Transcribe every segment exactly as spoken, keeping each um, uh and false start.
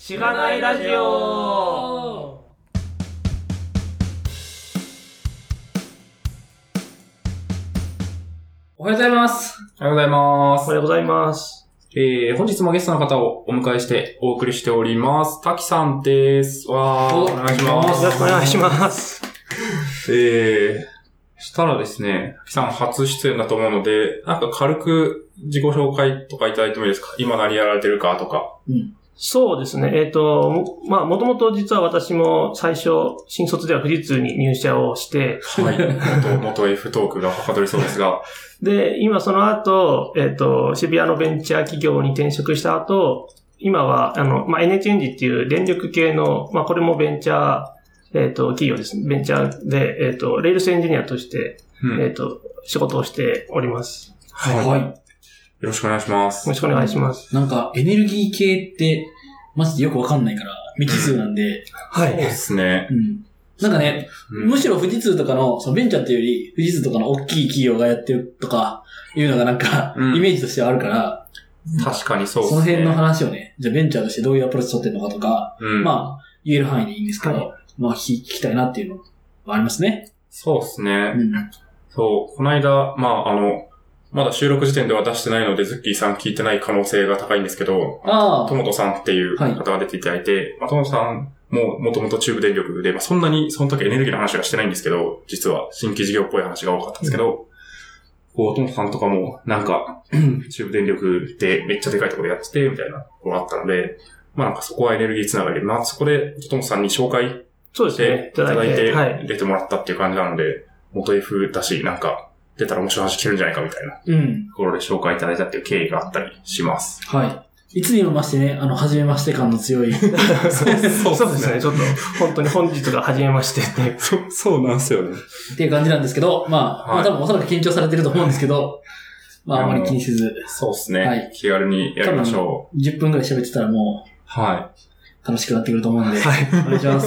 しがないラジオ。 おはようございます。 おはようございます。 おはようございます。 えー、本日もゲストの方をお迎えしてお送りしております。滝さんです。わー、お願いします。 よろしくお願いします。 えー、したらですね、滝さん初出演だと思うので、なんか軽く自己紹介とかいただいてもいいですか？今何やられてるかとか。 うん。そうですね。えっと、まあ、もともと実は私も最初、新卒では富士通に入社をして、 はい。元、元 F トークがはかどりそうですが。 で、今その後、えっと、渋谷のベンチャー企業に転職した後、今は、あの、まあ、エヌエイチエンジンっていう電力系の、まあ、これもベンチャー、えっと、企業ですね。ベンチャーで、えっと、レールスエンジニアとして、うん、えっと、仕事をしております。 はい。はい、よろしくお願いします。 よろしくお願いします。 なんか、エネルギー系って、マジでよくわかんないから、未知数なんで。 はい。そうですね。 うん。なんかね、うん、むしろ富士通とかの、そのベンチャーっていうより、富士通とかの大きい企業がやってるとか、いうのがなんか、うん、イメージとしてはあるから、 確かにそうですね。 その辺の話をね、じゃあベンチャーとしてどういうアプローチ取ってるのかとか、うん、まあ、言える範囲でいいんですけど、はい、まあ聞きたいなっていうのはありますね。 そうですね。うん、そう、この間、まああの、まだ収録時点では出してないので、ズッキーさん聞いてない可能性が高いんですけど、ああ。ともとさんっていう方が出ていただいて、はい、まあ、ともとさんももともと中部電力で、まあ、そんなにその時エネルギーの話はしてないんですけど、実は新規事業っぽい話が多かったんですけど、うん、こう、ともとさんとかもなんか、中部電力でめっちゃでかいところでやってて、みたいなことがあったので、まあなんかそこはエネルギーつながりで、まあそこでともとさんに紹介していただいて、入れてもらったっていう感じなので、元 F だし、なんか、出たら面白い話聞けるんじゃないかみたいな。うん。ところで紹介いただいたっていう経緯があったりします。 はい。いつにもましてね、あの、初めまして感の強い。 そうそうですね。ちょっと、本当に本日が初めましてって。 そう、そうなんですよね。 っていう感じなんですけど、まあ、はい、まあ多分おそらく緊張されてると思うんですけど、まああまり気にせず。 そうですね。はい。気軽にやりましょう。じゅっぷんくらい喋ってたらもう、 はい。 楽しくなってくると思うんで。はい。お願いします。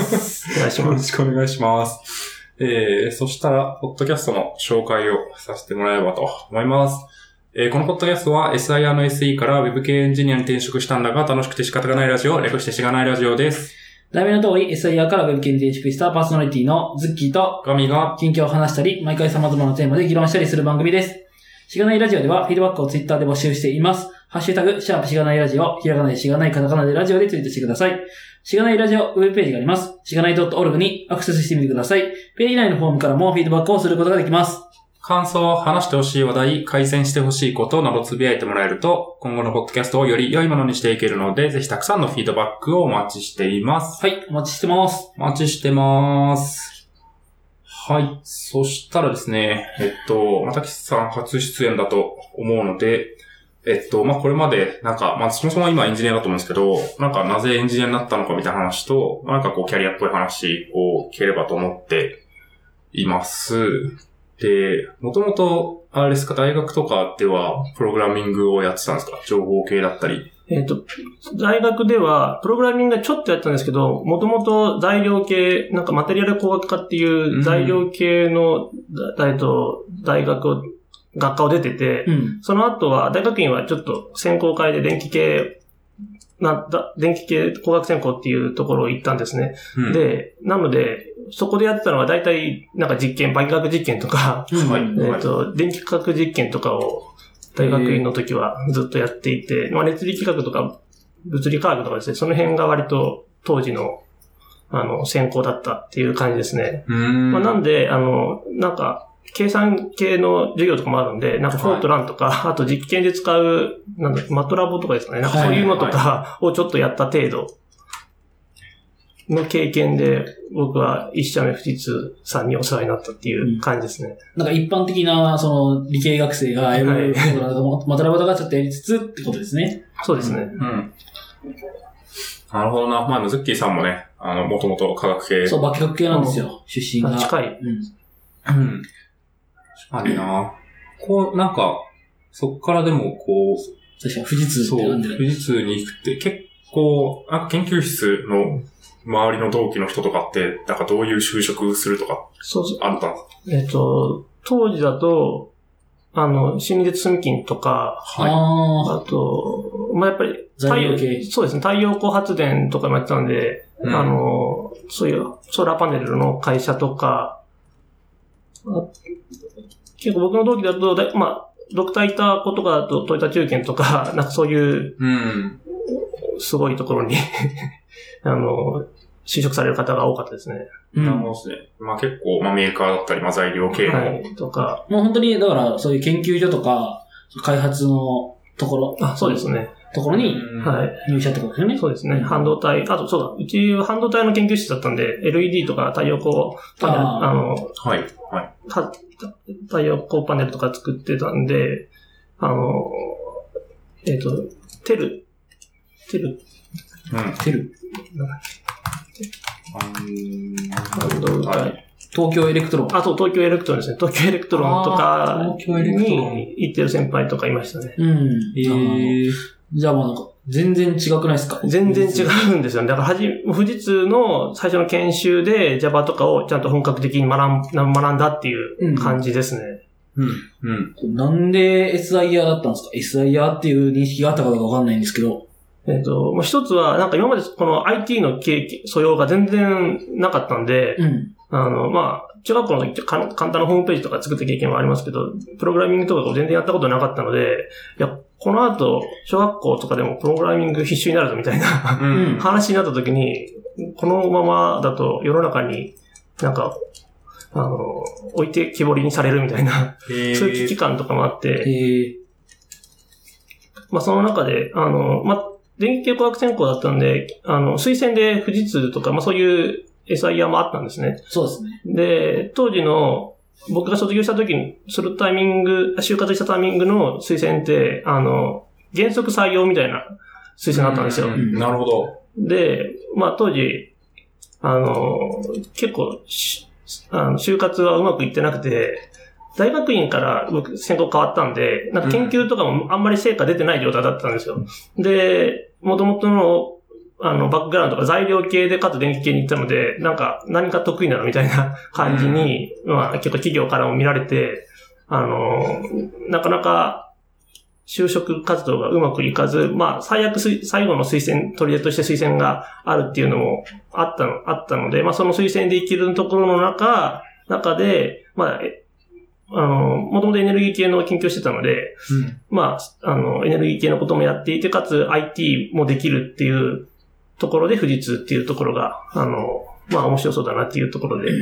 お願いします。よろしくお願いします。えー、そしたら、ポッドキャストの紹介をさせてもらえればと思います。えー、このポッドキャストは エスアイアール の エスイー から Web 系エンジニアに転職したんだが楽しくて仕方がないラジオ、略してしがないラジオです。 題名の通り エスアイアール から Web 系に転職したパーソナリティのズッキーとガミが近況を話したり、毎回様々なテーマで議論したりする番組です。しがないラジオではフィードバックをツイッターで募集しています。ハッシュタグ、シャープしがないラジオ、ひらがなでしがないカタカナでラジオでツイートしてください。しがないラジオウェブページがあります。しがない .org にアクセスしてみてください。ページ内のフォームからもフィードバックをすることができます。 感想、話してほしい話題、改善してほしいことなどつぶやいてもらえると、今後のポッドキャストをより良いものにしていけるので、ぜひたくさんのフィードバックをお待ちしています。 はい、お待ちしてます。 お待ちしてます。はい。そしたらですね、えっと、またきさん初出演だと思うので、えっと、まあ、これまで、なんか、まあ、そもそも今エンジニアだと思うんですけど、なんか、なぜエンジニアになったのかみたいな話と、なんかこう、キャリアっぽい話を聞ければと思っています。で、もともと、あれですか、大学とかでは、プログラミングをやってたんですか？情報系だったり。 えっと、大学では、プログラミングがちょっとやったんですけど、もともと材料系、なんかマテリアル工学科っていう材料系の、うん、えっと、大学を、学科を出てて、うん、その後は、大学院はちょっと専攻会で電気系、な、電気系工学専攻っていうところを行ったんですね。うん、で、なので、そこでやってたのは大体、なんか実験、化学実験とか、はい、えっと、電気化学実験とかを大学院の時はずっとやっていて、まあ、熱力学とか物理科学とかですね、その辺が割と当時の、あの、専攻だったっていう感じですね。うんまあ、なんで、あの、なんか、計算系の授業とかもあるんで、なんかフォートランとか、はい、あと実験で使う、なんだ、マトラボとかですかね。なんかそういうのとかをちょっとやった程度の経験で、僕は一社目富士通さんにお世話になったっていう感じですね。 うん、なんか一般的な、その、理系学生がやることなんかも、はい、マトラボとかちょっとやりつつってことですね。 そうですね。 うん。うん、なるほどな。まあ、ズッキーさんもね、あの、もともと科学系。 そう、化学系なんですよ。出身が。 近い。 うん。うんあるなこう、なんか、そっからでも、こう、 確かに富士通ってなんでそう、富士通に行くって結構、なんか研究室の周りの同期の人とかって、なんかどういう就職するとか、そうそう。あったえっと、当時だと、あの、心理で積み金とか、はい。あと、 まあ、やっぱり太陽、そうですね、太陽光発電とかもやってたんで、うん、あの、そういうソーラーパネルの会社とか、結構僕の同期だと、だまあ、ドクターいた子とかだとトヨタ中堅とか、なんかそういう、すごいところに、あの、就職される方が多かったですね。 なるほどですね。まあ結構、まあメーカーだったり、まあ材料系の、はい、 とか。 もう本当に、だからそういう研究所とか、開発のところ。 あ、そうですね。 ところに、はい。入社ってことですよね。 そうですね。半導体、あとそうだ、うちは半導体の研究室だったんで、エルイーディー とか太陽光パネル、あ, あの、 はい、はい。 太陽光パネルとか作ってたんで、あの、えっ、ー、と、テル、テル、 うん、テル。 半導体、はい。 東京エレクトロン。 あ、そう、東京エレクトロンですね。東京エレクトロンとかに行ってる先輩とかいましたね。 うん。えー、じゃあもうなんか、全然違くないですか？ 全然違うんですよね。だからはじ、富士通の最初の研修で Java とかをちゃんと本格的に学ん学んだっていう感じですね。 うん。うん。なんで エスアイアール だったんですか？ エスアイアール っていう認識があったかどうかわかんないんですけど。 えっと、まあ、一つは、なんか今までこの アイティー の経験、素養が全然なかったんで、うん、あの、まあ、中学校の時簡単なホームページとか作った経験はありますけど、プログラミングとかを全然やったことなかったので、いや、この後、小学校とかでもプログラミング必修になるぞみたいな、うん、話になった時に、このままだと世の中になんか、あの、置いてきぼりにされるみたいな、そういう危機感とかもあって、まあその中で、あの、まあ、電気系工学専攻だったんで、あの、推薦で富士通とか、まあそういう エスアイアール もあったんですね。 そうですね。 で、当時の、僕が卒業した時に、するタイミング、就活したタイミングの推薦って、あの、原則採用みたいな推薦だったんですよ。 なるほど。 で、まあ当時、あの、結構、あの就活はうまくいってなくて、大学院から僕専攻変わったんで、なんか研究とかもあんまり成果出てない状態だったんですよ。うん、で、元々の、あの、バックグラウンドとか材料系でかつ電気系に行ったので、なんか何か得意なのみたいな感じに、うん、まあ結構企業からも見られて、あの、なかなか就職活動がうまくいかず、まあ最悪最後の推薦、取り出として推薦があるっていうのもあったの、あったので、まあその推薦で生きるところの中、中で、まあ、あの、もともとエネルギー系の研究をしてたので、うん、まあ、あの、エネルギー系のこともやっていて、かつ アイティー もできるっていうところで富士通っていうところが、あの、まあ面白そうだなっていうところで、うん。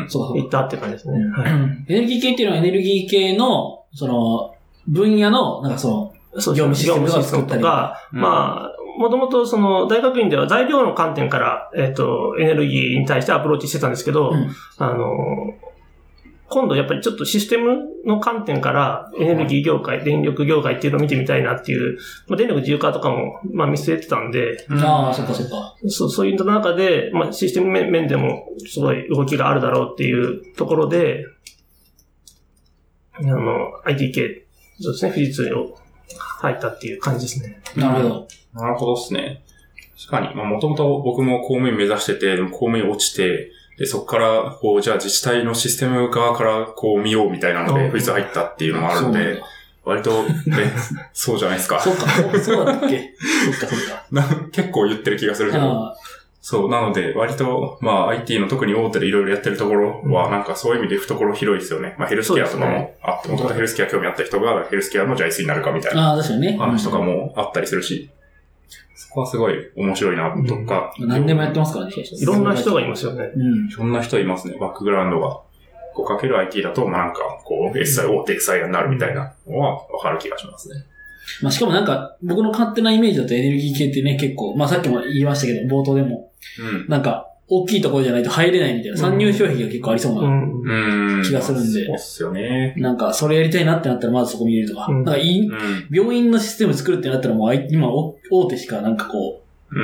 そう。行ったって感じですね。はい、 エネルギー系っていうのはエネルギー系の、その、分野の、なんかその、業務システムとか作ったりとか、 うん、まあ、もともとその大学院では材料の観点から、えっと、エネルギーに対してアプローチしてたんですけど、うん、あの、今度やっぱりちょっとシステムの観点からエネルギー業界、電力業界っていうのを見てみたいなっていう、まあ、電力自由化とかもまあ見据えてたんで、 ああ、そっかそっか。 そう、そういった中で、まあシステム面でもすごい動きがあるだろうっていうところで、あの、アイティー 系、そうですね、富士通を入ったっていう感じですね。 なるほど。 なるほどですね。確かに、まあもともと僕も公務員目指してて、公務員落ちて、で、そこから、こう、じゃあ自治体のシステム側から、こう見ようみたいなので、富士通入ったっていうのもあるので、割と、ね、そうじゃないですか。 そうか、そう、そうだっけそっか、そっか。 な結構言ってる気がするけど。そう、なので、割と、まあ、アイティー の特に大手でいろいろやってるところは、なんかそういう意味で懐広いですよね。まあ、ヘルスケアとかもあって、もともとヘルスケア興味あった人が、ヘルスケアのジャイスになるかみたいな話とかもあったりするし、そこはすごい面白いな、とか、 うん。何でもやってますからね。 いろんな人がいますよね。 うん。いろんな人いますね、バックグラウンドが。こうかける アイティー だと、まあなんか、こう、エスアイ、大手 エスアイ になるみたいなのはわかる気がしますね。 まあしかもなんか、僕の勝手なイメージだとエネルギー系ってね、結構、まあさっきも言いましたけど、冒頭でも、うん、なんか、大きいところじゃないと入れないみたいな、参入障壁が結構ありそうな気がするんで。 うん、そうっすよね。 なんか、それやりたいなってなったらまずそこ見れるとか。うん、なんかい、うん、病院のシステム作るってなったらもう、今、大手しかなんかこう、うん、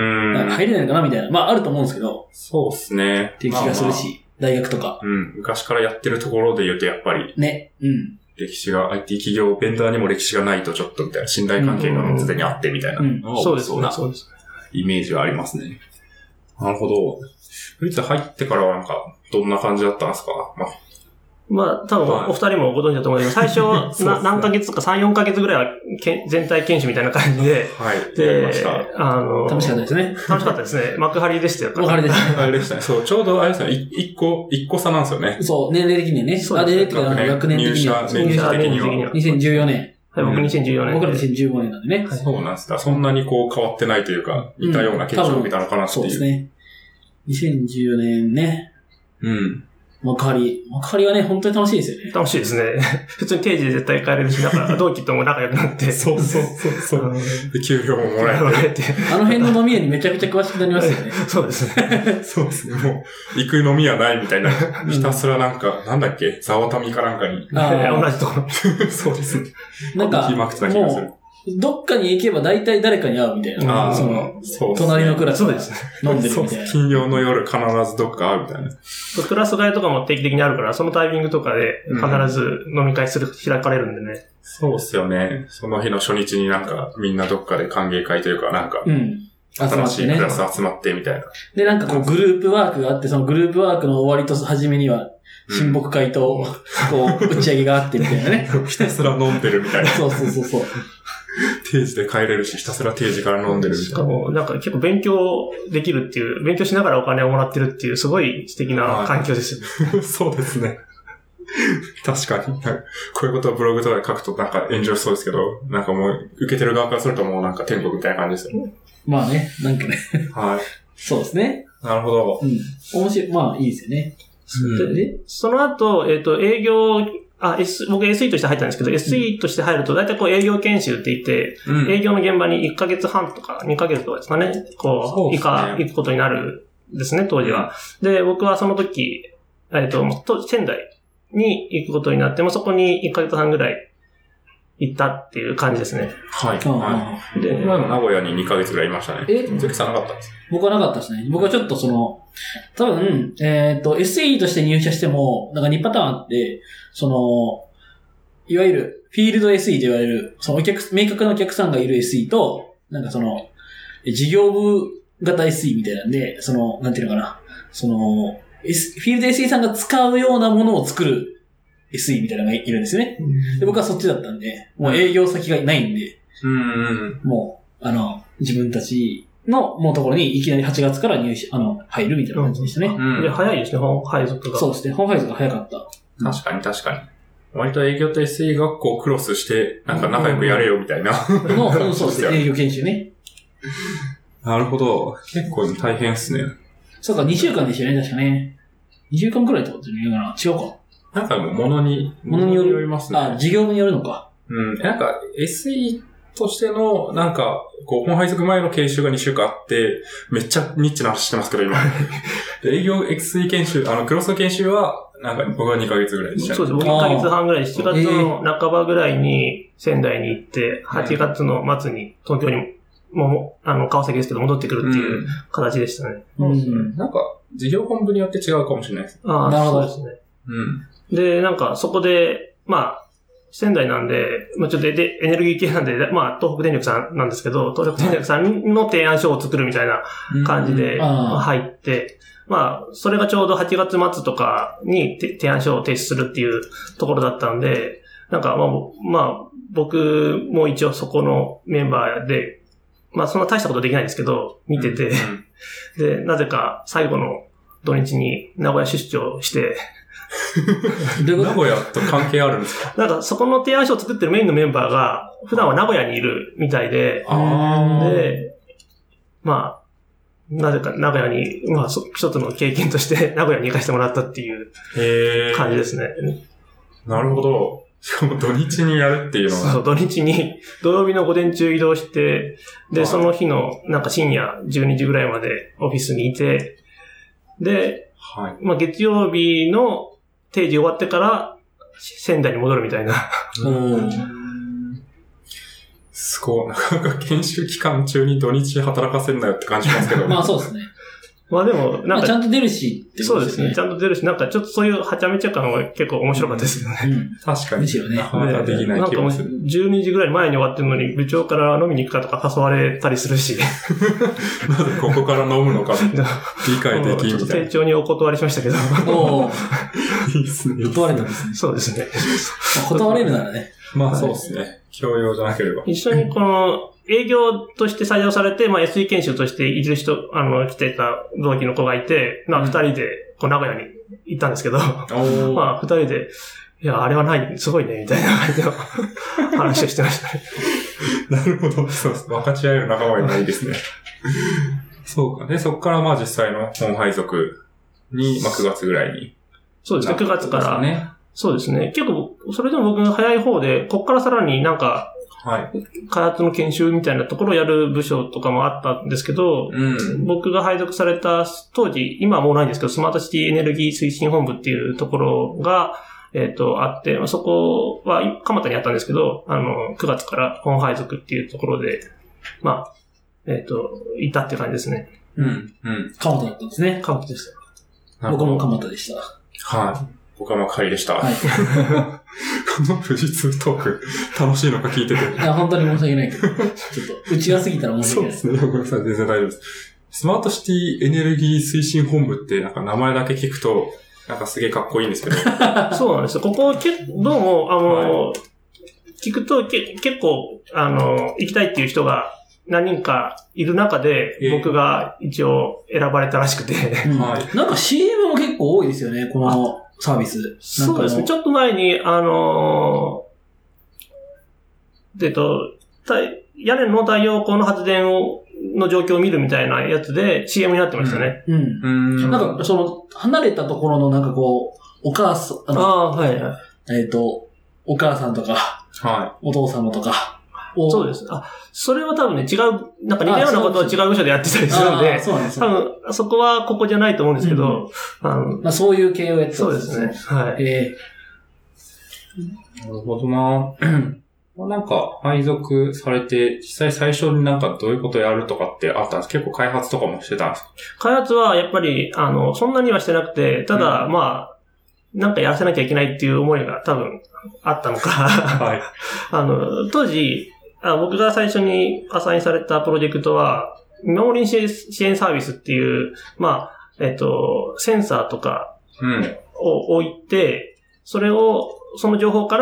入れないのかなみたいな。まああると思うんですけど。 そうっすね。 っていう気がするし、まあまあ、大学とか。 うん。昔からやってるところで言うとやっぱり。 ね。うん。 歴史が、アイティー 企業、ベンダーにも歴史がないとちょっとみたいな、信頼関係がすでにあってみたいな。うん。 そうですね。そうです。 イメージはありますね。なるほど。富士通入ってからはなんか、どんな感じだったんですか？まあまあ、多分、お二人もご存知だと思うけど、最初、な何ヶ月かさん、よんかげつぐらいはけ全体研修みたいな感じで、 はい。 で、 やりました。 あの、楽しかったですね。 楽しかったですね。幕張でしたよ。 幕張ですね。 あれでしたね。そう、ちょうどあれですね、一個、一個差なんですよね。 そう、年齢的にはね。 そうあ、年齢的には学年的には。 入社年次的には。 にせんじゅうよねん。 はい、僕にせんじゅうよねん。 僕らにせんじゅうごねんなんでね。 そうなんです。そんなにこう変わってないというか、似たような結果を受けたのかなっていう。 そうですね。にせんじゅうよねんね。 うん。 幕張。幕張はね、本当に楽しいですよね。 楽しいですね。普通に定時で絶対帰れるし、なんか同期とも仲良くなって。 そうそうそうそう。で、給料ももらえて。 あの辺の飲み屋にめちゃくちゃ詳しくなりますよね。 そうですね。 そうですね。もう、行く飲み屋ないみたいな。ひたすらなんか、なんだっけ、ザワタミかなんかに。 あ同じところ。 そうですね。 なんか、もう、どっかに行けば大体誰かに会うみたいな。 あその、 そう隣のクラスで飲んでるみたいな。 金曜の夜必ずどっか会うみたいな。 クラス替えとかも定期的にあるから、そのタイミングとかで必ず飲み会する、うん、開かれるんでね。 そうっすよね。その日の初日になんかみんなどっかで歓迎会というかなんか、うん。新しいクラス集まってみたいな。 で、なんかこうグループワークがあって、そのグループワークの終わりと初めには、親睦会と、こう、打ち上げがあってみたいなね。 ひたすら飲んでるみたいな。 そうそうそうそう。 定時で帰れるし、ひたすら定時から飲んでるみたいな。 しかも、なんか結構勉強できるっていう、勉強しながらお金をもらってるっていう、すごい素敵な環境ですよね。そうですね。確かに。こういうことをブログとかで書くとなんか炎上しそうですけど、なんかもう、受けてる側からするともうなんか天国みたいな感じですよね。 まあね、なんかね。 はい。 そうですね。 なるほど。 うん。面白い、まあいいですよね。 うん、でその後、えっ、ー、と、営業、あ、S、僕 エスイー として入ったんですけど、うん、エスイー として入ると、だいたいこう営業研修って言って、うん、営業の現場にいっかげつはんとかにかげつとかですかね、こう、以下、行くことになるんですね、当時は。うん、で、僕はその時、えっ、ー、と、仙台に行くことになって、もうそこにいっかげつはんぐらい行ったっていう感じですね。 はい。はい。で、今の名古屋ににかげつぐらいいましたね。え関さんなかったんですか？ 僕はなかったですね。僕はちょっとその、多分、えっと、エスイー として入社しても、なんかにパターンあって、その、いわゆる、フィールド エスイー と言われる、そのお客、明確なお客さんがいる エスイー と、なんかその、事業部型 エスイー みたいなんで、その、なんていうのかな、その、S、フィールド エスイー さんが使うようなものを作る エスイー みたいなのがいるんですよね。で僕はそっちだったんで、もう営業先がないんで、 うん、 もう、あの、自分たちのもうところにいきなりはちがつから入社、あの、入るみたいな感じでしたね。 うんうん、で早いですね、本配属が。 そうですね、本配属が早かった。 確かに確かに。割と営業と エスイー 学校をクロスして、なんか仲良くやれよみたいな。 の、うん、そうですね、営業研修ね。 なるほど。結構大変っすね。 そうか、にしゅうかんでしたよね、確かね。にしゅうかんくらいってこと言うかな。違うか。 なんかもう、ものに、 ものによりますね。 あ、事業部によるのか。 うん。なんか、エスイー としての、なんか、こう、本配属前の研修がにしゅうかんあって、めっちゃニッチな話してますけど、今。で営業 エスイー 研修、あの、クロスの研修は、なんか、僕はにかげつぐらいでした。 そうです。僕いっかげつはんぐらい、しちがつの半ばぐらいに仙台に行って、はちがつの末に東京に、もう、あの、川崎ですけど戻ってくるっていう形でしたね。 うん。うん、なんか、事業本部によって違うかもしれないです。 ああ、なるほどですね。うん。で、なんか、そこで、まあ、仙台なんで、まあちょっとで、エネルギー系なんで、まあ、東北電力さんなんですけど、東北電力さんの提案書を作るみたいな感じで入って、まあ、それがちょうどはちがつ末とかに提案書を提出するっていうところだったんで、なんか、まあ、まあ、僕も一応そこのメンバーで、まあ、そんな大したことできないんですけど、見てて、うんうん、で、なぜか最後の土日に名古屋出張して、 名古屋と関係あるんですか？ なんかそこの提案書を作ってるメインのメンバーが普段は名古屋にいるみたいで、で、まあ、なぜか名古屋に、まあ一つの経験として名古屋に行かせてもらったっていう感じですね。 なるほど。しかも土日にやるっていうのは。 そう、土日に土曜日の午前中移動して、で、その日のなんか深夜じゅうにじぐらいまでオフィスにいて、で、 はい、 まあ月曜日の定時終わってから仙台に戻るみたいな。 うんすごい。なかなか研修期間中に土日働かせんなよって感じますけど。 まあそうですね。 まあでも、なんか、まあ、 ちゃんと出るしってことですね。そうですね。ちゃんと出るし、なんかちょっとそういうはちゃめちゃ感は結構面白かったですよね。 うんうん、 確かに。 ですよね。 なかなかできない気もする。 じゅうにじぐらい前に終わってるのに、部長から飲みに行くかとか誘われたりするし。 なぜここから飲むのか理解できんみたいな。ちょっと丁重にお断りしましたけど。 おいいですね。 断れたんですね。 そうですね。 断れるならね。 まあそうですね。教養じゃなければ。 一緒にこの、営業として採用されて、まあ エスイー 研修としている人、あの、来てた同期の子がいて、まあ二人で、こう名古屋に行ったんですけど、まあ二人で、いや、あれはない、すごいね、みたいな感じの話をしてましたね。 なるほど。そうです。分かち合える仲間がないですね。そうか。で、そこからまあ実際の本配属に、まあくがつぐらいに。 そうですね、くがつから。ね、そうですね。結構、それでも僕が早い方で、こっからさらになんか、はい。開発の研修みたいなところをやる部署とかもあったんですけど、うん、僕が配属された当時、今はもうないんですけど、スマートシティエネルギー推進本部っていうところが、えっと、あって、そこは、蒲田にあったんですけど、あの、くがつから本配属っていうところで、まあ、えっと、いたっていう感じですね。 うん。うん。蒲田だったんですね。 蒲田でした。 僕も蒲田でした。 はい。僕は幕張でした。はい。この富士通トーク、楽しいのか聞いてて。 いや、本当に申し訳ないけど。ちょっと、内輪すぎたら申し訳ない。 そうですね。ごめんなさい。全然大丈夫です。スマートシティエネルギー推進本部って、なんか名前だけ聞くと、なんかすげえかっこいいんですけど。 そうなんですよ。ここ、けどうも、あの、はい、聞くとけ、結構、あの、行きたいっていう人が何人かいる中で、僕が一応選ばれたらしくて。 はい、なんか シーエム も結構多いですよね、このサービス。 そうですね。ちょっと前に、あの、えっと、屋根の太陽光の発電を、の状況を見るみたいなやつで シーエム になってましたね。 うん。うん。なんか、その、離れたところのなんかこう、お母さん、あの、あはいはい。 えっと、お母さんとか、はい。お父様とか。 そうです。あ、それは多分ね、違う、なんか似たようなことを違う部署でやってたりするんで、そうなんです。多分、そこはここじゃないと思うんですけど、 うん、あのまあ、そういう系をやってたんですね。そうですね。はい。えー、なるほどななんか、配属されて、実際最初になんかどういうことやるとかってあったんですか？結構開発とかもしてたんですか？ 開発はやっぱり、あの、そんなにはしてなくて、ただ、うん、まあ、なんかやらせなきゃいけないっていう思いが多分あったのか、はい。あの、当時あ、僕が最初にアサインされたプロジェクトは、見守り支援サービスっていう、まあ、えっと、センサーとかを置いて、うん、それを、その情報から、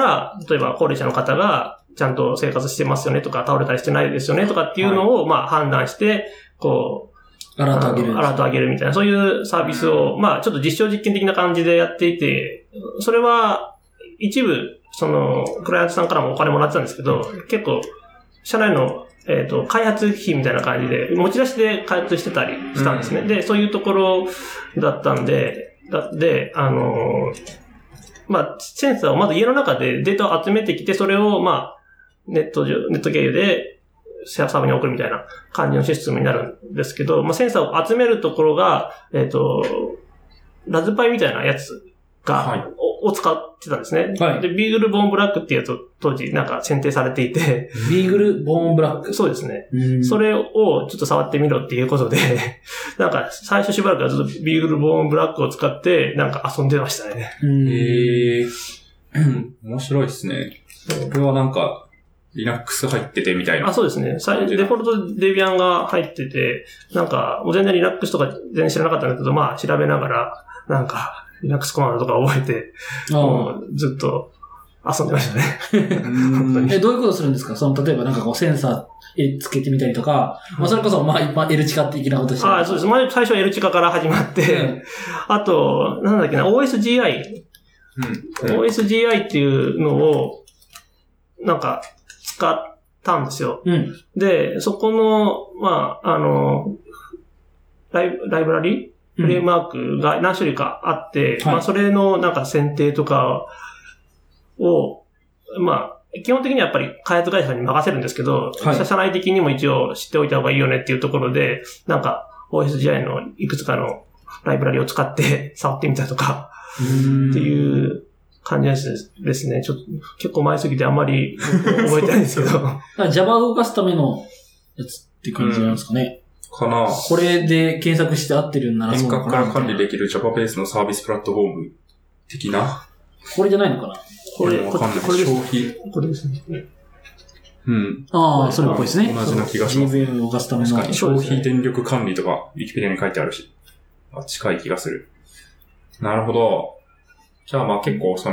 例えば高齢者の方が、ちゃんと生活してますよねとか、倒れたりしてないですよねとかっていうのを、まあ判断して、こう、アラート上げる。 アラート上げるみたいな、そういうサービスを、まあちょっと実証実験的な感じでやっていて、それは一部、その、クライアントさんからもお金もらってたんですけど、結構、社内の、えっと、開発費みたいな感じで、持ち出しで開発してたりしたんですね。うん、で、そういうところだったんで、だで、あの、まあ、センサーをまず家の中でデータを集めてきて、それを、まあ、ネット上、ネット経由でサーバーに送るみたいな感じのシステムになるんですけど、まあ、センサーを集めるところが、えっと、ラズパイみたいなやつが、はい、を使ってたんですね。はい。で、ビーグルボーンブラックっていうやつを当時なんか選定されていて。 ビーグルボーンブラックそうですね。それをちょっと触ってみろっていうことで、なんか最初しばらくはずっとビーグルボーンブラックを使ってなんか遊んでましたね。 へー。面白いですね。これはなんか、Linux 入っててみたいな。 あ、そうですね。デフォルトデビアンが入ってて、なんか、もう全然 Linux とか全然知らなかったんだけど、まあ調べながら、なんか、Linux コマンドとか覚えて、もうずっと遊んでましたね。 本当に。え、どういうことするんですか？その、例えばなんかこうセンサーつけてみたりとか、まあそれこそ、まあ一般 L チカ的なことしてあ、そうです。まあ最初は L チカから始まって、うん、あと、なんだっけな、オーエスジーアイ。うんうん、オーエスジーアイ っていうのを、なんか、使ったんですよ。うん、で、そこの、まあ、あの、ライブ、ライブラリフレームワークが何種類かあって、うん、まあ、それのなんか選定とかを、まあ、基本的にはやっぱり開発会社に任せるんですけど、はい、社内的にも一応知っておいた方がいいよねっていうところで、なんか オーエスジーアイ のいくつかのライブラリを使って触ってみたとか、っていう感じですね。ちょっと結構前すぎてあんまり覚えてないんですけど。 Java を動かすためのやつって感じなんですかね。 かなこれで検索して合ってるんならそうかな。遠隔から管理できる Java ベースのサービスプラットフォーム的な。 これじゃないのかなこれ、わかんない。これ消費。 これですね。 うん。ああ、それっぽいですね。 同じな気がします。 ジービーエム を動かすための。 確かに消費電力管理とか、ウィキペディアに書いてあるし。近い気がする。なるほど。じゃあまあ結構その、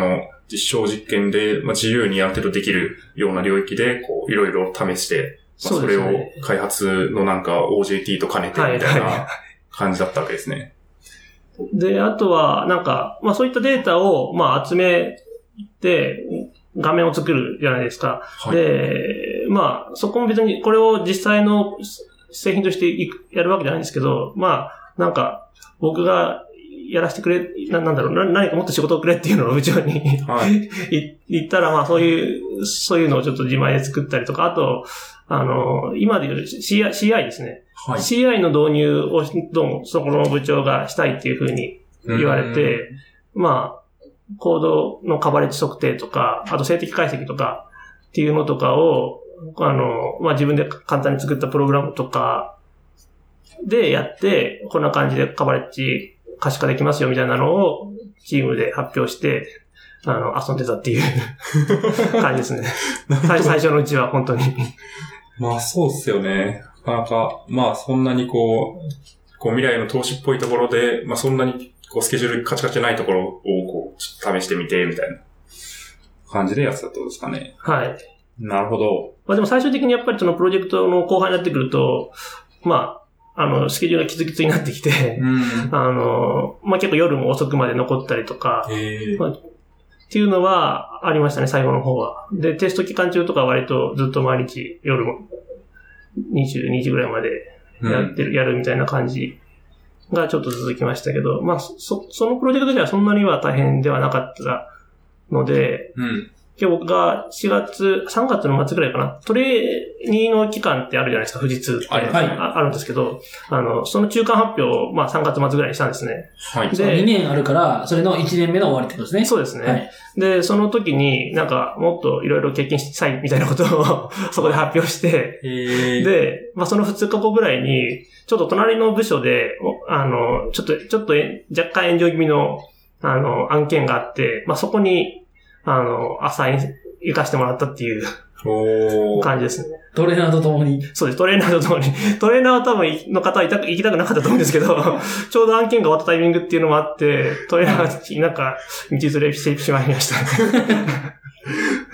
実証実験で、まあ、自由にある程度できるような領域で、こう、いろいろ試して、まあ、それを開発のなんか オージェーティー と兼ねてみたいな感じだったわけですね。 で、あとは、なんか、まあそういったデータを、まあ集めて、画面を作るじゃないですか。はい、で、まあそこも別にこれを実際の製品としてやるわけじゃないんですけど、まあなんか僕がやらせてくれ、な、なんだろう、な、何かもっと仕事をくれっていうのを部長に、はい、言ったら、まあそういう、そういうのをちょっと自前で作ったりとか、あと、あの、今で言う シーアイ、シーアイ ですね。はい、シーアイ の導入をどうもそこの部長がしたいっていうふうに言われて、まあ、コードのカバレッジ測定とか、あと静的解析とかっていうのとかを、あの、まあ自分で簡単に作ったプログラムとかでやって、こんな感じでカバレッジ可視化できますよみたいなのをチームで発表して、あの、遊んでたっていう感じですね。最初のうちは本当に。 まあそうっすよね。なかなか、まあそんなにこう、こう未来の投資っぽいところで、まあそんなにこうスケジュールカチカチないところをこう、ちょっと試してみて、みたいな感じでやってたってことですかね。 はい。 なるほど。 まあでも最終的にやっぱりそのプロジェクトの後半になってくると、まあ、あの、スケジュールがキツキツになってきて、うん、あの、まあ結構夜も遅くまで残ったりとか、まあっていうのはありましたね、最後の方は。で、テスト期間中とかは割とずっと毎日夜もにじゅうにじぐらいまでやってる、うん、やるみたいな感じがちょっと続きましたけど、まあ、そ、そのプロジェクトではそんなには大変ではなかったので、うん、今日僕がしがつ、さんがつの末ぐらいかな、トレーニーの期間ってあるじゃないですか、富士通って、はいはい、あ, あるんですけど、あの、その中間発表を、まあさんがつ末ぐらいにしたんですね。 はい。で、にねんあるから、それのいちねんめの終わりってことですね。 そうですね。はい、で、その時になんかもっといろいろ経験したいみたいなことをそこで発表して、で、まあそのふつかごぐらいに、ちょっと隣の部署で、あの、ちょっと、ちょっと若干炎上気味の、あの、案件があって、まあそこに、あの、アサイン行かしてもらったっていう感じですね。 トレーナーと共に。 そうです、トレーナーと共に。トレーナーは多分の方は行きたくなかったと思うんですけど、ちょうど案件が終わったタイミングっていうのもあって、トレーナーになんか道連れしてしまいました。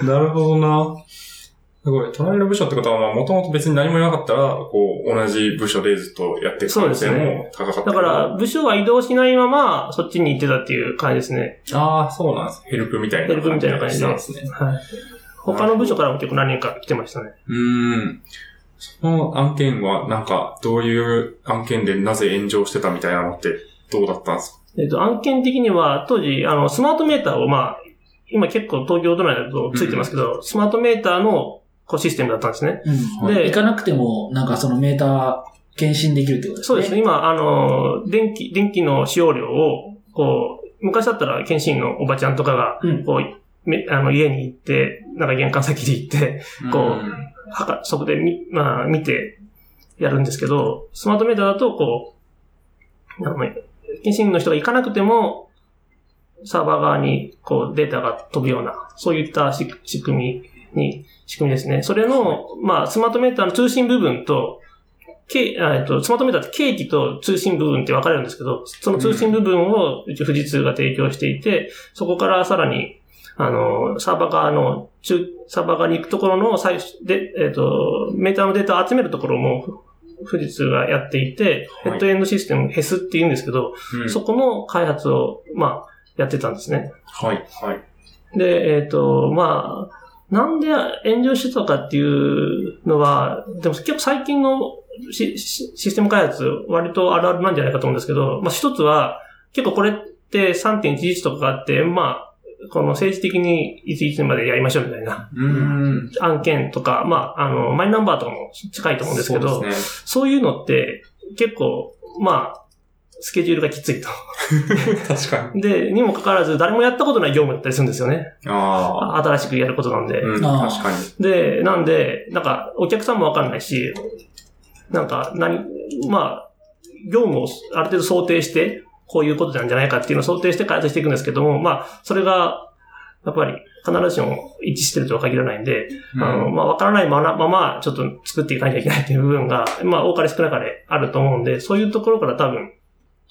なるほどな。すごい。隣の部署ってことは、まあ、もともと別に何もなかったら、こう、同じ部署でずっとやっていく可能性も高かった。 だから、部署は移動しないまま、そっちに行ってたっていう感じですね。 ああ、そうなんです。ヘルプみたいな。 ヘルプみたいな感じなんですね。はい。他の部署からも結構何人か来てましたね。 うーん。その案件は、なんか、どういう案件でなぜ炎上してたみたいなのって、どうだったんですか？ えっと、案件的には、当時、あの、スマートメーターを、まあ、今結構東京都内だとついてますけど、うん、スマートメーターの、こうシステムだったんですね。 うん、で、行かなくても、なんかそのメーター検診できるってことですね。 そうですね。今、あの、電気、電気の使用量を、こう、昔だったら検診のおばちゃんとかが、こう、うん、めあの家に行って、なんか玄関先で行って、こう、うん、はか、そこでみ、まあ、見てやるんですけど、スマートメーターだと、こう、なんか検診の人が行かなくても、サーバー側に、こう、データが飛ぶような、そういった仕組みに、仕組みですね。それの、まあ、スマートメーターの通信部分と、けえっと、スマートメーターってケーキと通信部分って分かれるんですけど、その通信部分をうち富士通が提供していて、そこからさらに、あの、サーバー側の、中、サーバー側に行くところの最初で、えっと、メーターのデータを集めるところも、富士通がやっていて、ヘッドエンドシステム、ヘスって言うんですけど、うん、そこの開発を、まあ、やってたんですね。 はい、はい。 で、えっと、まあ、なんで炎上してたかっていうのは、でも結構最近のシ, システム開発、割とあるあるなんじゃないかと思うんですけど、まあ一つは、結構これって さんてんいちいち とかがあって、まあ、この政治的にいついつまでやりましょうみたいなうん案件とか、まあ、あの、マイナンバーとかも近いと思うんですけど、そうですね、そういうのって結構、まあ、スケジュールがきついと。 確かに。 で、にもかかわらず誰もやったことない業務だったりするんですよね。 ああ。 新しくやることなんで。 うん、確かに。 で、なんで、なんか、お客さんもわかんないし、なんか、何、まあ、業務をある程度想定して、こういうことなんじゃないかっていうのを想定して開発していくんですけども、まあ、それが、やっぱり必ずしも一致してるとは限らないんで、うん、あの、まあ、わからないまま、まま、ちょっと作っていかなきゃいけないっていう部分が、まあ、多かれ少なかれあると思うんで、そういうところから多分、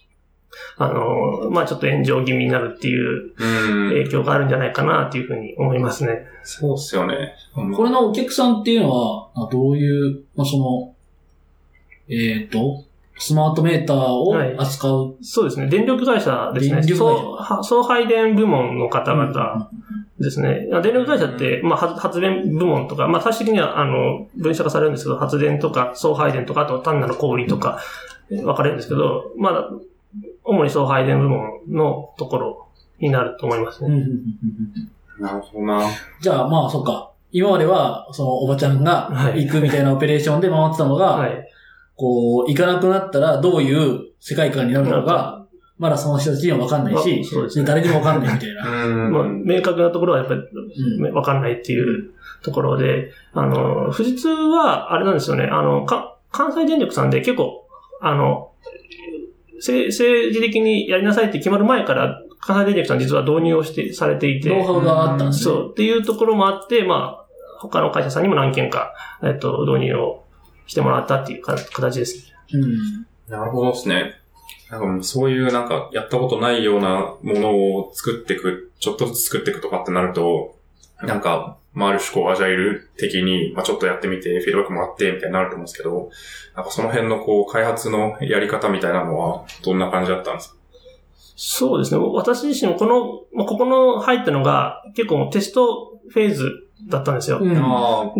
あの、まあちょっと炎上気味になるっていう影響があるんじゃないかなっていうふうに思いますね。 そうっすよね。 これのお客さんっていうのは、どういう、まあ、その、えっと、スマートメーターを扱う、はい、 そうですね。電力会社ですね。送, 送配電部門の方々ですね。うん、電力会社って、まあ、発電部門とか、まあ、最終的には、あの、分社化されるんですけど、発電とか、送配電とか、あと単なる小売とか、分かれるんですけど、まあ、主に送配電部門のところになると思いますね。 うん、なるほどな。 じゃあ、まあ、そっか。今までは、その、おばちゃんが行くみたいなオペレーションで回ってたのが、はい、こう、行かなくなったらどういう世界観になるのか、まだその人たちには分かんないし、そうですね、誰にも分かんないみたいな。 うんまあ、明確なところはやっぱり分かんないっていうところで、あの、富士通はあれなんですよね、あの、か関西電力さんで結構、あの、政治的にやりなさいって決まる前から、関西電力さん実は導入をして、されていて。 ノウハウがあったんですね。 そう。っていうところもあって、まあ、他の会社さんにも何件か、えっと、導入をしてもらったっていう形ですね。 うん。 なるほどですね。なんかもうそういうなんか、やったことないようなものを作っていく、ちょっとずつ作っていくとかってなると、なんか、まあ、ある種こう、アジャイル的に、まあ、ちょっとやってみて、フィードバックもらって、みたいになると思うんですけど、なんかその辺のこう、開発のやり方みたいなのは、どんな感じだったんですか？ そうですね。私自身もこの、まあ、ここの入ったのが、結構テストフェーズだったんですよ。うん、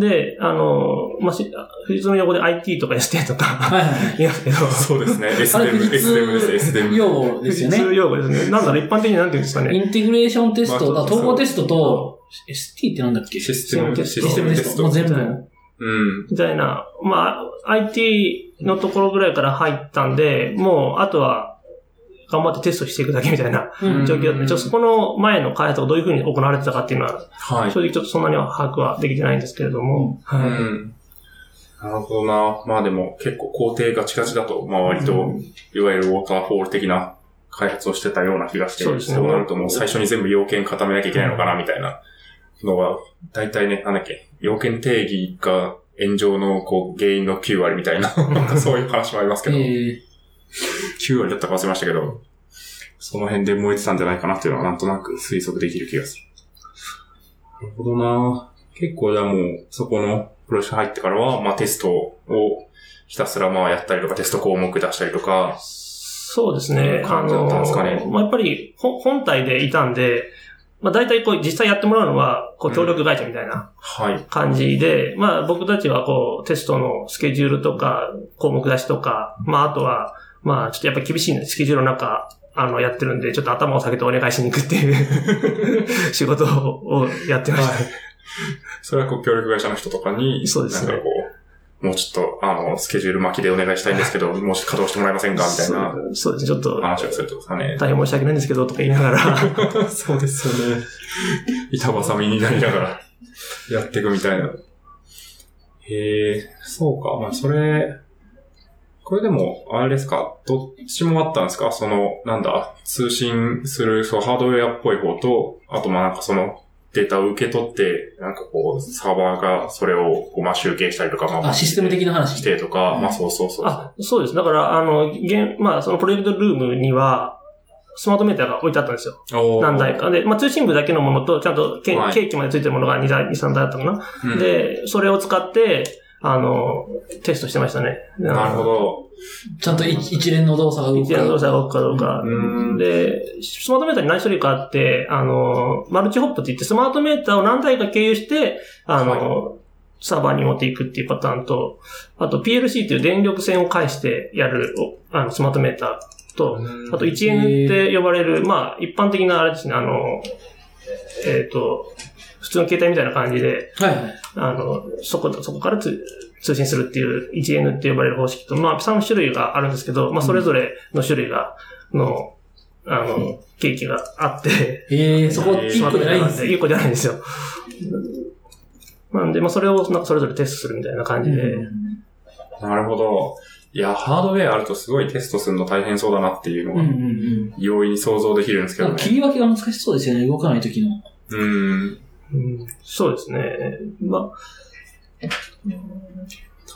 で、あの、まあ、富士通の用語で アイティー とか エスティー とか、はいはい、言いますけど。 そうですね。エスディーエム、エスディーエム です、エスディーエム。 用語ですよね。 富士通用語ですね。なんだろう、一般的になんて言うんですかね。 インテグレーションテスト、まあ、統合テストと、エスティー ってなんだっけ？ システムテスト。 システムテスト。もう全部。 うん。 みたいな。まあ、アイティー のところぐらいから入ったんで、もう、あとは、頑張ってテストしていくだけみたいな状況だったので、ちょっとそこの前の開発がどういうふうに行われてたかっていうのは、はい、正直ちょっとそんなには把握はできてないんですけれども。 うん。はい、なるほどな。まあでも結構工程ガチガチだと、まあ割と、うん、いわゆるウォーターフォール的な開発をしてたような気がして、そうですね。そうなるともう最初に全部要件固めなきゃいけないのかなみたいなのは、大体ね、なんだっけ、要件定義が炎上のこう原因のきゅうわりみたいな、なんかそういう話もありますけど。えーきゅうわりだったか忘れましたけど、その辺で燃えてたんじゃないかなっていうのはなんとなく推測できる気がする。なるほどな。結構じゃあもうそこのプロジェクト入ってからは、まあテストをひたすらまあやったりとかテスト項目出したりとか。 そうですね。 感じだったんですかね。 まあやっぱり本体でいたんで、まあ大体こう実際やってもらうのは、こう協力会社みたいな感じで、うんはい、まあ僕たちはこうテストのスケジュールとか項目出しとか、まああとは、まあちょっとやっぱり厳しいスケジュールの中、あのやってるんで、ちょっと頭を下げてお願いしに行くっていう仕事をやってました。はい、 それはこう協力会社の人とかに、そうですね。なんかこう、もうちょっとあのスケジュール巻きでお願いしたいんですけど、もし稼働してもらえませんかみたいな。 そうですね、ちょっと。 話をするってことですかね。 大変申し訳ないんですけど、とか言いながら。 そうですよね。板挟みになりながらやっていくみたいな。へえ、そうか。まあそれ、これでも、あれですか、どっちもあったんですか？その、なんだ、通信する、そう、ハードウェアっぽい方と、あと、まあなんかその、データを受け取って、なんかこう、サーバーがそれを、こう、まあ集計したりとか、まあ、 あ、システム的な話。 してとか、まあそうそうそう。 あ、そうです。だから、あの、現、まあそのプロジェクトルームには、スマートメーターが置いてあったんですよ。何台か。で、まあ通信部だけのものと、ちゃんとケ、はい、ケーキまでついてるものがにだい、に、さんだいあったかな。うん、で、それを使って、あの、テストしてましたね。 なるほど。 ちゃんと一連の動作が動くか。 一連の動作が動くかどうか。うんで、スマートメーターに何種類かあって、あの、マルチホップって言って、スマートメーターを何台か経由して、あの、はい、サーバーに持っていくっていうパターンと、あと ピーエルシー っていう電力線を介してやる、あの、スマートメーターと、あと ワンエヌ って呼ばれる、まあ、一般的なあれですね、あの、えっと、普通の携帯みたいな感じで、はいはい、あの、そこ、そこからつ通信するっていう ワンエヌ って呼ばれる方式と、まあさん種類があるんですけど、まあそれぞれの種類が、の、あの、ケーキがあって。 えー、そこいっこじゃないんですよ。 いっこじゃないんですよ。なんで、まあそれをなんかそれぞれテストするみたいな感じで。うん、 なるほど。いや、ハードウェアあるとすごいテストするの大変そうだなっていうのが、容易に想像できるんですけどね。 切り分けが難しそうですよね、動かない時の。 うん。 うん、そうですね。まあ、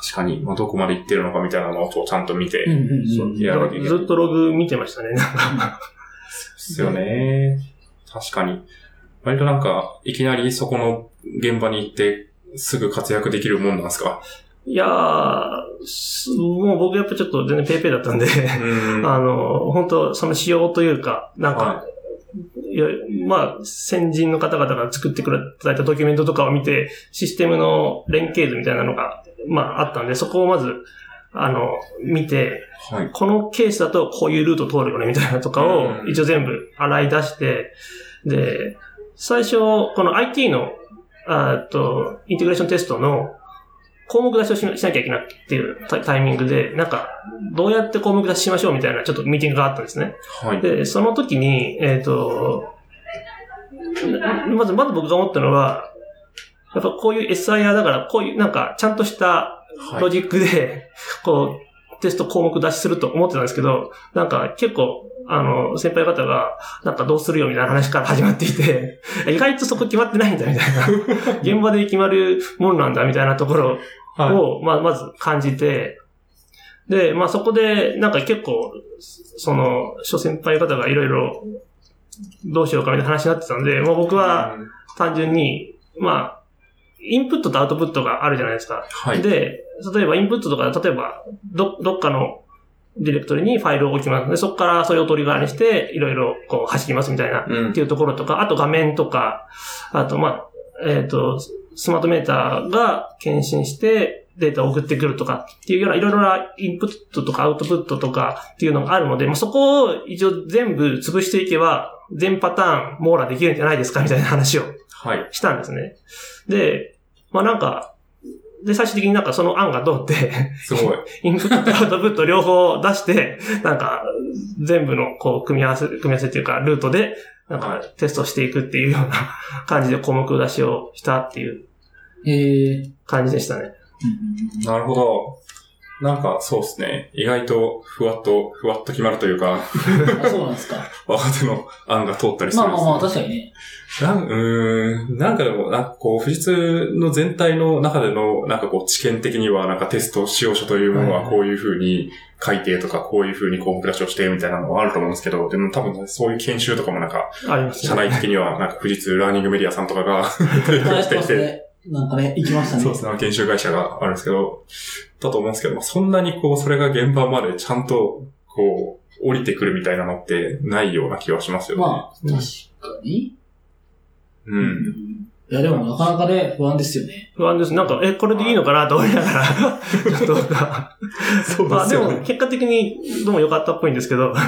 確かに、まあ、どこまで行ってるのかみたいなのをちゃんと見て、 うんうんうん、 そうやらなきゃいけない。ずっとログ見てましたね、なんか。 ですよね。確かに。割となんか、いきなりそこの現場に行って、すぐ活躍できるもんなんですか？ いやー、もう僕やっぱちょっと全然ペーペーだったんで、んあの、本当その仕様というか、なんか、はい、いやまあ、先人の方々が作ってくれたドキュメントとかを見て、システムの連携図みたいなのが、まああったんで、そこをまず、あの、見て、はい、このケースだとこういうルート通るよねみたいなとかを一応全部洗い出して、で、最初、この アイティー の、あと、インテグレーションテストの項目出しをしなきゃいけないっていうタイミングで、なんか、どうやって項目出ししましょうみたいなちょっとミーティングがあったんですね。はい。で、その時に、えっと、まず、まず僕が思ったのは、やっぱこういう エスアイアール だから、こういうなんか、ちゃんとしたロジックで、はい、こう、テスト項目出しすると思ってたんですけど、なんか結構、あの、先輩方が、なんかどうするよみたいな話から始まっていて、意外とそこ決まってないんだみたいな、現場で決まるもんなんだみたいなところを、はい、まあ、まず感じて、で、まあそこで、なんか結構、その、諸先輩方がいろいろ、どうしようかみたいな話になってたんで、もう僕は単純に、まあ、インプットとアウトプットがあるじゃないですか。はい。で、例えばインプットとか、例えば、ど、どっかの、ディレクトリにファイルを置きますので、そこからそれをトリガーにして、いろいろこう走りますみたいな、うん、っていうところとか、あと画面とか、あとまあ、えっと、スマートメーターが検診してデータを送ってくるとかっていうような、いろいろなインプットとかアウトプットとかっていうのがあるので、まあ、そこを一応全部潰していけば、全パターン網羅できるんじゃないですかみたいな話をしたんですね。はい、で、まあなんか、で、最終的になんかその案が通って、 すごい。 インプットとアウトプット両方出して、なんか、全部のこう、組み合わせ、組み合わせっていうか、ルートで、なんか、テストしていくっていうような感じで項目出しをしたっていう感じでしたね。 なるほど。なんか、そうですね。意外と、ふわっと、ふわっと決まるというか。 あ、そうなんですか。 若手の案が通ったりするんです、ね。 まあまあまあ、確かにね。 なん、うーん、なんかでも、なんかこう、富士通の全体の中での、なんかこう、知見的には、なんかテスト使用書というものはこういう風に書いてとか、こういう風に項目出しをしてみたいなのはあると思うんですけど、でも多分そういう研修とかもなんか、ありますね。社内的には、なんか富士通ラーニングメディアさんとかが、 してきて、なんかね、行きましたね。 そうですね、研修会社があるんですけど、だと思うんですけど、そんなにこう、それが現場までちゃんと、こう、降りてくるみたいなのってないような気はしますよね。 まあ、確かに。 うん。 いや、でもなかなかね、不安ですよね。 不安です。なんか、え、これでいいのかなと思いながら、ちょっと、そうまあでも、結果的にどうも良かったっぽいんですけど。 うん。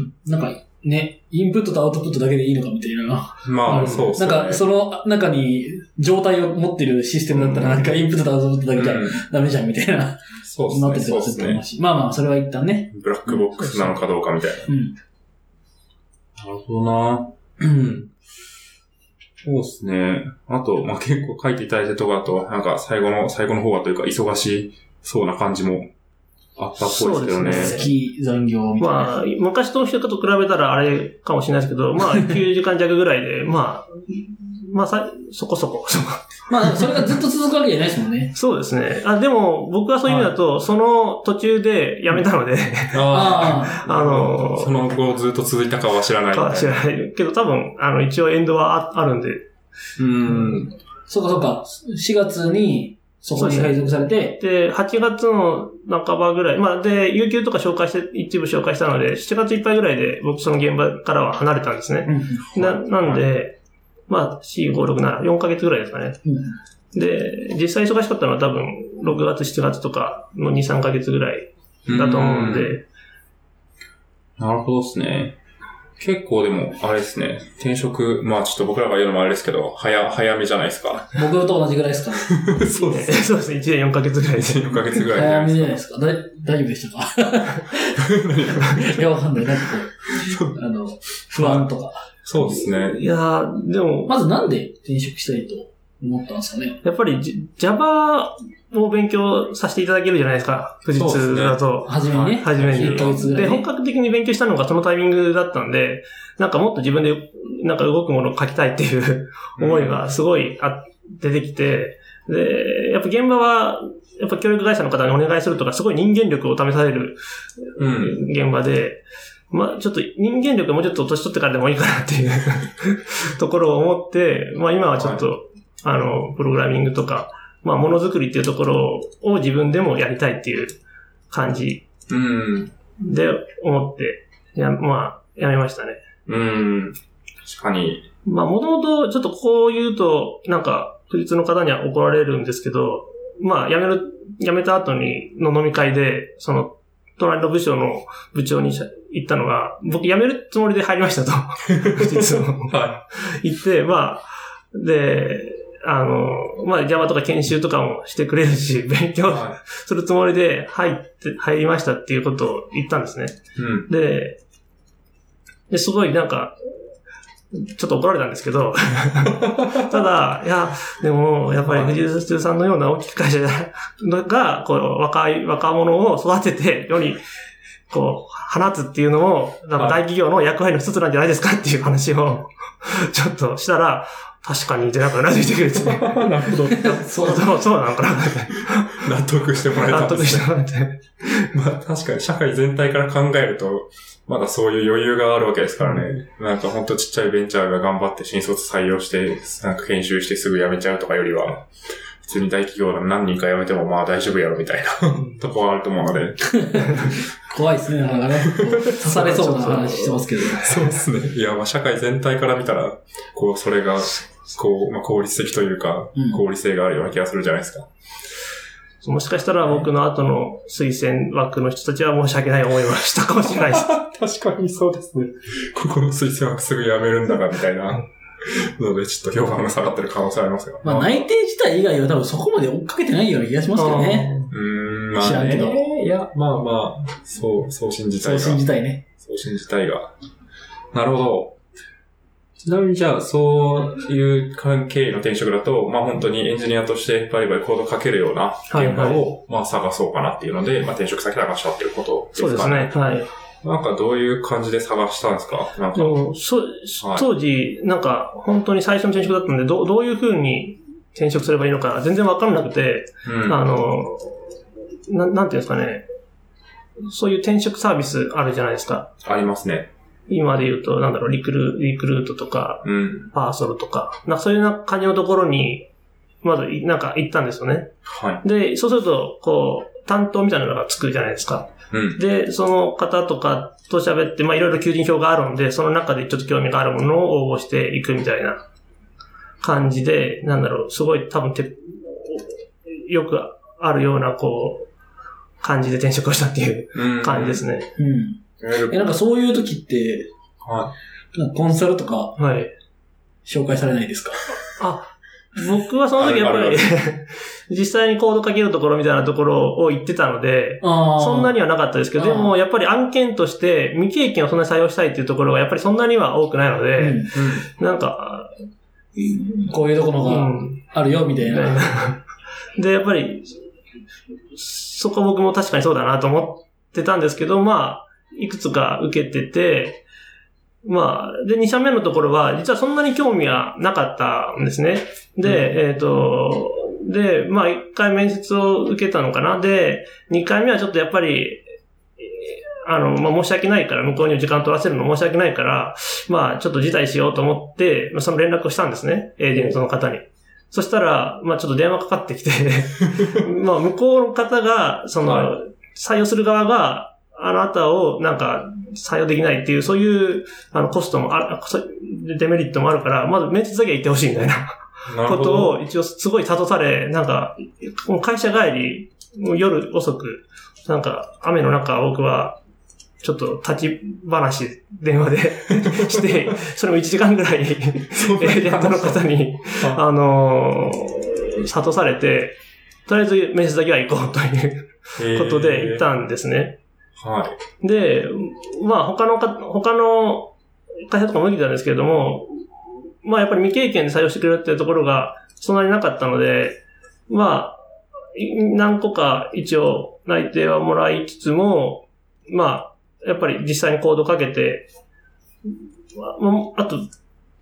なんか、ね、インプットとアウトプットだけでいいのかみたいな。 まあ、そうですね。 なんか、その中に状態を持ってるシステムだったら、なんかインプットとアウトプットだけじゃダメじゃんみたいな。 そうですね。 なってたりすると思うし。まあまあ、それは一旦ね。 ブラックボックスなのかどうかみたいな。 うん。 なるほどな。うん。そうですね。あと、まあ、結構書いていただいたところだと、なんか最後の、最後の方はというか、忙しそうな感じもあったっぽいですけどね。 好き残業みたいな。 まあ、昔と人と比べたらあれかもしれないですけど、まあ、きゅうじかん弱ぐらいで、まあ、まあさ、そこそこ。 まあ、それがずっと続くわけじゃないですもんね。 そうですね。あ、でも、僕はそういう意味だと、はい、その途中で辞めたので、 ああ、あのー、その後ずっと続いたかは知らない。 かは知らない。けど多分、あの、一応エンドは あ, あるんで。 うん。そうかそうか。しがつに、そこに配属されて。 で、はちがつの半ばぐらい。まあ、で、有給とか紹介して、一部紹介したので、しちがついっぱいぐらいで僕その現場からは離れたんですね。うん、な、なんで、まあ、よん、ご、ろく、なな、よんかげつぐらいですかね。うん、で、実際忙しかったのは多分、ろくがつ、しちがつとかのに、さんかげつぐらいだと思うんで。うんなるほどですね。結構でも、あれですね。転職、まあちょっと僕らが言うのもあれですけど、早、早めじゃないですか。 僕と同じぐらいですかそうですね。そうですね。いちねんよんかげつぐらいです。 いちねんよんかげつぐらい早めじゃないですか。だ大丈夫でしたかいや、わかんない。なんかこう、あの、不安とか。 そうですね。 いやでも。 まずなんで転職したいと思ったんですかね。 やっぱり Java を勉強させていただけるじゃないですか。富士通だと。 はじめにね。 はじめに。 いっかげつぐらい、 ね。で、本格的に勉強したのがそのタイミングだったんで、なんかもっと自分でなんか動くものを書きたいっていう思いがすごいあ出てきて、で、やっぱ現場はやっぱ教育会社の方にお願いするとか、すごい人間力を試される現場で、うん、まあちょっと人間力もうちょっと年取ってからでもいいかなっていうところを思って、まあ今はちょっと、はい、あの、プログラミングとか、まあものづくりっていうところを自分でもやりたいっていう感じで思って、や、まあやめましたね。 うん。確かに。 まあもともとちょっとこう言うと、なんか、富士通の方には怒られるんですけど、まあ、辞める、辞めた後にの飲み会で、その、隣の部署の部長に言ったのが、僕辞めるつもりで入りましたと。実は。はい。言って、まあ、で、あの、まあ、Java とか研修とかもしてくれるし、勉強するつもりで入って、入りましたっていうことを言ったんですね。うん、で、で、すごいなんか、ちょっと怒られたんですけど、ただ、いや、でも、やっぱり富士通さんのような大きい会社が、こう、若い、若者を育てて、世に、こう、放つっていうのも、なんか大企業の役割の一つなんじゃないですかっていう話を、ちょっとしたら、確かにってなんかうなずいてくれて、ね。 なるほど。 そう、そう、そうなのかな。 納得してもらえたんですね。 納得してもらえて。 まあ確かに社会全体から考えると、まだそういう余裕があるわけですからね。なんかほんとちっちゃいベンチャーが頑張って新卒採用して、なんか研修してすぐ辞めちゃうとかよりは、普通に大企業の何人か辞めてもまあ大丈夫やろみたいなとこはあると思うので。 怖いですね、なんかね。刺されそうな話してますけど。 そうですね。いや、まあ社会全体から見たら、こう、それが、こう、まあ効率的というか、うん、効率性があるような気がするじゃないですか。 もしかしたら僕の後の推薦枠の人たちは申し訳ない思いはしたかもしれないです。確かにそうですね。ここの推薦枠すぐ辞めるんだかみたいなので、ちょっと評判が下がってる可能性ありますよ。 まあ内定自体以外は多分そこまで追っかけてないような気がしますけどね。 うーん、まあ、ね、 知らんけど。 いや、まあまあ、そう、送信自体が。 送信自体ね。 送信自体が。なるほど。ちなみにじゃあ、そういう関係の転職だと、まあ本当にエンジニアとしてバリバリコード書けるような現場を、はいはい、まあ探そうかなっていうので、まあ転職先探したっていうことですかね。 そうですね。はい。 なんかどういう感じで探したんですか？なんか。 そはい、当時、なんか本当に最初の転職だったんで、どどういう風に転職すればいいのか全然わかんなくて、うん、あの、な、なんていうんですかね。そういう転職サービスあるじゃないですか。 ありますね。 今で言うと、なんだろう、リクル、リクルートとか、うん、パーソルとか、なんかそういうな感じのところに、まず、なんか行ったんですよね。はい。で、そうすると、こう、担当みたいなのがつくじゃないですか。うん。で、その方とかと喋って、まあいろいろ求人票があるんで、その中でちょっと興味があるものを応募していくみたいな感じで、なんだろう、すごい多分て、よくあるような、こう、感じで転職をしたっていう感じですね。 うん。うんえ、なんかそういう時って、はい。なんかコンサルとか、はい。紹介されないですか？ あ、僕はその時やっぱり、実際にコード書けるところみたいなところを言ってたので、そんなにはなかったですけど、でもやっぱり案件として未経験をそんなに採用したいっていうところがやっぱりそんなには多くないので、うんうん、なんか、 こういうところがあるよみたいな。 うん、で、やっぱり、そこ僕も確かにそうだなと思ってたんですけど、まあ、いくつか受けてて、まあ、で、に社目のところは、実はそんなに興味はなかったんですね。で、うん、えっと、で、まあ、いっかい面接を受けたのかな。で、にかいめはちょっとやっぱり、あの、まあ、申し訳ないから、向こうに時間取らせるの申し訳ないから、まあ、ちょっと辞退しようと思って、その連絡をしたんですね。エージェントの方に。そしたら、まあ、ちょっと電話かかってきて、まあ、向こうの方が、その、はい、採用する側が、あなたをなんか採用できないっていう、そういうあのコストもあ、デメリットもあるから、まず面接だけは行ってほしいみたいなことを一応すごい諭され、なんか、会社帰り、夜遅く、なんか雨の中僕は、ちょっと立ち話電話でして、それもいちじかんぐらい、エージェントの方に、あのー、諭されて、とりあえず面接だけは行こうということで行ったんですね。はい。で、まあ他のか、他の会社とかも受けたんですけれども、まあやっぱり未経験で採用してくれるっていうところがそんなになかったので、まあ、何個か一応内定はもらいつつも、まあ、やっぱり実際にコードかけて、まあ、あと、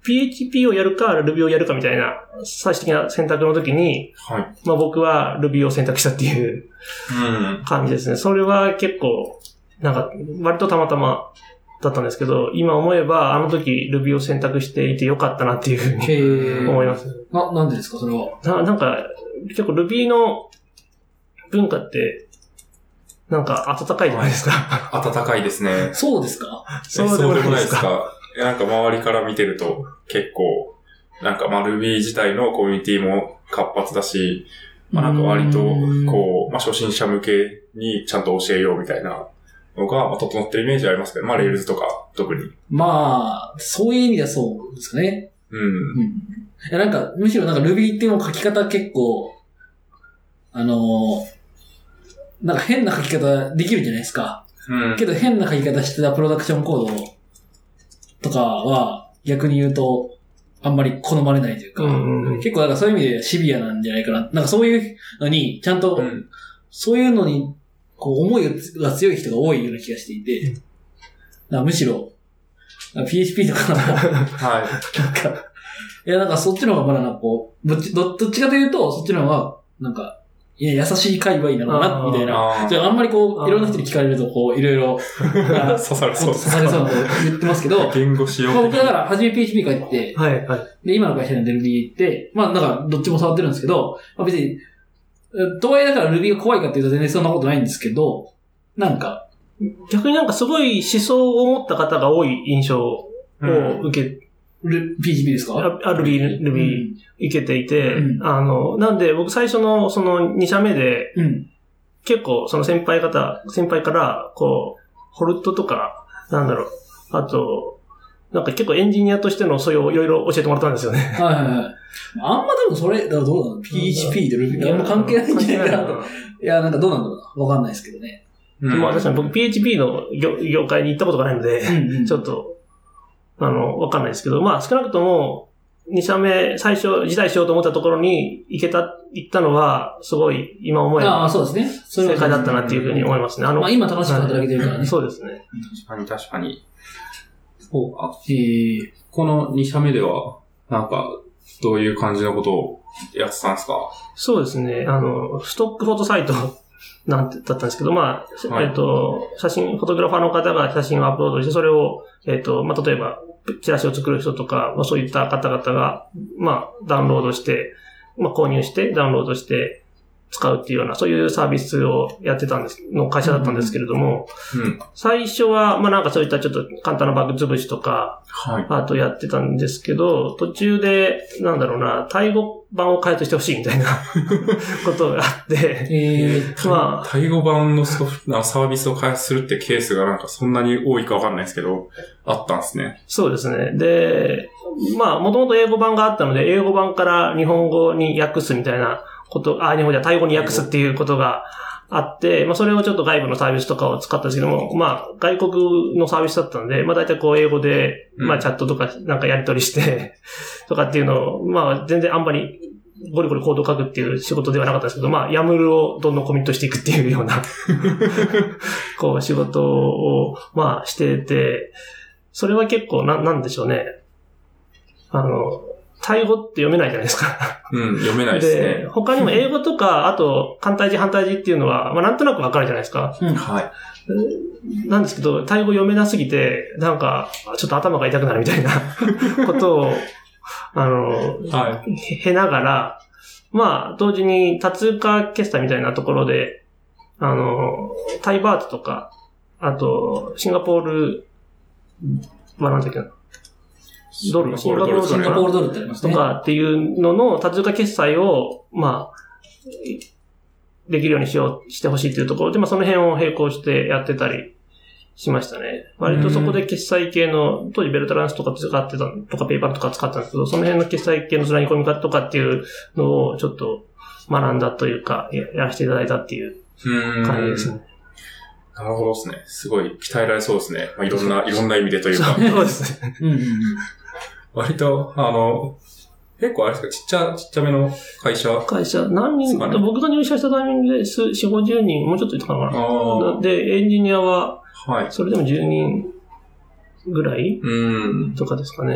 ピーエイチピー をやるか Ruby をやるかみたいな最終的な選択の時に、はい、まあ僕は Ruby を選択したっていう感じですね。うん、それは結構、なんか割とたまたまだったんですけど、今思えばあの時 Ruby を選択していてよかったなっていうふうに思います。 な、なんでですかそれは。 な、なんか結構 Ruby の文化って、なんか温かいじゃないですか。 温かいですね。 そうですかそうでもないですか。なんか周りから見てると結構、なんかまあ Ruby 自体のコミュニティも活発だし、まあなんか割とこう、まあ初心者向けにちゃんと教えようみたいなのが、まあ整ってるイメージありますけど、まあ Rails とか特に。 まあ、そういう意味ではそうですかね。うん。うん、いやなんか、むしろなんか Ruby っていうの書き方結構、あのー、なんか変な書き方できるじゃないですか。うん。けど変な書き方してたプロダクションコードとかは逆に言うとあんまり好まれないというか、うんうん、結構なんかそういう意味でシビアなんじゃないかな。なんかそういうのにちゃんと、うん、そういうのにこう思いが強い人が多いような気がしていて、うん、なんかむしろ ピーエイチピー とかはい。なんかいやなんかそっちの方がまだなんかこうどっちどっちかというとそっちの方がなんかいや、優しい界隈なのかな、みたいな。じゃあ、あんまりこう、いろんな人に聞かれると、こう、いろいろ、 刺されそう。 刺されそうなこと言ってますけど、 言語しよう。 まあ、僕だから、初め ピーエイチピー 帰って、 はい、はい。 で、今の会社に Ruby 行って、まあ、なんか、どっちも触ってるんですけど、まあ別に、とはいえだから Ruby が怖いかっていうと全然そんなことないんですけど、なんか、 逆になんかすごい思想を持った方が多い印象を受け、うんピーエイチピー ですか？ あ、Ruby、Ruby、いけていて、うん、あの、なんで僕最初のそのに社目で、うん、結構その先輩方、先輩から、こう、ホルトとか、なんだろう、あと、なんか結構エンジニアとしての素養をいろいろ教えてもらったんですよね。 はいはいはい。あんま多分それ、だからどうなの ?ピーエイチピー と Ruby、あんま関係ないんじゃないかなと。いや、なんかどうなんだろうな。わかんないですけどね。 うん、まあ確かに僕 ピーエイチピー の 業, 業界に行ったことがないので、うんうん、ちょっと、あの、わかんないですけど、まあ少なくとも、に社目、最初、辞退しようと思ったところに行けた、行ったのは、すごい、今思えば。 ああ、そうですね。 それ正解だったなっていうふうに思いますね。あの、 まあ今楽しく働けてるからね。 そうですね。 確かに確かに。そうか。えー、このに社目では、なんか、どういう感じのことをやってたんですか？ そうですね。あの、ストックフォトサイトなんてだったんですけど、まあ、はい、えっと、写真、フォトグラファーの方が写真をアップロードして、それを、えっと、まあ、例えば、チラシを作る人とか、まあ、そういった方々が、まあ、ダウンロードして、まあ、購入して、ダウンロードして、使うっていうような、そういうサービスをやってたんです、の会社だったんですけれども、うんうん、最初は、まあ、なんかそういったちょっと簡単なバグ潰しとか、はい、あとやってたんですけど、途中で、なんだろうな、タイ語版を開発してほしいみたいなことがあって、 えー、まあ、タイ語版のソフト、サービスを開発するってケースがなんかそんなに多いかわかんないですけど、あったんですね。 そうですね。で、まあ、もともと英語版があったので、英語版から日本語に訳すみたいなこと、あ、日本じゃタイ語に訳すっていうことがあって、まあそれをちょっと外部のサービスとかを使ったんですけども、まあ外国のサービスだったんで、まあ大体こう英語で、まあチャットとかなんかやり取りして、とかっていうのを、まあ全然あんまりゴリゴリコードを書くっていう仕事ではなかったんですけど、まあヤムルをどんどんコミットしていくっていうような、こう仕事を、まあしてて、それは結構な、なんでしょうね。あの、タイ語って読めないじゃないですか。 うん、読めないですね。で、 他にも英語とか、あと、簡体字反対字っていうのは、まあなんとなくわかるじゃないですか。 うん、はい。 なんですけど、タイ語読めなすぎて、なんか、ちょっと頭が痛くなるみたいなことを、あの、はい、へながら、まあ、同時に多通貨決済みたいなところで、あの、タイバーツとか、あと、シンガポール、まあなんだっけな。ドル、シンガポールシンガポールドルってありますね。 とかっていうのの多通貨決済を、まあ、できるようにしよう、してほしいというところで、まあその辺を並行してやってたりしましたね。割とそこで決済系の、当時ベルトランスとか使ってた、とかペイパルとか使ったんですけど、その辺の決済系のつなぎ込み方とかっていうのをちょっと学んだというか、やらせていただいたっていう感じですね。 なるほどですね。すごい鍛えられそうですね。まあ、いろんな、いろんな意味でというか。 そうですね。うんうんうん、 割と、あの、結構あれですか、ちっちゃ、ちっちゃめの会社、ね、 会社、何人、僕が入社したタイミングでよんじゅう、ごじゅうにん、もうちょっといたかな。で、エンジニアは、はい。それでもじゅうにんぐらい、うん、とかですかね。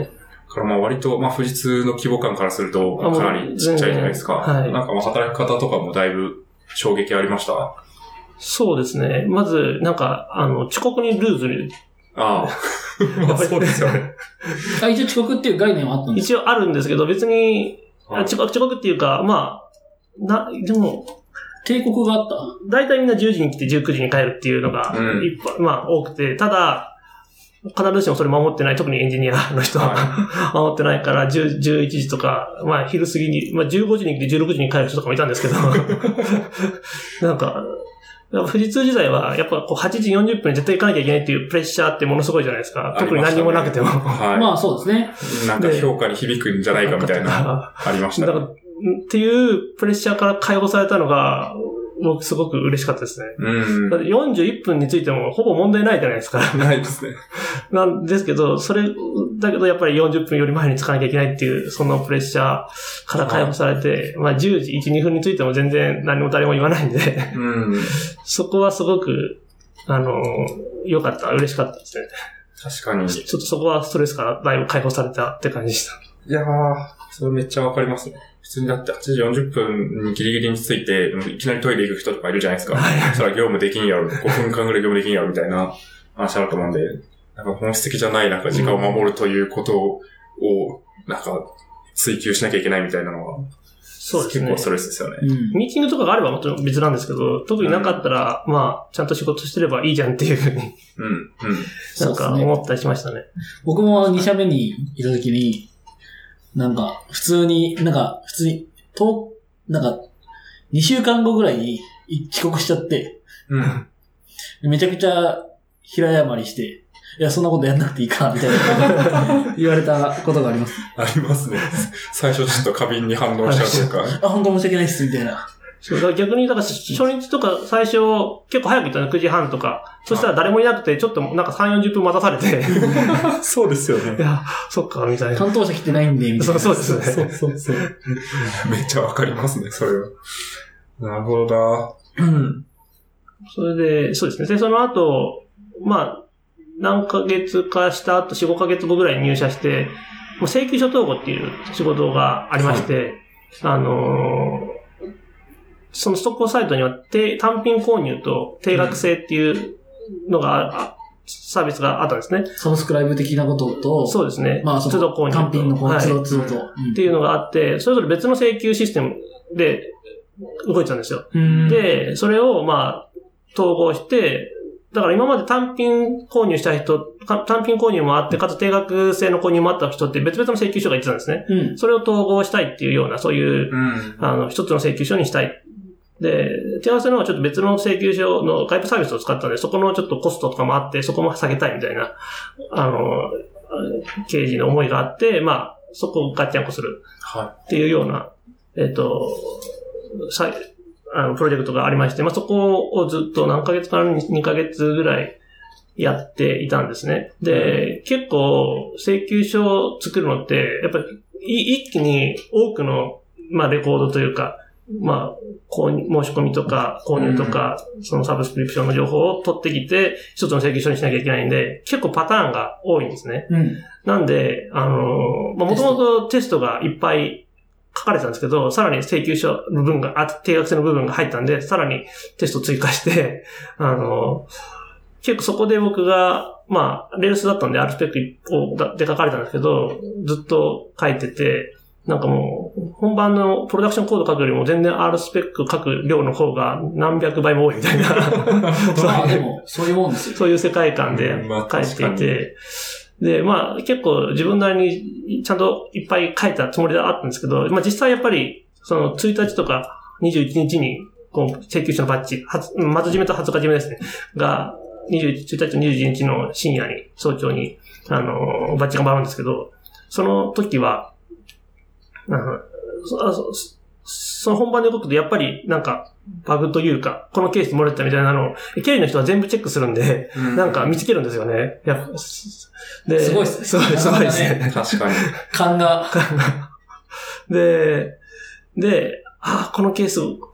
からまあ割と、まあ富士通の規模感からするとかなりちっちゃいじゃないですか。はい。なんかまあ働き方とかもだいぶ衝撃ありました？ そうですね。まず、なんか、あの、遅刻にルーズに。 ああ。まあそうですよね。 あ、一応遅刻っていう概念はあったんですか？一応あるんですけど、別に、遅刻、遅刻っていうか、まあ、な、でも、 警告があった？ 大体みんなじゅうじに来てじゅうくじに帰るっていうのが、いっぱい、うん、まあ多くて、ただ、必ずしもそれ守ってない、特にエンジニアの人は、はい、守ってないから、じゅう、じゅういちじとか、まあ昼過ぎに、まあじゅうごじに来てじゅうろくじに帰る人とかもいたんですけど、なんか、富士通時代は、やっぱこうはちじよんじゅっぷんに絶対行かなきゃいけないっていうプレッシャーってものすごいじゃないですか。特に何もなくても。 はい。 まあそうですね。 なんか評価に響くんじゃないかみたいな、ありましたね。 だからっていうプレッシャーから解放されたのが、僕すごく嬉しかったですね。 うん。 だってよんじゅういっぷんについてもほぼ問題ないじゃないですか。 ないですね。 なんですけど、それ、だけどやっぱりよんじゅっぷんより前に着かなきゃいけないっていう、そのプレッシャーから解放されて、まあじゅうじいち、にふんについても全然何も誰も言わないんで、 うん、 そこはすごく、あの、良かった、嬉しかったですね。 確かに。 ちょっとそこはストレスからだいぶ解放されたって感じでした。 いやー、それめっちゃわかりますね。普通にだってはちじよんじゅっぷんにギリギリについて、いきなりトイレ行く人とかいるじゃないですか。はい。それは業務できんやろ、ごふんかんぐらい業務できんやろみたいな話あると思うんで、なんか本質的じゃないなんか時間を守るということを、なんか追求しなきゃいけないみたいなのは、そうですね。結構ストレスですよね。 うん。ミーティングとかがあればもちろん別なんですけど、特になかったら、うん、まあ、ちゃんと仕事してればいいじゃんっていうふうに、 うん、うん。 なんか思ったりしましたね。 僕もに社目にいたときに、なんか、普通に、なんか、普通に、と、なんか、にしゅうかんごぐらいに遅刻しちゃって、 うん。 めちゃくちゃ平謝りして、いや、そんなことやんなくていいか、みたいな言われたことがあります。 ありますね。最初ちょっと過敏に反応しちゃうというか。 あ、本当申し訳ないっす、みたいな。 そうだから逆に、だから初日とか最初、結構早く行ったのくじはんとか。そしたら誰もいなくて、ちょっとなんかさんじゅうよんじゅっぷん待たされて。 そうですよね。 いや、そっか、みたいな。 担当者来てないんで、みたいな。 そうそうですね。 そうそうそう。めっちゃわかりますね、それは。なるほどだ。うん。それで、そうですね。で、その後、まあ、何ヶ月かした後、よん、ごかげつごぐらいに入社して、もう請求書統合っていう仕事がありまして、はい、あのー、そのストックサイトには単品購入と定額制っていうのが、サービスがあったんですね。 サブスクライブ的なことと、 そうですね。 まあ、その単品の方、都度都度と、 っていうのがあって、それぞれ別の請求システムで動いてたんですよ。で、それをまあ、統合して、だから今まで単品購入した人、単品購入もあって、かつ定額制の購入もあった人って別々の請求書が言ってたんですね。うん、それを統合したいっていうような、そういう、うん、あの、一つの請求書にしたい。で、手合わせのはちょっと別の請求書の外部サービスを使ったんで、そこのちょっとコストとかもあって、そこも下げたいみたいな、あの、経営陣の思いがあって、まあ、そこをガッチャンコする。っていうような、はい、えっと、さあの、プロジェクトがありまして、まあ、そこをずっと何ヶ月からにかげつぐらいやっていたんですね。で、結構、請求書を作るのって、やっぱり、一気に多くの、まあ、レコードというか、まあ、購入、申し込みとか、購入とか、うん、そのサブスクリプションの情報を取ってきて、一つの請求書にしなきゃいけないんで、結構パターンが多いんですね。 うん、 なんで、あの、まあ、もともとテストがいっぱい書かれてたんですけど、さらに請求書の部分が、あ、定額制の部分が入ったんで、さらにテスト追加して、あの、結構そこで僕が、まあ、レールスだったんで R スペックをで書かれたんですけど、ずっと書いてて、なんかもう、本番のプロダクションコード書くよりも全然 R スペック書く量の方が何百倍も多いみたいな。 まあでも、そういうもんですよ。 そういう世界観で書いていて、で、まあ結構自分なりにちゃんといっぱい書いたつもりであったんですけど、まあ実際やっぱり、そのついたちとかにじゅういちにちに、こう、請求書のバッジ、まず締めとはつか締めですね。が、にじゅういちにちとにじゅういちにちの深夜に、早朝に、あの、バッジが回るんですけど、その時は、うん、そ, その本番で動くとやっぱりなんかバグというか、このケース漏れたみたいなのを、経理の人は全部チェックするんで、うん、なんか見つけるんですよね。やっぱで、すごいですね。 すごい、すごいですね。 確かに。 勘が。 勘が。で、で、ああ、このケース、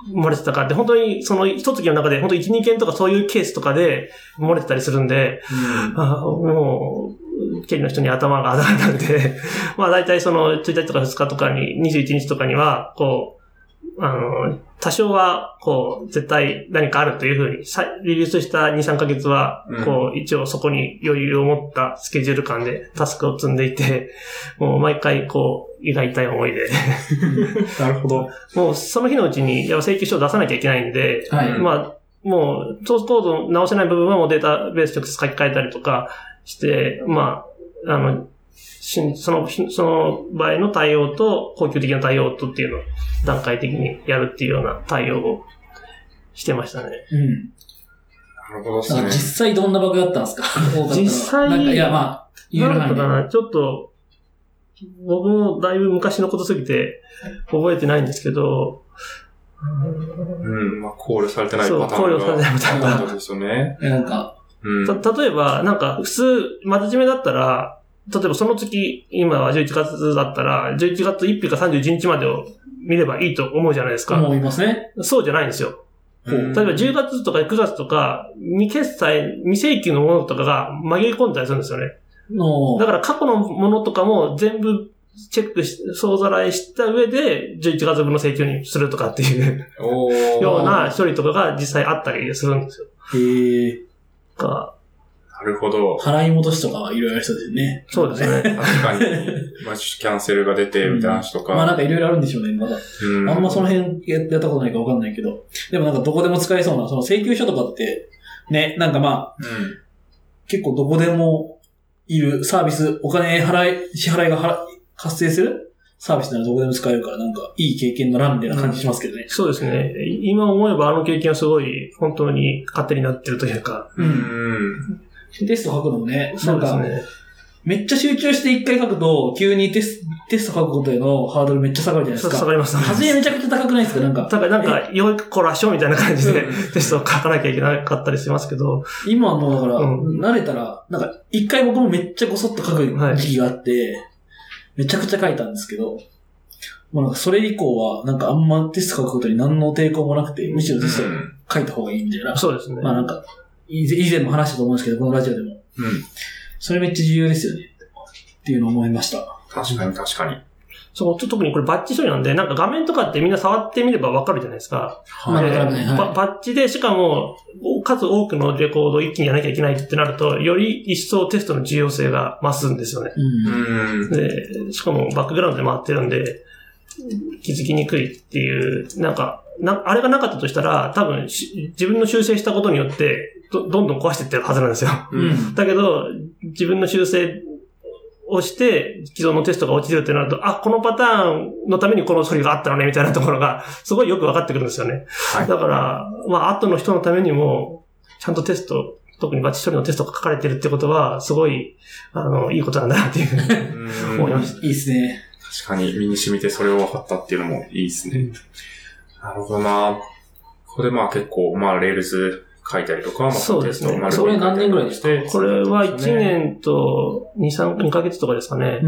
漏れてたかって、本当にその一月の中で本当いち、にけんとかそういうケースとかで漏れてたりするんで、うん、あもう、経理の人に頭が上がるんで、まあ大体そのついたちとかふつかとかに、にじゅういちにちとかには、こう、あの、多少は、こう、絶対何かあるというふうに、リリースしたに、さんかげつは、こう、一応そこに余裕を持ったスケジュール感でタスクを積んでいて、もう毎回、こう、胃が痛い思いで。 なるほど。 もうその日のうちに、やっぱ請求書を出さなきゃいけないんで、はい、まあ、もう、ソースコード直せない部分はもうデータベース直接書き換えたりとかして、まあ、あの、その、その場合の対応と、恒久的な対応とっていうのを段階的にやるっていうような対応をしてましたね。 うん。なるほどですね。実際どんなバグだったんですか？実際、なんか、いや、まあ、 言うのかな、ちょっと、僕もだいぶ昔のことすぎて覚えてないんですけど、 うん、まあ、考慮されてないパターンが。そう、考慮されてないパターンが。そうですよね。 なんか、 うん、た、例えば、なんか、普通、真面目だったら、例えばその月、今はじゅういちがつだったら、じゅういちがつついたちかさんじゅういちにちまでを見ればいいと思うじゃないですか。 思いますね。 そうじゃないんですよ。例えばじゅうがつとかくがつとか、未決済、未請求のものとかが紛れ込んだりするんですよね。だから過去のものとかも全部チェックし、総ざらいした上で、じゅういちがつぶんの請求にするとかっていうような処理とかが実際あったりするんですよ。 へー。 かなるほど。 払い戻しとかはいろいろある人ですね。 そうですね。 確かに。まあ、キャンセルが出て、みたいな話とか。 うん、まあなんかいろいろあるんでしょうね、まだ。うん、あんまその辺やったことないかわかんないけど。でもなんかどこでも使えそうな、その請求書とかって、ね、なんかまあ、うん、結構どこでもいるサービス、お金払い、支払いが払発生するサービスならどこでも使えるから、なんかいい経験の欄みたいな感じしますけどね、うん。 そうですね。今思えばあの経験はすごい本当に勝手になってるというか。うんうんテスト書くのもね、なんか、ね、めっちゃ集中して一回書くと、急にテスト、テスト書くことへのハードルめっちゃ下がるじゃないですか。 下がります。 初めめちゃくちゃ高くないですかなんか。 だからなんか、よいこらしょみたいな感じでテストを書かなきゃいけなかったりしますけど。 今はもうだから、うん、慣れたら、なんか、一回僕もめっちゃごそっと書く時期があって、はい、めちゃくちゃ書いたんですけど、もうなんかそれ以降は、なんかあんまテスト書くことに何の抵抗もなくて、むしろテスト書いた方がいいみたいな。 そうですね。 まあなんか、以前も話したと思うんですけど、このラジオでも。うん。それめっちゃ重要ですよね。っていうのを思いました。 確かに確かに。 そう、特にこれバッチ処理なんで、なんか画面とかってみんな触ってみればわかるじゃないですか。 はい。はい、 バッチで、しかも、数多くのレコードを一気にやらなきゃいけないってなると、より一層テストの重要性が増すんですよね。うん。で、しかもバックグラウンドで回ってるんで、気づきにくいっていう、なんか、な、あれがなかったとしたら、多分自分の修正したことによってど、どんどん壊していってるはずなんですよ。うん、だけど、自分の修正をして、既存のテストが落ちてるってなると、あ、このパターンのためにこの処理があったのね、みたいなところが、すごいよく分かってくるんですよね。はい、だから、まあ、後の人のためにも、ちゃんとテスト、特にバッチ処理のテストが書かれてるってことは、すごい、あの、いいことなんだなっていうふうに思いました。 いいですね。 確かに身に染みてそれを分かったっていうのもいいですね。うん、なるほどな。これまあ結構、まあレールズ書いたりとか、まあそうですね。 それ何年ぐらいでした？ これはいちねんとに、さん、にかげつとかですかね。うん。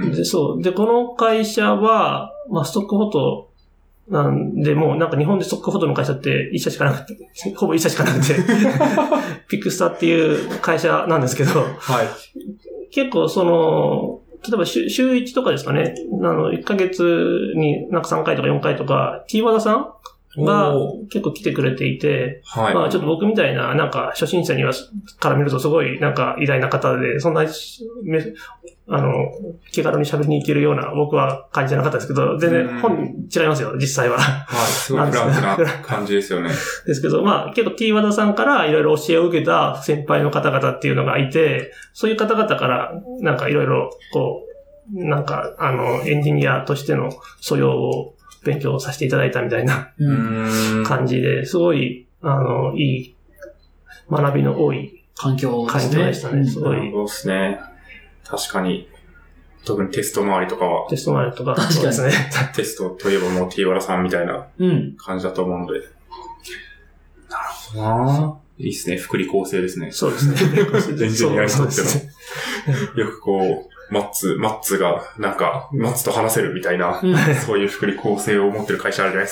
で、そう。で、この会社は、まあストックフォトなんで、もうなんか日本でストックフォトの会社って一社しかなくて、ほぼ一社しかなくて、ピクスタっていう会社なんですけど、はい。結構その、例えば週、週いちとかですかね。あの、いっかげつになんかさんかいとかよんかいとか、T 和田さんが結構来てくれていて、はい、まあちょっと僕みたいな、なんか初心者には、から見るとすごいなんか偉大な方で、そんな、あの、気軽に喋りに行けるような僕は感じじゃなかったですけど、全然本違いますよ、実際は。 はい、すごいフランクな感じですよね。 ですけど、まあ結構 T 和田さんからいろいろ教えを受けた先輩の方々っていうのがいて、そういう方々からなんかいろいろこう、なんかあの、エンジニアとしての素養を勉強させていただいたみたいな感じで、すごい、あの、いい学びの多い環境でしたね。すごい。 そうですね。確かに。特にテスト周りとかは。 テスト周りとか。 確かにですね。 テストといえばもう T 和田さんみたいな感じだと思うので。うん、なるほどな。いいですね。福利厚生ですね。 そうですね。 全然やりとっても。よくこう、マッツ、マッツが、なんか、マッツと話せるみたいな、うん、そういう福利厚生を持ってる会社あるじゃないですか。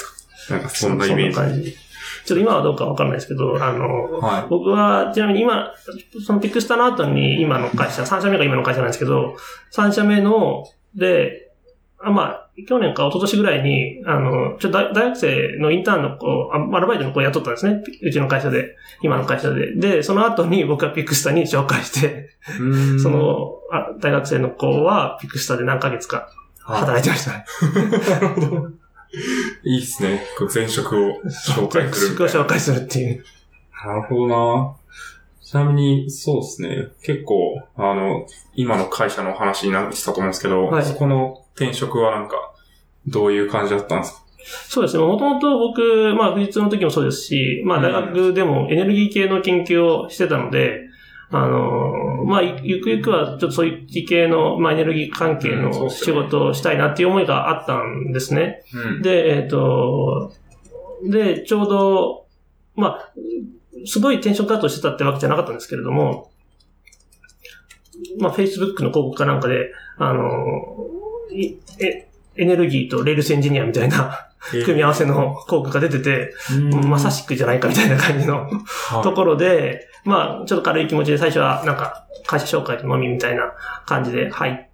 なんかそんなイメージ。 そんな感じ。ちょっと今はどうかわかんないですけど、あの、はい、僕は、ちなみに今、そのピクスタの後に今の会社、さん社目が今の会社なんですけど、さん社目の、で、あまあ、去年か一昨年ぐらいに、あの、ちょっと大学生のインターンの子、アルバイトの子を雇ったんですね。うちの会社で、今の会社で。で、その後に僕はピクスタに紹介して、そのあ、大学生の子はピクスタで何ヶ月か働いてましたね。 なるほど。いいですね。前職を紹介する。 前職を紹介するっていう。 なるほどな。ちなみに、そうですね。結構、あの、今の会社の話になってたと思うんですけど、はい、そこの転職はなんか、どういう感じだったんですか？ そうですね。もともと僕、まあ、富士通の時もそうですし、まあ、大学でもエネルギー系の研究をしてたので、うん、あの、まあ、ゆくゆくはちょっとそういう系の、まあ、エネルギー関係の仕事をしたいなっていう思いがあったんですね。うん、で、えっと、で、ちょうど、まあ、すごい転職活動してたってわけじゃなかったんですけれども、まあ、Facebook の広告かなんかで、あの、え、エネルギーとレールスエンジニアみたいな組み合わせの広告が出てて、まさしくじゃないかみたいな感じのところで、まあ、ちょっと軽い気持ちで最初はなんか会社紹介と飲みみたいな感じで入って、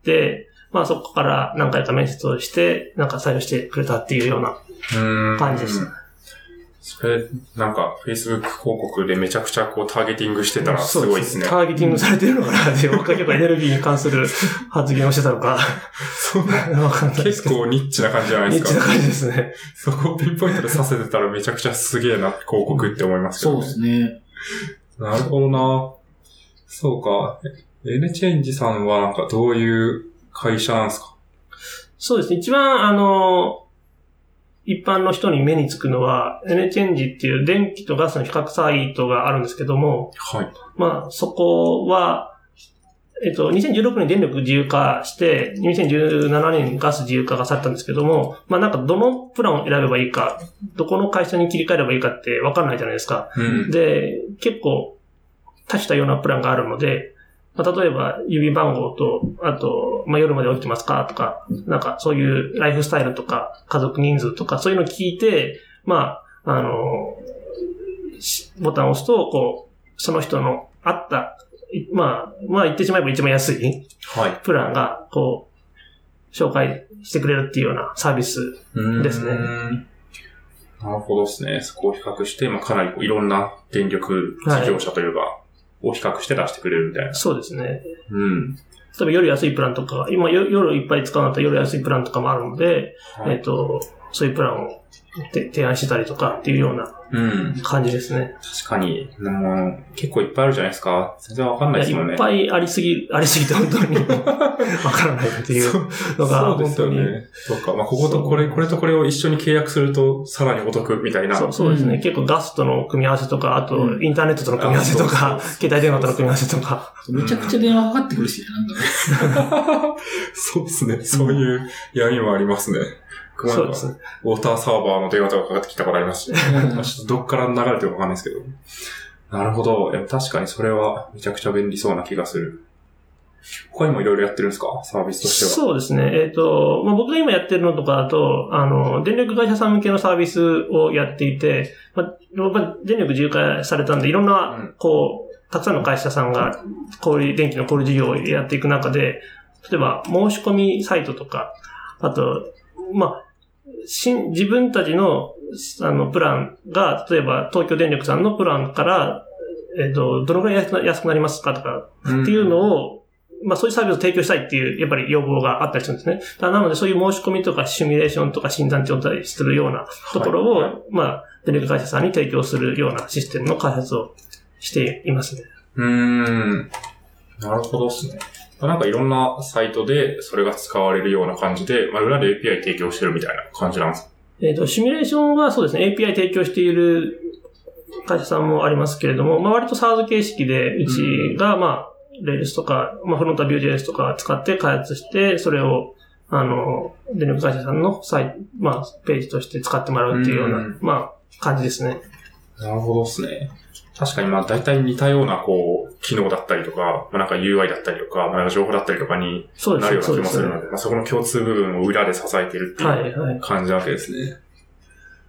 まあそこから何回か面接をして、なんか採用してくれたっていうような感じでした。 それ、なんか、Facebook 広告でめちゃくちゃこうターゲティングしてたらすごいですね。 ターゲティングされてるのかなって、僕は結構エネルギーに関する発言をしてたのか。 そうわかんないですけど。結構ニッチな感じじゃないですか。 ニッチな感じですね。 そこをピンポイントでさせてたらめちゃくちゃすげえな、広告って思いますけどね。そうですね。 なるほどな。そうか。エネチェンジさんはなんかどういう会社なんですか？ そうですね。一番あの、一般の人に目につくのは、エネチェンジっていう電気とガスの比較サイトがあるんですけども、 はい。 まあ、そこは、えっと、にせんじゅうろくねん電力自由化して、にせんじゅうななねんガス自由化がされたんですけども、まあなんかどのプランを選べばいいか、どこの会社に切り替えればいいかってわかんないじゃないですか。 うん、 で、結構多種多様なプランがあるので、まあ、例えば指番号と、あと、まあ、夜まで起きてますかとか、なんかそういうライフスタイルとか、家族人数とか、そういうのを聞いて、まあ、あの、ボタンを押すと、こう、その人のあった、まあ、まあ言ってしまえば一番安い、はい、プランが、こう、紹介してくれるっていうようなサービスですね。 なるほどですね。そこを比較して、まあ、かなりこういろんな電力事業者というか、はいを比較して出してくれるみたいな。 そうですね。 うん。 例えば夜安いプランとか、今夜いっぱい使うんだったら夜安いプランとかもあるので、はい、えっと、そういうプランを提案してたりとかっていうような感じですね。 うん、確かに、もう結構いっぱいあるじゃないですか。全然わかんないですもんね。 いっぱいありすぎ、ありすぎて本当にわからないっていうのが本当に。そうですよね。 そうか。まあ、こことこれ、これとこれを一緒に契約するとさらにお得みたいな。 そう、そうですね。うん、結構ガスとの組み合わせとか、あとインターネットとの組み合わせとか、うん、携帯電話との組み合わせとか。 めちゃくちゃ電話かかってくるし、なんだね。そうですね。そういう闇もありますね。 そうですね。 ウォーターサーバーの電話とかかかってきたことありますし、ちょっとどっから流れてるかわかんないですけど。なるほど。確かにそれはめちゃくちゃ便利そうな気がする。他にもいろいろやってるんですか？サービスとしては。 そうですね。えっと、まあ、僕が今やってるのとかだと、あの、電力会社さん向けのサービスをやっていて、まあ、電力自由化されたんで、いろんな、こう、たくさんの会社さんが、小売、電気の小売事業をやっていく中で、例えば、申し込みサイトとか、あと、まあ、新、自分たちの、あの、プランが、例えば、東京電力さんのプランから、えっと、どのぐらい安くなりますかとか、っていうのを、うん、まあ、そういうサービスを提供したいっていう、やっぱり要望があったりするんですね。だなので、そういう申し込みとか、シミュレーションとか、診断調査するようなところを、はいはい、まあ、電力会社さんに提供するようなシステムの開発をしていますね。 うーん。なるほどですね。なんかいろんなサイトでそれが使われるような感じで、まあ、裏で エーピーアイ 提供してるみたいな感じなんですか？ えっと、シミュレーションはそうですね、エーピーアイ 提供している会社さんもありますけれども、まあ割と サーズ 形式で、うちが、まあ、Rails とか、まあ、フロントは Vue.js とか使って開発して、それを、あの、電力会社さんのサイト、まあ、ページとして使ってもらうっていうような、うまあ、感じですね。 なるほどですね。確かにまあ大体似たようなこう、機能だったりとか、まあなんか ユーアイ だったりとか、まあなんか情報だったりとかになるような気もするので、でまあそこの共通部分を裏で支えているっていう感じなわけですね。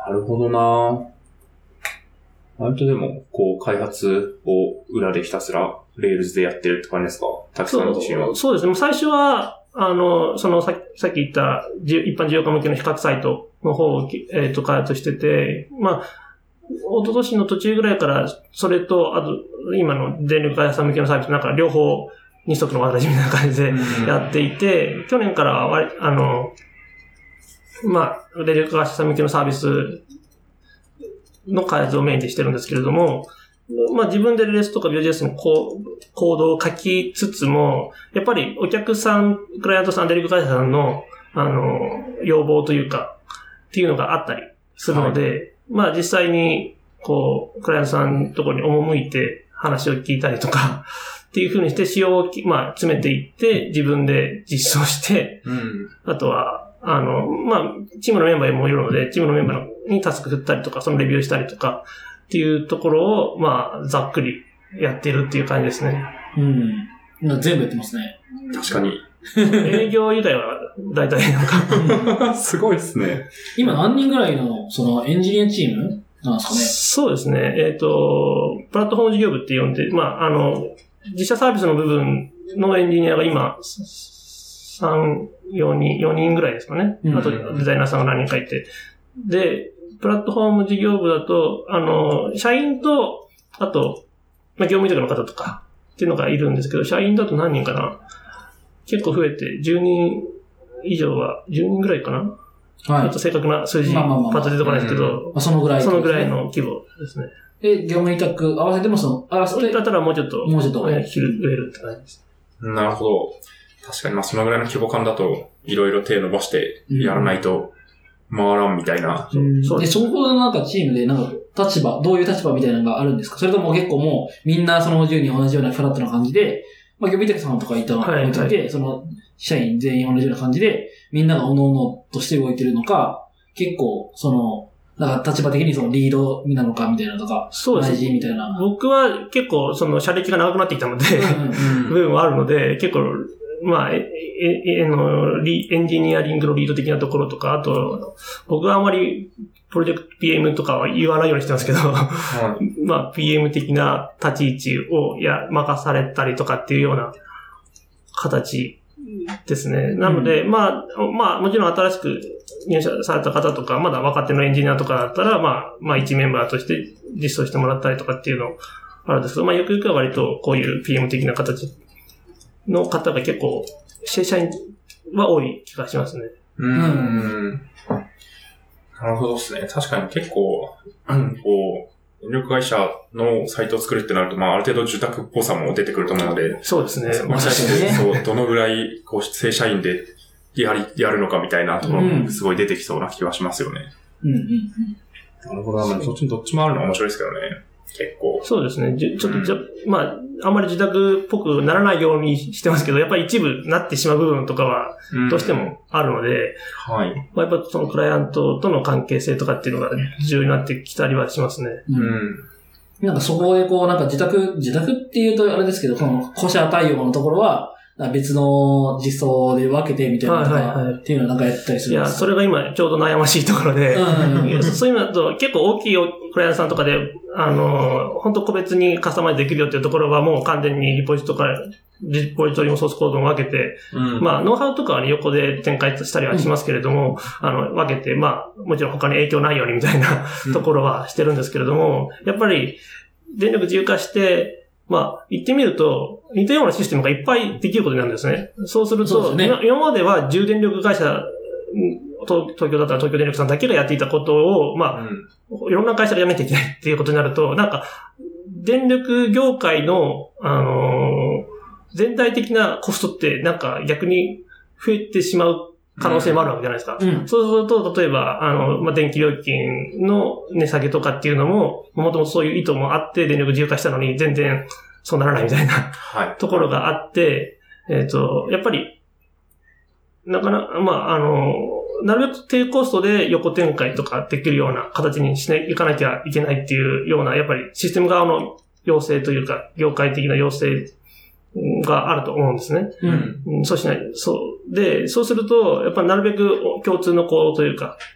なるほどな。割とでも、こう、開発を裏でひたすら、レールズでやってるって感じですか？滝さん自身は。 そうですね。最初は、あの、そのさ、さっき言った一般事業家向けの比較サイトの方を、えっと、開発してて、まあ、一昨年の途中ぐらいから、それと、あと、今の電力開発向けのサービス、なんか両方、二足の私みたいな感じでやっていて、うん、去年からは、あの、まあ、電力開発向けのサービスの開発をメインでしてるんですけれども、まあ自分で レス とか ビュージェーエス のコードを書きつつも、やっぱりお客さん、クライアントさん、電力会社さんの、あの、要望というか、っていうのがあったりするので、はい、まあ実際に、こう、クライアントさんのところに赴いて話を聞いたりとか、っていう風にして仕様を、まあ詰めていって、自分で実装して、うん、あとは、あの、まあ、チームのメンバーにもよるので、チームのメンバーにタスク振ったりとか、そのレビューしたりとか、っていうところを、まあ、ざっくりやってるっていう感じですね。 うん。全部やってますね。 確かに。 営業以外は大体なんか。 すごいですね。 今何人ぐらいの、そのエンジニアチームなんですかね？ そうですね。えっと、プラットフォーム事業部って呼んで、まあ、あの、自社サービスの部分のエンジニアが今、さん、よにん、よにんぐらいですかね。あと、デザイナーさんが何人かいて。で、プラットフォーム事業部だと、あの、社員と、あと、まあ、業務委託の方とか、っていうのがいるんですけど、社員だと何人かな？結構増えて、じゅうにん以上は、じゅうにんぐらいかな？はい。あと正確な数字、パッと出てこないですけど、 まあ、そのぐらい、 そのぐらいの規模ですね。 で、業務委託合わせてもその、合わせて。 だったらもうちょっと、 もうちょっと、 増えるって感じです。 なるほど。確かに、まあ、そのぐらいの規模感だと、いろいろ手伸ばしてやらないと回らんみたいな。 うん、そうで、そこのなんかチームで、なんか立場、どういう立場みたいなのがあるんですか？それとも結構もう、みんなそのじゅうにん同じようなフラットな感じで、まあ、業務委託さんとかいた、はいはい、いて、その、社員全員同じような感じで、みんなが各々として動いてるのか、結構、その、なんか立場的にそのリードなのかみたいなのとか、 そうですね。 みたいな。 僕は結構その社歴が長くなってきたので、うんうん、部分はあるので、結構、まあ、え、え、えの、エンジニアリングのリード的なところとか、あと、僕はあまりプロジェクト ピーエム とかは言わないようにしてますけど、はい、まあ、ピーエム 的な立ち位置をや、任されたりとかっていうような形ですね。なので、うん、まあ、まあ、もちろん新しく入社された方とか、まだ若手のエンジニアとかだったら、まあ、まあ、一メンバーとして実装してもらったりとかっていうのあるんですけど、まあ、よくよくは割とこういう ピーエム 的な形の方が結構、正社員は多い気がしますね。 うん。うんなるほどですね。確かに結構、うん、こう、電力会社のサイトを作るってなると、まあ、ある程度受託っぽさも出てくると思うので。 そうですね。 まさにね。そう、どのぐらい、こう、正社員でやり、やるのかみたいなところもすごい出てきそうな気はしますよね。 うんうんうん。 なるほど。そっちにどっちもあるのは面白いですけどね。結構。 そうですね。ちょっとじゃ、うん、まあ、あんまり受託っぽくならないようにしてますけど、やっぱり一部なってしまう部分とかは、どうしてもあるので、 うん、はい。 まあ、やっぱそのクライアントとの関係性とかっていうのが重要になってきたりはしますね。 うん。うん、なんかそこでこう、なんか自宅、自宅っていうとあれですけど、この個社対応のところは、別の実装で分けてみたいなとかっていうのをなんかやったりするんですか？ いや、それが今ちょうど悩ましいところで、うんうん、そういうのだと結構大きいクライアントさんとかで、あの、本当個別にカスタマイズできるよっていうところはもう完全にリポジトから、リポジトリもソースコードも分けて、うん、まあ、ノウハウとかはね、横で展開したりはしますけれども、うん、あの、分けて、まあ、もちろん他に影響ないようにみたいなところはしてるんですけれども、やっぱり、電力自由化して、まあ、言ってみると、似たようなシステムがいっぱいできることになるんですね。そうすると、ね、今, 今までは重電力会社、東, 東京だったら東京電力さんだけがやっていたことを、まあ、うん、いろんな会社がやめなきゃいけないっていうことになると、なんか、電力業界の、あのー、全体的なコストって、なんか逆に増えてしまう可能性もあるわけじゃないですか。うん、そうすると、例えば、あの、まあ、電気料金の値下げとかっていうのも、もともとそういう意図もあって、電力自由化したのに全然そうならないみたいな、はい、ところがあって、えっと、やっぱり、なかなか、まあ、あの、なるべく低コストで横展開とかできるような形にしない、いかなきゃいけないっていうような、やっぱりシステム側の要請というか、業界的な要請があると思うんですね。うん。そうしない。そう。で、そうすると、やっぱなるべく共通の行動というか、っ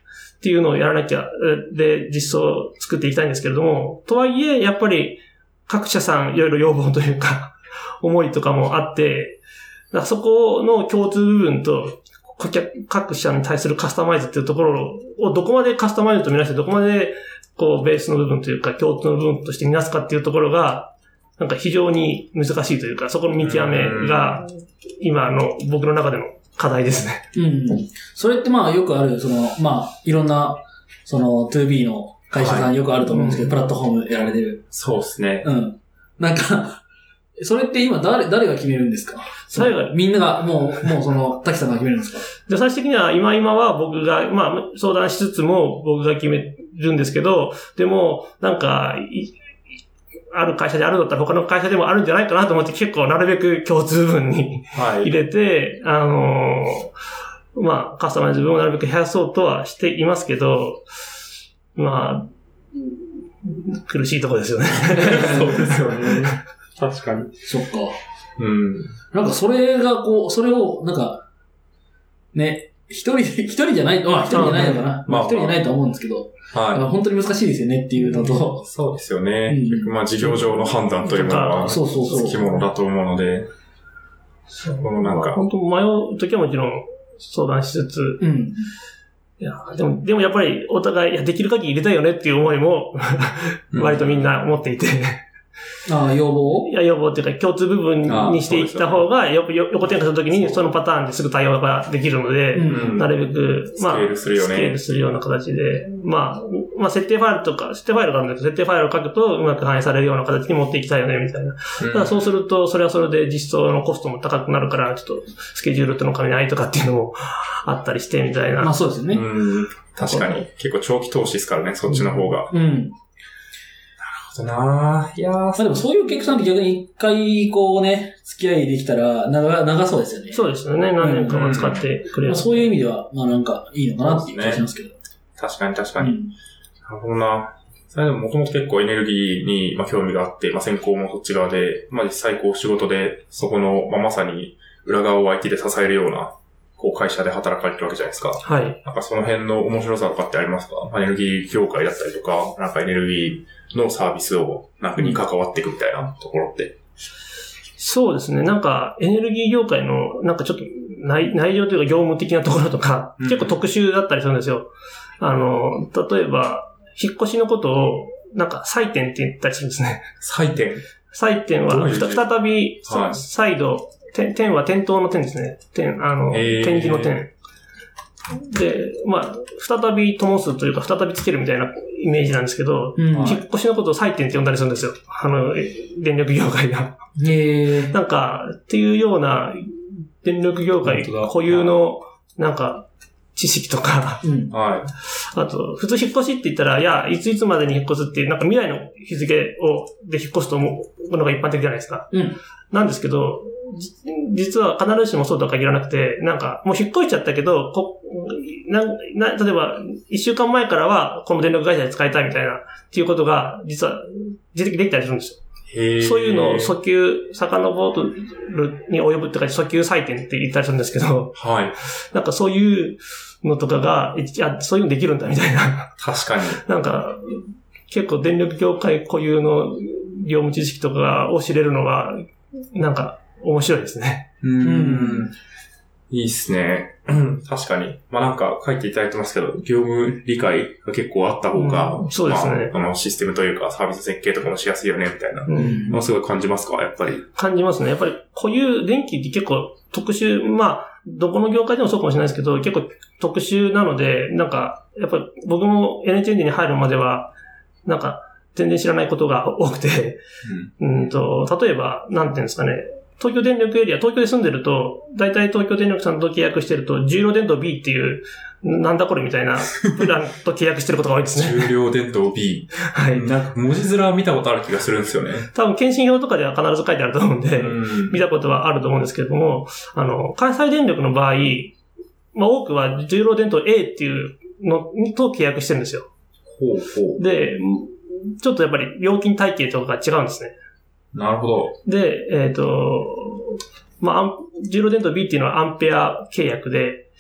っていうのをやらなきゃ、で、実装を作っていきたいんですけれども、とはいえ、やっぱり各社さんいろいろ要望というか、思いとかもあって、だからそこの共通部分と、顧客、各社に対するカスタマイズっていうところをどこまでカスタマイズとみなして、どこまでこうベースの部分というか共通の部分としてみなすかっていうところが、なんか非常に難しいというか、そこの見極めが今の僕の中での課題ですね。 うん。それってまあよくある、その、まあいろんな、その ツービー の会社さんよくあると思うんですけど、はい、プラットフォームやられてる。 そうですね。 うん。なんか、それって今誰、誰が決めるんですか？ 誰がみんなが、もう、もうその、滝さんが決めるんですか？ で、最終的には今今は僕が、まあ相談しつつも僕が決めるんですけど、でも、なんか、ある会社であるんだったら他の会社でもあるんじゃないかなと思って結構なるべく共通分に入れて、はい、あのー、まあカスタマイズ分をなるべく減らそうとはしていますけど、まあ、苦しいところですよね。 そうですよね。確かに。 そっか。 うん。 なんかそれがこう、それをなんか、ね、一人、一人じゃない、まあ一人じゃないのかな。まあ一人じゃないと思うんですけど、はい。本当に難しいですよねっていうのと。 そうですよね。うん、まあ事業上の判断というものは、 そうそうそう。 つきものだと思うので、そこのなんか。 本当迷うときはもちろん相談しつつ、うん。いや、でも、でもやっぱりお互い、いや、できる限り入れたいよねっていう思いも、割とみんな思っていて。 ああ、要望？ いや、要望っていうか、共通部分にしていった方が、よ、よ、横展開するときにそのパターンですぐ対応ができるので、うん、なるべく、まあ、 スケールするよね。 スケールするような形で、まあ、まあ、設定ファイルとか、設定ファイルがあるんだけど、設定ファイルを書くとうまく反映されるような形に持っていきたいよね、みたいな。うん、ただそうすると、それはそれで実装のコストも高くなるから、ちょっと、スケジュールとの兼ね合いとかっていうのもあったりして、みたいな。 まあそうですよね。 うん。確かに。結構長期投資ですからね、そっちの方が。 うん。うんなぁ。いやー。まあでもそういうお客さんって逆に一回こうね、付き合いできたら長、長そうですよね。 そうですよね。何年かは使ってくれる、うんまあ、そういう意味では、まあなんかいいのかなっていう気がしますけど。ね、 確かに確かに。うん、なるほどな。それでももともと結構エネルギーにまあ興味があって、まあ専攻もそっち側で、まあ実際こう仕事でそこの、まあまさに裏側を アイティー で支えるような、こう会社で働かれてるわけじゃないですか。 はい。 なんかその辺の面白さとかってありますか？エネルギー業界だったりとか、なんかエネルギーのサービスをなんかに関わっていくみたいなところって。 そうですね。なんかエネルギー業界のなんかちょっと内、内容というか業務的なところとか、結構特殊だったりするんですよ。うん、あの、例えば、引っ越しのことをなんか採点って言ったりするんですね。 採点採点は再び、はい、再度、点、点は点灯の点ですね。点、あの、点字の点。で、まあ、再び灯すというか、再びつけるみたいなイメージなんですけど、うん、引っ越しのことを採点って呼んだりするんですよ。あの、電力業界が。 へー。 なんか、っていうような、電力業界固有の、なんか、知識とか、 うん、はい。 あと、普通引っ越しって言ったら、いや、いついつまでに引っ越すっていう、なんか未来の日付を、で引っ越すと思うのが一般的じゃないですか。 うん。 なんですけど、実は必ずしもそうとは限らなくて、なんか、もう引っ越しちゃったけど、こなな例えば、一週間前からは、この電力会社で使いたいみたいな、っていうことが、実は、できたりするんですよ。 へそういうのを訴求、遡るに及ぶってか、訴求採点って言ったりするんですけど、 はい。 なんかそういうのとかが、いや、そういうのできるんだみたいな。 確かに。 なんか、結構電力業界固有の業務知識とかを知れるのが、なんか、面白いですね。 うーん。いいっすね。確かに。まあなんか書いていただいてますけど、業務理解が結構あった方が、 うん、そうですね、 まあ。あのシステムというかサービス設計とかもしやすいよね、みたいな。うん。まあすごい感じますか、やっぱり。 感じますね。やっぱり固有電気って結構特殊、まあ、どこの業界でもそうかもしれないですけど、結構特殊なので、なんか、やっぱり僕も エヌエイチエヌディー に入るまでは、なんか、全然知らないことが多くて、うん、うんと、例えば、なんていうんですかね、東京電力エリア、東京で住んでると、だいたい東京電力さんと契約してると、重量電灯 B っていう、なんだこれみたいな、プランと契約してることが多いですね。 重量電灯 B。 はい。 なんか文字面は見たことある気がするんですよね。 多分、検診票とかでは必ず書いてあると思うんで、うん、見たことはあると思うんですけれども、あの、関西電力の場合、まあ多くは重量電灯 A っていうのと契約してるんですよ。 ほうほう。 で、ちょっとやっぱり料金体系とかが違うんですね。 なるほど。 で、えっと、まあ、重量電灯 B っていうのはアンペア契約で、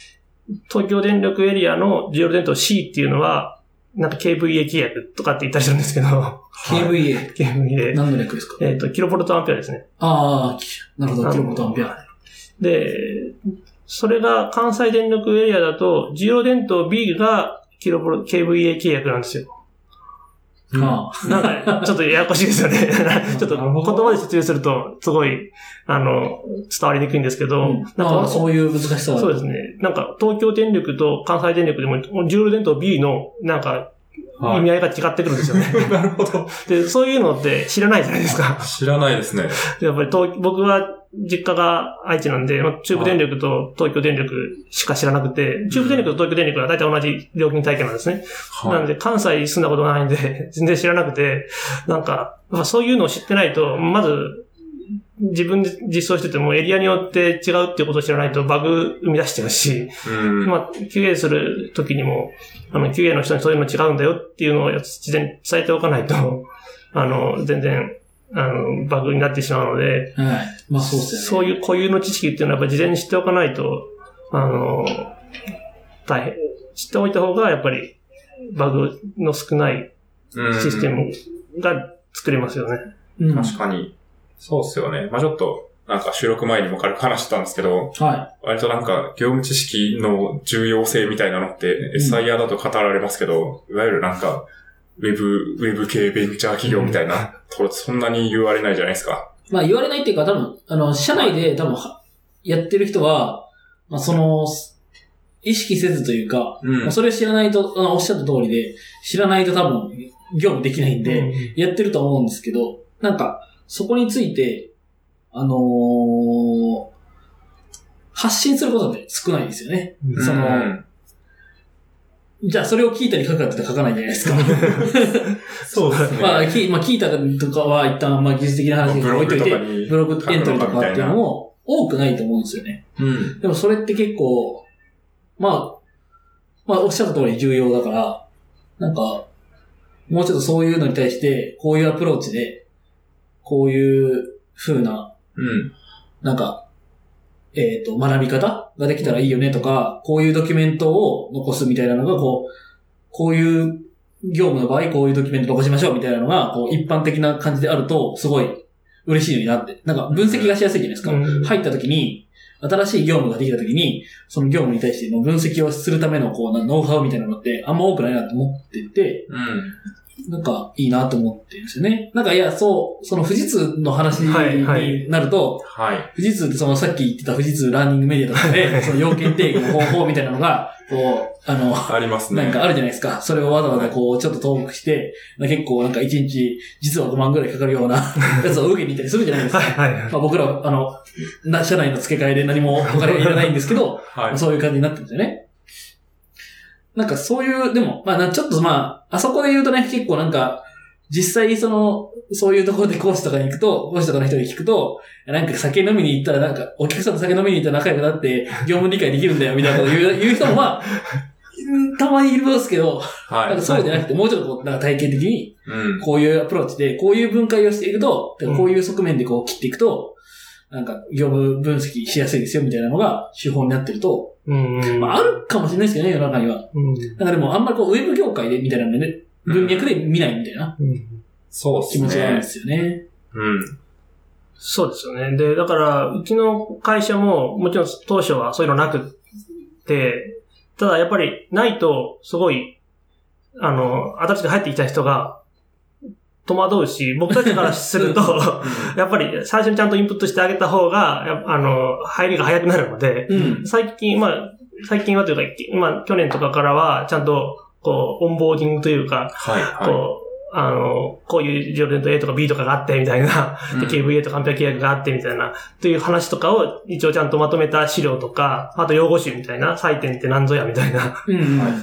東京電力エリアの重要電灯 C っていうのは、なんか ケーブイエー 契約とかって言ったりするんですけど。 ケーブイエー? ケーブイエー。 何の略ですか？ えっと、キロボルトアンペアですね。 ああ、なるほど、キロボルトアンペア。 で、それが関西電力エリアだと、重要電灯 B がキロボルト、ケーブイエー 契約なんですよ。 うん、ああ。なんか、ちょっとややこしいですよね。ちょっと言葉で説明すると、すごい、あの、伝わりにくいんですけど、うん、 なんかそういう難しさはそうですね。なんか、東京電力と関西電力でも、重要電灯 B の、なんか、意味合いが違ってくるんですよね。 なるほど。 で、そういうのって知らないじゃないですか。 知らないですね。 やっぱり東、僕は実家が愛知なんで、まあ、中部電力と東京電力しか知らなくて、中部電力と東京電力は大体同じ料金体系なんですね。はい、なので、関西に住んだことがないんで、全然知らなくて、なんか、まあ、そういうのを知ってないと、まず、自分で実装しててもエリアによって違うっていうことを知らないとバグ生み出しちゃうし、うん、まあ キューエー するときにも、あの キューエー の人にそういうの違うんだよっていうのを事前に伝えておかないと、あの、全然、あの、バグになってしまうので、 はい。まあそうですよね。 そういう固有の知識っていうのはやっぱり事前に知っておかないと、あの、大変、知っておいた方がやっぱりバグの少ないシステムが作れますよね。 うん、確かに。そうっすよね。まあちょっと、なんか収録前にも軽く話してたんですけど、 はい。 割となんか業務知識の重要性みたいなのって エスアイアール だと語られますけど、うん、いわゆるなんか、ウェブ、ウェブ系ベンチャー企業みたいなところそんなに言われないじゃないですか。 まあ言われないっていうか多分、あの、社内で多分やってる人は、まあその、意識せずというか、うんまあ、それを知らないと、あの、おっしゃった通りで、知らないと多分業務できないんで、やってると思うんですけど、なんか、そこについて、あのー、発信することって少ないですよね。うん、その、じゃあそれを聞いたり書くかって書かないじゃないですか。 そうですね。 まあ、きまあ、聞いたとかは一旦、まあ、技術的な話に置いといて、ブログエントリーとかっていうのも多くないと思うんですよね。うん。でもそれって結構、まあ、まあ、おっしゃった通り重要だから、なんか、もうちょっとそういうのに対して、こういうアプローチで、こういう風な、うん、なんか、えっと、学び方ができたらいいよねとか、こういうドキュメントを残すみたいなのが、こう、こういう業務の場合、こういうドキュメント残しましょうみたいなのが、こう、一般的な感じであると、すごい嬉しいのになって。なんか、分析がしやすいじゃないですか。うん、入った時に、新しい業務ができた時に、その業務に対しての分析をするための、こう、ノウハウみたいなのってあんま多くないなと思ってて、うんなんか、いいなと思ってるんですよね。なんか、いや、そう、その富士通の話になると、はいはい、富士通ってそのさっき言ってた富士通ラーニングメディアとかで、その要件定義の方法みたいなのが、こう、あの、 ありますね。 なんかあるじゃないですか。それをわざわざこう、ちょっと登録して、結構なんかいちにち、実はごまんぐらいかかるようなやつを受けに行ったりするじゃないですか。はいはいはい、まあ、僕らは、あの、社内の付け替えで何もお金はいらないんですけど、はい、そういう感じになってるんですよね。なんかそういう、でも、まあ、ちょっとまあ、あそこで言うとね、結構なんか、実際その、そういうところで講師とかに行くと、講師とかの人に聞くと、なんか酒飲みに行ったらなんか、お客さんと酒飲みに行ったら仲良くなって、業務理解できるんだよ、みたいなことを言う、言う人もまあ、たまにいますけど、はい、なんかそうじゃなくて、もうちょっとこう、なんか体系的に、こういうアプローチで、こういう分解をしていくと、うん、こういう側面でこう切っていくと、なんか、業務分析しやすいですよ、みたいなのが手法になってると、うんうんまあ、あるかもしれないですけどね、世の中には。うん、だからでも、あんまりこう、ウェブ業界で、みたいなのでね、文脈で見ないみたいな、うん、そうですね。気持ちがあるんですよね。 うん。そうですよね。で、だから、うちの会社も、もちろん当初はそういうのなくて、ただやっぱりないと、すごい、あの、新しく入ってきた人が、戸惑うし、僕たちからすると、やっぱり最初にちゃんとインプットしてあげた方が、あの、入りが早くなるので、うん、最近、まあ、最近はというか、まあ、去年とかからは、ちゃんと、こう、オンボーディングというか、はいはい、こう、あの、こういう条件と A とか B とかがあって、みたいな、うん、ケーブイエー とかアンペア契約があって、みたいな、という話とかを一応ちゃんとまとめた資料とか、あと用語集みたいな、採点って何ぞや、みたいな、うん、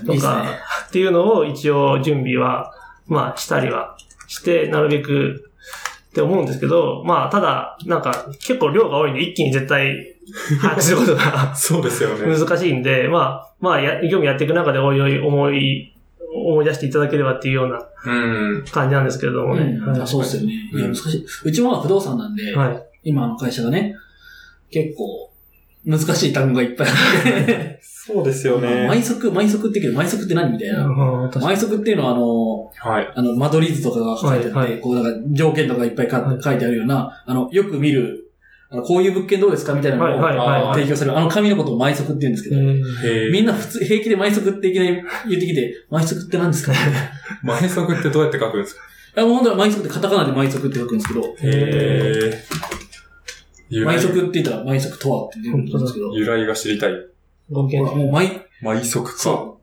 とかいい、ね、っていうのを一応準備は、まあ、したりはして、なるべくって思うんですけど、まあ、ただ、なんか、結構量が多いんで、一気に絶対、把握することがそうですよね。 難しいんで、まあ、まあ、や、業務やっていく中でおいおい思い、思い出していただければっていうような感じなんですけれどもね。 うんはい、そうですよね。いや、難しい。うちも不動産なんで、はい、今の会社がね、結構、 難しい単語がいっぱいあって。 そうですよね。 毎速、毎速って言うけど、毎速って何みたいな。毎速っていうのはあの、はい、あの、間取り図とかが書いてあって、はいはい、こう、なんか条件とかいっぱいか、はい、書いてあるような、あの、よく見る、あのこういう物件どうですかみたいなのを、はいはいはい、提供する、あの紙のことを毎速って言うんですけど、みんな普通、平気で毎速っていきなり言ってきて、毎速って何ですか毎速ってどうやって書くんですか？ いや、もう本当は毎速ってカタカナで毎速って書くんですけど、 へー。毎速って言ったら毎速とはって言うんですけど。 由来が知りたい。 もう毎、 毎速か。 そう。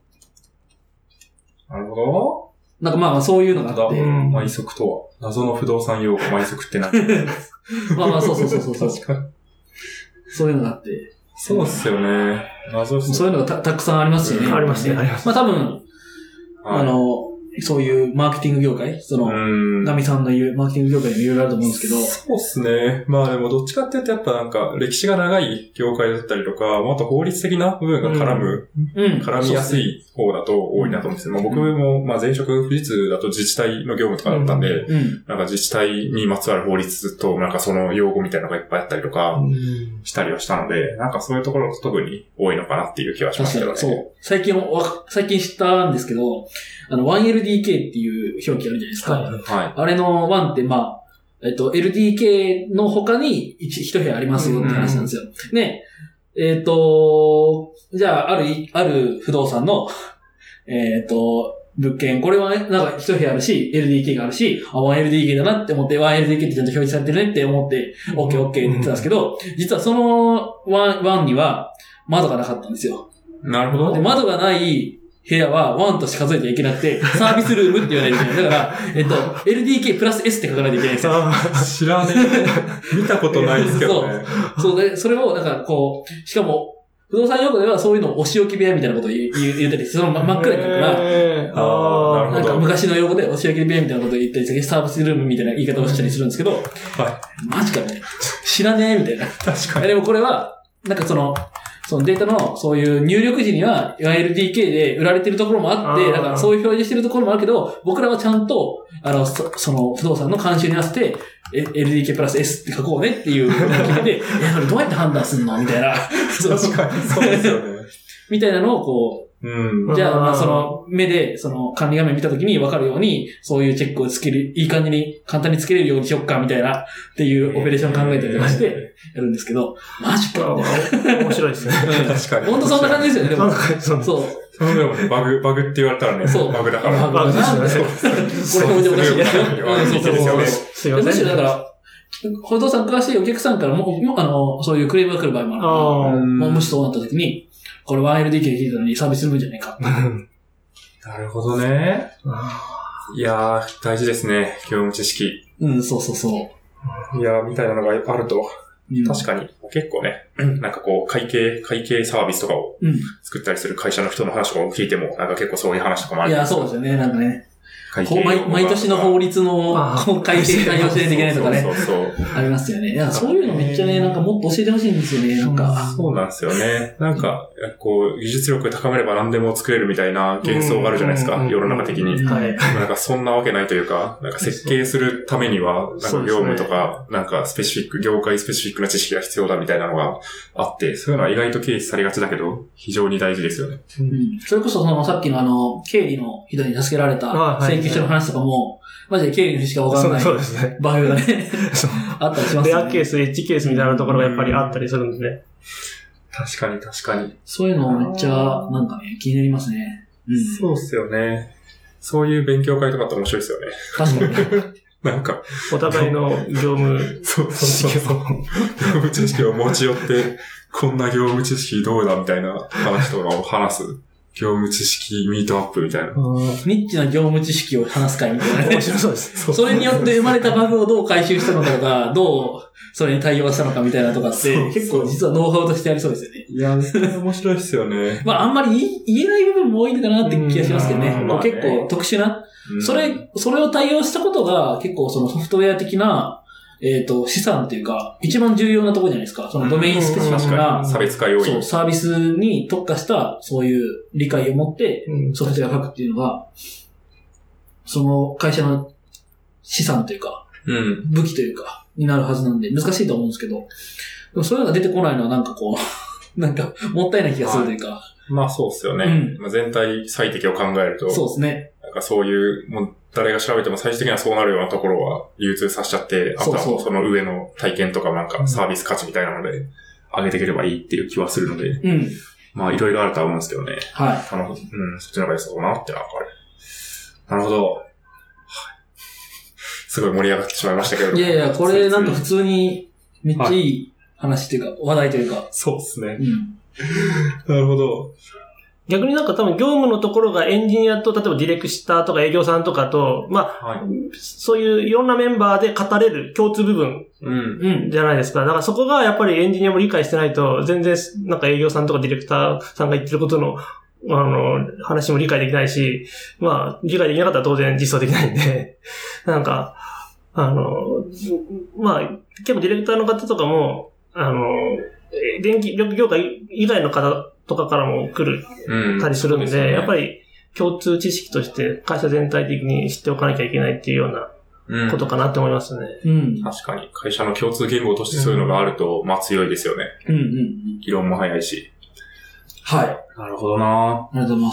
なるほど。 なんかまあそういうのがあって。 毎速とは。謎の不動産用語毎速って何まあまあそうそうそうそう。 確かに。 そういうのがあって。 そうっすよね。謎っすね。 そういうのが た, たくさんありますよね。 ありますね。あります。 まあ多分、はい、あの、そういうマーケティング業界、その、ナミさんの言うマーケティング業界にもいろいろあると思うんですけど。 そうですね。まあでもどっちかっていうとやっぱなんか歴史が長い業界だったりとか、もっと法律的な部分が絡む、うん、絡みやすい方だと多いなと思うんですよ。まあ、僕もまあ前職富士通だと自治体の業務とかだったんで、うんうん、なんか自治体にまつわる法律となんかその用語みたいなのがいっぱいあったりとかしたりはしたので、なんかそういうところが特に多いのかなっていう気はしますけどね。 そう。最近、最近知ったんですけど、あの ワンエルディーケー っていう表記あるじゃないですか。はい。はい、あれのワンってまあ、えっと、エルディーケー の他に一部屋ありますよって話なんですよ。ね、えっと、じゃあ、ある、ある不動産の、えっと、物件、これはね、なんか一部屋あるし、エルディーケー があるし、あ、ワンエルディーケー だなって思って、ワンエルディーケー ってちゃんと表示されてるねって思って、オッケーオッケーって言ってたんですけど、実はそのワンには窓がなかったんですよ。 なるほど。 で、窓がない部屋はワンとして数えてはいけなくて、サービスルームって言わないといけない。だから、えっと、エルディーケー プラス S って書かないといけないんですよ。 知らねえ。見たことないですけどね。 そう。そうで、それを、なんかこう、しかも、不動産用語ではそういうのをお仕置き部屋みたいなことを言ってて、その真っ暗に書くから、あなんか昔の用語でお仕置き部屋みたいなことを言ったり、サービスルームみたいな言い方をしたりするんですけど、はい。マジかね。知らねえみたいな。 確かに。 でもこれは、なんかその、そのデータのそういう入力時には ワンエルディーケー で売られてるところもあって、だからそういう表示してるところもあるけど、僕らはちゃんと、あの、そ, その不動産の慣習に合わせて、エルディーケー プラス S って書こうねっていうのを決めて、え、それどうやって判断すんのみたいな。 確かにそうですよね。 みたいなのをこう、うん、じゃあ、まあその目でその管理画面見たときに分かるように、そういうチェックをつける、いい感じに簡単につけれるようにしよっかみたいなっていうオペレーション考えたりとかしてやるんですけど、マジか。 面白いですね。 確かに。 本当そんな感じですよね、でも。そう。 そうでもね、バグ、バグって言われたらね、そうバグだから。 バグですよね。これもおかしいですよ。そうそうそう。むしろだから、不動産詳しいお客さんからも、あの、そういうクレームが来る場合もある。もうもしそうなった時に、これ ワンエルディーケー で聞いたのにサービスするんじゃないか。 なるほどね。いやー、大事ですね、業務知識。 うん、そうそうそう。 いやー、みたいなのがあると。うん、確かに、結構ね、なんかこう、会計、会計サービスとかを作ったりする会社の人の話とかを聞いても、なんか結構そういう話とかもある。 いや、そうですよね、なんかね。毎, 毎年の法律の改正対応しないといけないとかね。そうそうそう。ありますよね。いや、そういうのめっちゃね、なんかもっと教えてほしいんですよね、なんか。 そうなんですよね。なんか、こう、技術力高めれば何でも作れるみたいな幻想があるじゃないですか、世の中的に。はい。なんかそんなわけないというか、なんか設計するためには、なんか業務とか、なんかスペシフィック、業界スペシフィックな知識が必要だみたいなのがあって、そういうのは意外と軽視されがちだけど、非常に大事ですよね。 うん。それこそそのさっきのあの、経理の人に助けられた請求書の話とかも、マジで経理の人しかわからない場合がね、あったりしますね。 レアケース、エッジケースみたいなところがやっぱりあったりするんでね。 確かに確かに。 そういうのめっちゃ、なんかね、気になりますね。 うん、そうっすよね。そういう勉強会とかって面白いですよね。 確かに。 なんか、 お互いの業務そうそうそう。業務知識を持ち寄って、こんな業務知識どうだみたいな話とかを話す。業務知識ミートアップみたいな。 ニッチな業務知識を話す会みたいなね。 面白そうです。 それによって生まれたバグをどう回収したのかとか、どうそれに対応したのかみたいなとかって、結構実はノウハウとしてありそうですよね。 いや、面白いですよね。 まああんまり言えない部分も多いのかなって気がしますけどね。まあ、結構特殊な、うん。それ、それを対応したことが結構そのソフトウェア的な、えっと、資産っていうか、一番重要なところじゃないですか。そのドメインスペシフィックな、 差別化要因。 そう、サービスに特化した、そういう理解を持って、ソフトウェアを書くっていうのが、その会社の資産というか、うん、武器というか、になるはずなんで、難しいと思うんですけど、でもそういうのが出てこないのはなんかこう、 なんか、もったいない気がするというか。はい、 まあそうっすよね。うん、まあ、全体最適を考えると。 そうですね。 なんかそういう、もう誰が調べても最終的にはそうなるようなところは流通させちゃって、あとはその上の体験とかなんかサービス価値みたいなので上げていければいいっていう気はするので。うん。まあいろいろあるとは思うんですけどね。はい。あの、うん、そっちの方が良さそうなってのはわかる。なるほど。はい。すごい盛り上がってしまいましたけど。 いやいや、これなんか普通にめっちゃいい話っていうか、はい、話題というか。 そうですね。うん。なるほど。 逆になんか多分業務のところがエンジニアと、例えばディレクターとか営業さんとかと、まあ、はい、そういういろんなメンバーで語れる共通部分、うん、じゃないですか。だからそこがやっぱりエンジニアも理解してないと、全然なんか営業さんとかディレクターさんが言ってることの、あの、話も理解できないし、まあ、理解できなかったら当然実装できないんで、なんか、あの、まあ、結構ディレクターの方とかも、あの、電気力業界以外の方とかからも来る、たりするんで、うんでね、やっぱり共通知識として会社全体的に知っておかなきゃいけないっていうようなことかなって思いますね。 うん。確かに。会社の共通言語としてそういうのがあると、まあ強いですよね。うんうんうん。議論も早いし。 はい。 なるほどな。 ありがとうございます。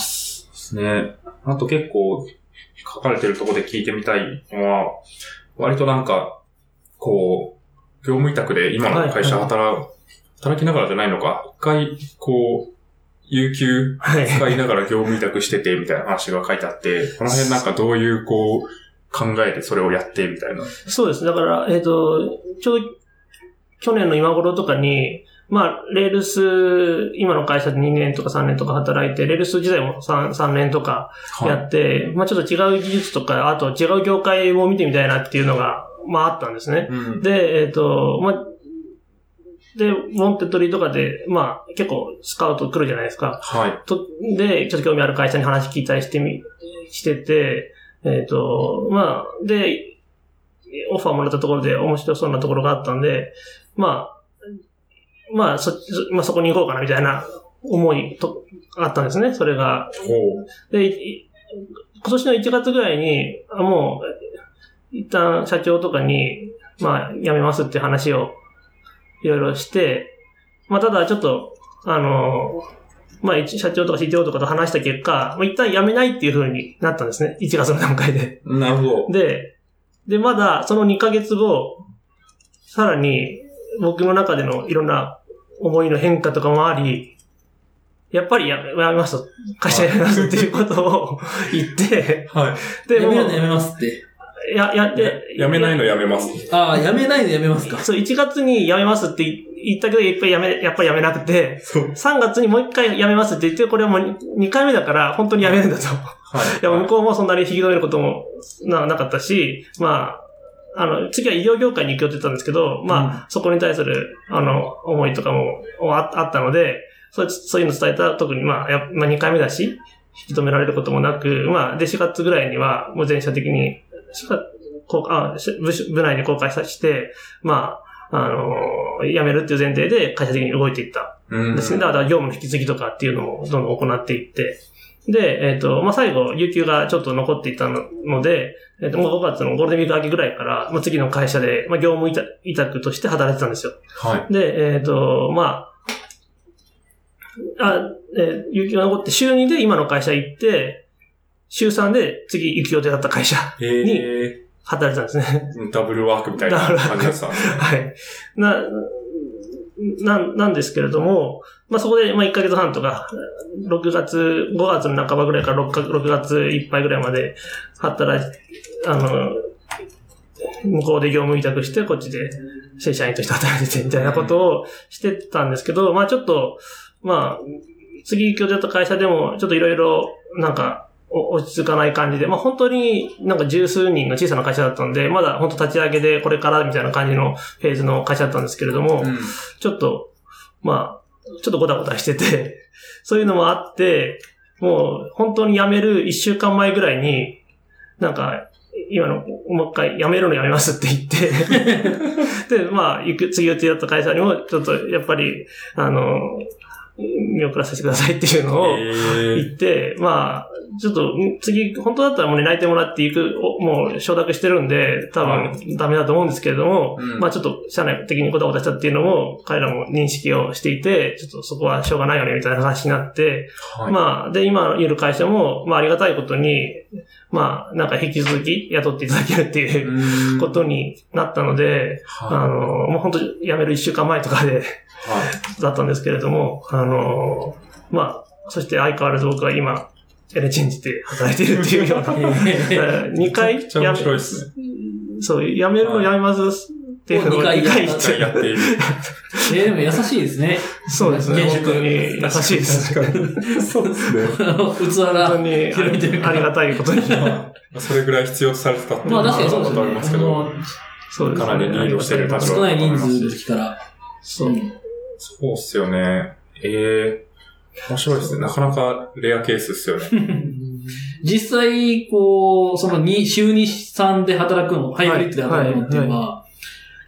ですね。あと結構書かれてるところで聞いてみたいのは、割となんか、こう、業務委託で今の会社働、はいはい、働きながらじゃないのか、一回、こう、有給使いながら業務委託しててみたいな話が書いてあって、この辺なんかどういうこう考えでそれをやってみたいな。 そうです。だから、えっと、ちょうど去年の今頃とかに、まあ、レールス、今の会社でにねんとかさんねんとか働いて、レールス時代も 3, 3年とかやって、はい、まあちょっと違う技術とか、あと違う業界も見てみたいなっていうのが、まああったんですね。うん、で、えっと、まあで、モンテッドリーとかで、まあ、結構スカウト来るじゃないですか。はい。と、で、ちょっと興味ある会社に話聞いたりしてみ、してて、えっと、まあ、で、オファーもらったところで面白そうなところがあったんで、まあ、まあ、そ、まあそこに行こうかなみたいな思いと、あったんですね、それが。で、今年のいちがつぐらいに、もう、一旦社長とかに、まあ、辞めますって話を、いろいろして、まあ、ただちょっと、あの、まあ、社長とか シーティーオー とかと話した結果、まあ、一旦辞めないっていう風になったんですね。いちがつの段階で。 なるほど。 で、で、まだそのにかげつご、さらに僕の中でのいろんな思いの変化とかもあり、やっぱりやめ、やめますと、会社辞めますっていうことを言って、はい。 で、辞めるの辞めますって。 や、や、で、 やめないのやめます。 ああ、やめないのやめますか。 そう、いちがつにやめますって言ったけど、やっぱりやめ、やっぱりやめなくて、さんがつにもう一回やめますって言って、これはもうにかいめだから本当にやめるんだと。はい。でも向こうもそんなに引き止めることもな、なかったし、まあ、あの、次は医療業界に行くよって言ったんですけど、まあ、うん、そこに対する、あの、思いとかもあ、あったので、そう、そういうの伝えた特に、まあ、やまあにかいめだし、引き止められることもなく、まあ、で、しがつぐらいには、もう全社的に、あ部, 部内に公開させて、まあ、あのー、辞めるっていう前提で会社的に動いていったんですね。だから業務の引き継ぎとかっていうのもどんどん行っていって、で、えっ、ー、と、まあ、最後、有給がちょっと残っていたので、えっ、ー、と、もうごがつのゴールデンウィーク明けぐらいから、まあ、次の会社で、まあ、業務委託として働いてたんですよ。はい。で、えっ、ー、と、まあ、あ、えー、有給が残って週にで今の会社行って、週さんで次行く予定だった会社に働いてたんですね。 ダブルワークみたいな感じでしたね。 はい。な、な、なんですけれども、まあ、そこで、まあ、いっかげつはんとか、ろくがつ、ごがつの半ばぐらいからろくがついっぱいぐらいまで働いて、あの、向こうで業務委託して、こっちで正社員として働いてて、みたいなことをしてたんですけど、まあ、ちょっと、まあ、次行く予定だった会社でも、ちょっといろいろ、なんか、落ち着かない感じで、まあ本当になんか十数人の小さな会社だったんで、まだ本当立ち上げでこれからみたいな感じのフェーズの会社だったんですけれども、うん、ちょっと、まあ、ちょっとゴタゴタしてて、そういうのもあって、もう本当に辞める一週間前ぐらいに、なんか、今の、もう一回辞めるのやめますって言って、で、まあ、行く、次予定だった会社にも、ちょっとやっぱり、あの、 見送らせてくださいっていうのを言って、まあ、ちょっと次、本当だったらもうね、泣いてもらっていく、もう承諾してるんで、多分ダメだと思うんですけれども、うん、まあちょっと社内的にこだわったっていうのも、彼らも認識をしていて、ちょっとそこはしょうがないよね、みたいな話になって、はい、まあ、で、今いる会社も、まあありがたいことに、まあ、なんか引き続き雇っていただけるっていうことになったので、はい、あの、もう本当辞める一週間前とかで、はい、だったんですけれども、あの、まあ、そして相変わらず僕は今、エレチェンジで働いてるっていうような、にかい辞め、 そう、辞めるのやめますっていうのをにかい言って。 やっている。 えー、でも優しいですね。 そうですね。本当に優しいです。 確かに。そうですね。 器が。 本当にありがたいことに。 それぐらい必要とされてたっていうのはことありますけど、 そうですね。 かなりリードしてる立場だと少ない人数ですから。 そう。 そうっすよね。ええー。面白いですね。なかなかレアケースですよね。 実際、こう、そのに、週にさんで働くの、ハイブリッドで働くのっていうのは、はいはい、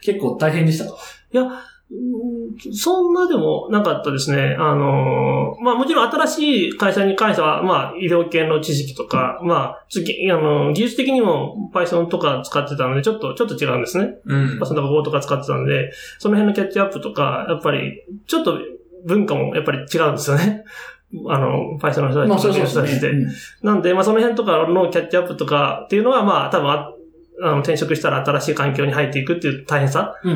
結構大変でしたか？ いや、そんなでもなかったですね。あの、まあもちろん新しい会社に関しては、まあ医療系の知識とか、まあ、次、あの、技術的にも Python とか使ってたので、ちょっと、ちょっと違うんですね。うん。Python とか Go とか使ってたので、その辺のキャッチアップとか、やっぱり、ちょっと、文化もやっぱり違うんですよね。あの、Python の人たちとまあそうそうですね。 なんで、まあその辺とかのキャッチアップとかっていうのは、まあ多分あ、あの、転職したら新しい環境に入っていくっていう大変さ、うん、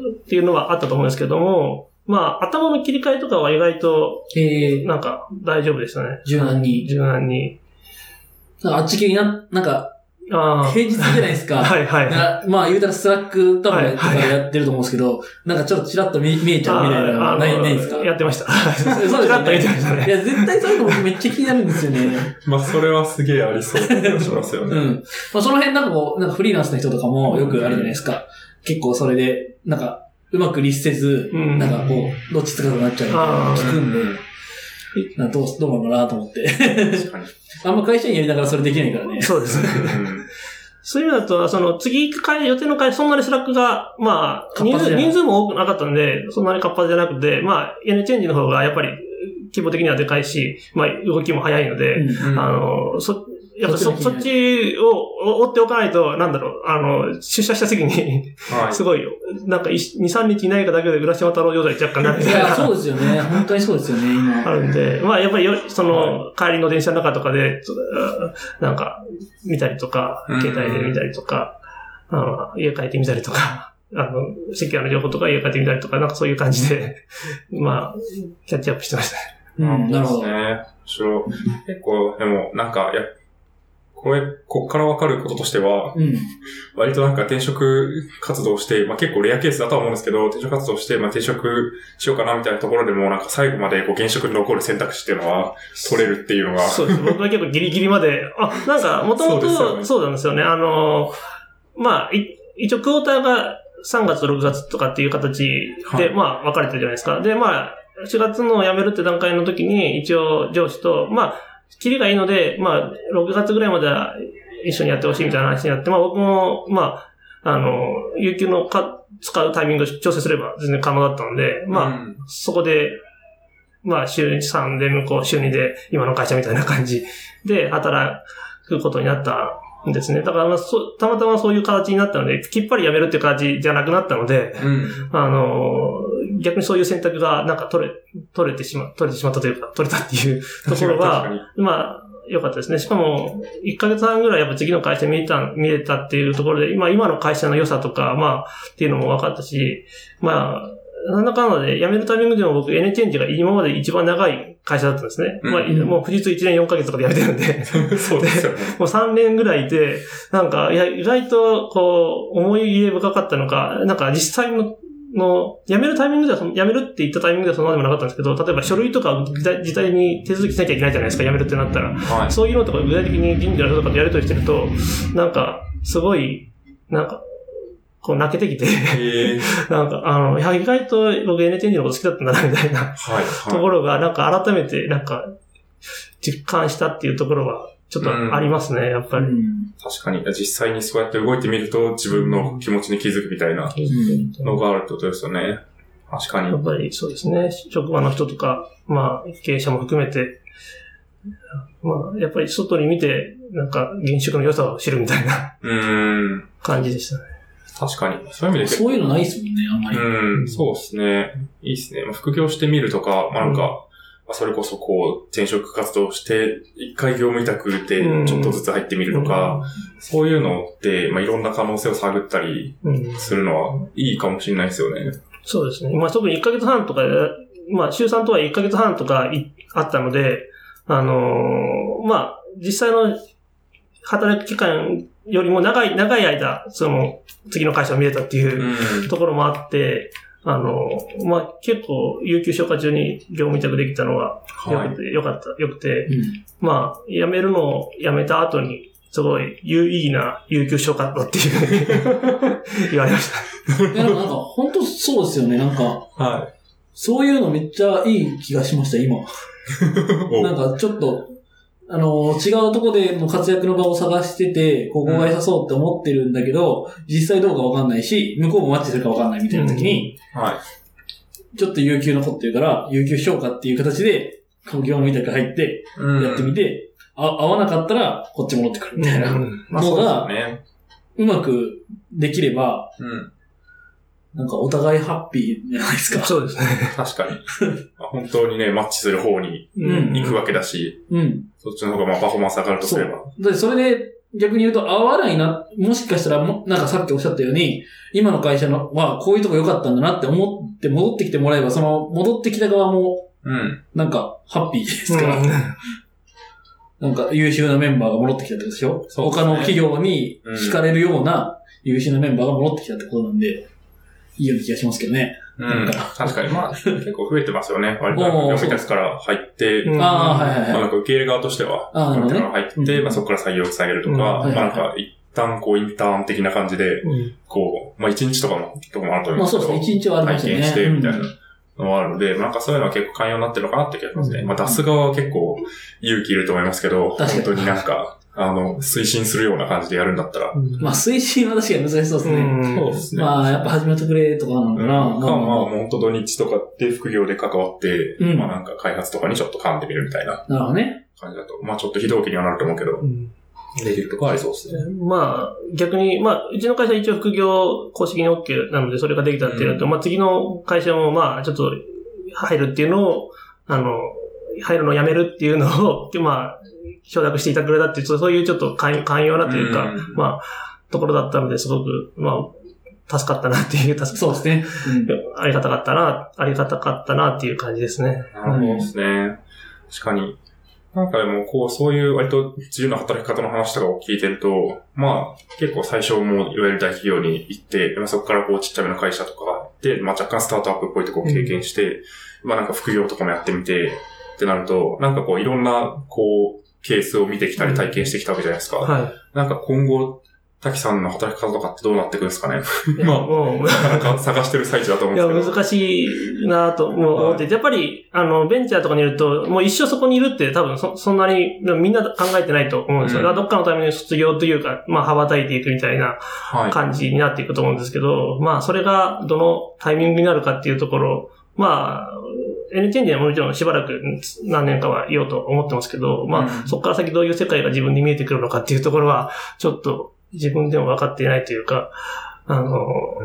っていうのはあったと思うんですけども、まあ頭の切り替えとかは意外と、なんか大丈夫でしたね。 柔軟に。 柔軟に。 あっち系にな、なんか、あ平日じゃないですか。 はいはい、はい。 まあ言うたらスラックとかでやってると思うんですけど、はいはい、なんかちょっとチラッと見見えちゃうみたいなのはない、ないですか？ やってました。 そうですね。チラッと見てましたね。いや、絶対そういうの僕めっちゃ気になるんですよね。 まあそれはすげえありそうな気がしますよね。 うん。まあその辺なんかこう、なんかフリーランスの人とかもよくあるじゃないですか。結構それで、なんか、うまく律せず、うん、なんかこう、どっちつかずになっちゃうみたいなのを聞くんで、なんどう、どうなのかなと思って。確かに。あんま会社員やりながらそれできないからね。 そうですね。そういう意味だと、その、次、予定の会、そんなにスラックが、まあ、人数、人数も多くなかったんで、そんなに活発じゃなくて、まあ、エヌチェンジの方がやっぱり、規模的にはでかいし、まあ、動きも早いので、うん、あの、そ、やっぱそ、そっちを追っておかないと、なんだろう、あの、出社した時に、はい、すごいよ。なんか、に、さんにちいないかだけで浦島太郎状態若干なるみたいな。 いや、そうですよね。本当にそうですよね、今。 あるんで、まあ、やっぱりよ、その、はい、帰りの電車の中とかで、なんか、見たりとか、携帯で見たりとか、あの家帰ってみたりとか、あの、セキュアの情報とか家帰ってみたりとか、なんかそういう感じで、まあ、キャッチアップしてましたね。 うん、なるほど。 ね。面白い。結構、でも、なんか、や、これ、こっからわかることとしては、うん、割となんか転職活動して、まあ結構レアケースだとは思うんですけど、転職活動して、まあ転職しようかなみたいなところでも、なんか最後までこう現職に残る選択肢っていうのは取れるっていうのが。 そうです。僕は結構ギリギリまで、あ、なんかもともとそうなんですよね。あの、まあ、一応クォーターがさんがつとろくがつとかっていう形で、はい、まあ分かれてるじゃないですか。で、まあ、しがつの辞めるって段階の時に、一応上司と、まあ、キリがいいので、まあ、ろくがつぐらいまでは一緒にやってほしいみたいな話になって、まあ僕も、まあ、あの、有給のか使うタイミングを調整すれば全然可能だったので、まあ、うん、そこで、まあ週さんで向こう週にで今の会社みたいな感じで働くことになったんですね。だからまあそ、たまたまそういう形になったので、きっぱり辞めるっていう形じゃなくなったので、うん、あの、逆にそういう選択がなんか取れ、取れてしま、取れてしまったというか、取れたっていうところは、まあ、良かったですね。しかも、いっかげつはんぐらいやっぱ次の会社見れた、見れたっていうところで、今、今の会社の良さとか、まあ、っていうのも分かったし、まあ、なんだかんだで辞めるタイミングでも僕、N チェンジが今まで一番長い会社だったんですね。うん、まあ、もう富士通いちねんよんかげつとかで辞めてるんで。 そうですよね。 もうさんねんぐらいいて、なんか、いや、意外と、こう、思い入れ深かったのか、なんか実際の、の、辞めるタイミングでは、辞めるって言ったタイミングではそんなでもなかったんですけど、例えば書類とか実際に手続きしなきゃいけないじゃないですか、辞めるってなったら。はい、そういうのとか具体的に人事の人とかとやり取りしてると、なんか、すごい、なんか、こう泣けてきて、なんか、あの、いや、意外と僕 エヌチェンジのこと好きだったんだな、みたいな、はいはい、ところが、なんか改めて、なんか、実感したっていうところは、ちょっとありますね、うん、やっぱり、うん。 確かに、実際にそうやって動いてみると、自分の気持ちに気づくみたいなのがあるってことですよね。 確かに。 やっぱりそうですね。職場の人とか、まあ、経営者も含めて、まあ、やっぱり外に見て、なんか、現職の良さを知るみたいな感じでしたね。 確かに。そういう意味でそういうのないですもんね、あんまり。 うん、そうですね。いいですね。まあ、副業してみるとか、まあ、なんか、うん、まあ、それこそこう、転職活動して、一回業務委託でちょっとずつ入ってみるとか、うん、そういうのって、まあ、いろんな可能性を探ったりするのはいいかもしれないですよね。 そうですね。まあ、特にいっかげつはんとか、まあ、週さんとはいっかげつはんとかあったので、あのー、まあ、実際の働く期間よりも長い、長い間、その、次の会社を見れたっていうところもあって、うん、あの、まあ、結構、有給消化中に業務委託できたのが、よくて、はい、よかった、よくて、うん、まあ、辞めるのを辞めた後に、すごい有意義な有給消化だっていう言われました。 いや、でもなんか、本当そうですよね、なんか。はい。そういうのめっちゃいい気がしました、今。なんか、ちょっと、あの、違うとこでの活躍の場を探してて、ここが良さそうって思ってるんだけど、うん、実際どうかわかんないし、向こうもマッチするかわかんないみたいな時に、うん、はい。ちょっと有給残ってるから、有給消化っていう形で、業務委託入って、やってみて、うん、あ、合わなかったら、こっち戻ってくるみたいなのが、うまくできれば、うんなんかお互いハッピーじゃないですか。 そうですね。 確かに。本当にね、マッチする方に行くわけだし、うんうん、そっちの方がまあパフォーマンス上がるとすれば。 そう。それで逆に言うと合わないな、もしかしたらも、なんかさっきおっしゃったように、今の会社のはこういうとこ良かったんだなって思って戻ってきてもらえば、その戻ってきた側も、なんかハッピーですから。うん、なんか優秀なメンバーが戻ってきたってことでしょ、ね、他の企業に惹かれるような優秀なメンバーが戻ってきたってことなんで、いいような気がしますけどね。 うん。確かに。まあ、結構増えてますよね。割と、業務委託から入って、 うん、ああ、はいはいはい。 まあ、なんか受け入れ側としては、業務委託から入って、ね、まあそこから採用をつなげるとか、うん、まあなんか、一旦こう、インターン的な感じで、うん、こう、まあ一日とかも、とかもあると思うんですけど、 まあそうですね、一日はありますね。 体験して、みたいなのもあるので、うん、なんかそういうのは結構寛容になってるのかなって気がしますね。まあ出す側は結構勇気いると思いますけど、本当になんか、あの、推進するような感じでやるんだったら。 うん、まあ、推進は確かに難しそうですね。うん、そうですね。まあ、やっぱ始めてくれとかなのかな。うん、 まあ、まあ、本当土日とかで副業で関わって、うん、まあなんか開発とかにちょっと絡んでみるみたいな。 なるほどね。 感じだと。まあ、ちょっと非同期にはなると思うけど、うん、できるとかありそうですね。 まあ、逆に、まあ、うちの会社は一応副業公式に OK なので、それができたっていうのと、うん、まあ次の会社もまあ、ちょっと入るっていうのを、あの、入るのをやめるっていうのを、まあ、承諾していただけたっていう、そういうちょっと寛容なというか、うん、まあ、ところだったので、すごく、まあ、助かったなっていう、助そうですね。 うん、ありがたかったな、ありがたかったなっていう感じですね。 なるほどですね。確かに。なんかでも、こう、そういう割と自由な働き方の話とかを聞いてると、まあ、結構最初もいわゆる大企業に行って、まあ、そこからこう、ちっちゃめの会社とかで、まあ、若干スタートアップっぽいとこを経験して、うん、まあ、なんか副業とかもやってみて、ってなると、なんかこう、いろんな、こう、ケースを見てきたり体験してきたわけじゃないですか。はい。なんか今後、滝さんの働き方とかってどうなっていくんですかね。まあ、もう、なかなか探してる最中だと思うんですけど。 いや、難しいなと思って、はい、やっぱり、あの、ベンチャーとかにいると、もう一生そこにいるって多分そ、そんなに、みんな考えてないと思うんですよ。うん、どっかのために卒業というか、まあ、羽ばたいていくみたいな感じになっていくと思うんですけど、はい、まあ、それがどのタイミングになるかっていうところ、まあ、エヌチェンジはもちろんしばらく何年かはいようと思ってますけど、まあ、うん、そこから先どういう世界が自分に見えてくるのかっていうところは、ちょっと自分でも分かっていないというか、あの、 うん、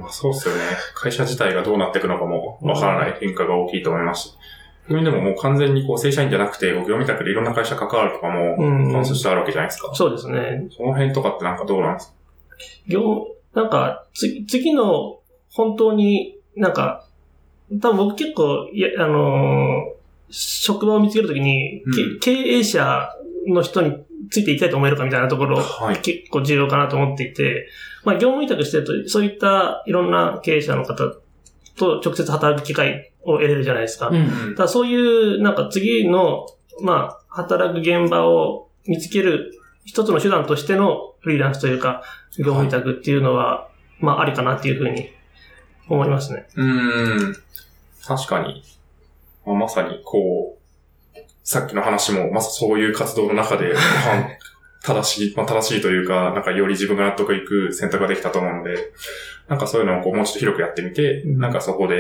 そうっすよね。会社自体がどうなっていくのかも分からない変化が大きいと思います。うん、でももう完全にこう正社員じゃなくて、業務委託でいろんな会社関わるとかも、関数してあるわけじゃないですか。 そうですね。 その辺とかってなんかどうなんですか？ 業、なんか、つ、次の本当になんか、多分僕結構、いや、あのー、職場を見つけるときに、うん、経営者の人についていきたいと思えるかみたいなところ、はい、結構重要かなと思っていて、まあ業務委託してると、そういったいろんな経営者の方と直接働く機会を得れるじゃないですか。うんうん、だからそういう、なんか次の、まあ、働く現場を見つける一つの手段としてのフリーランスというか、業務委託っていうのは、はい、まあありかなっていうふうに思いますね。 うーん。確かに。まあ、まさに、こう、さっきの話も、まさそういう活動の中で、正しい、まあ、正しいというか、なんかより自分が納得いく選択ができたと思うので、なんかそういうのをこう、もうちょっと広くやってみて、うん、なんかそこで、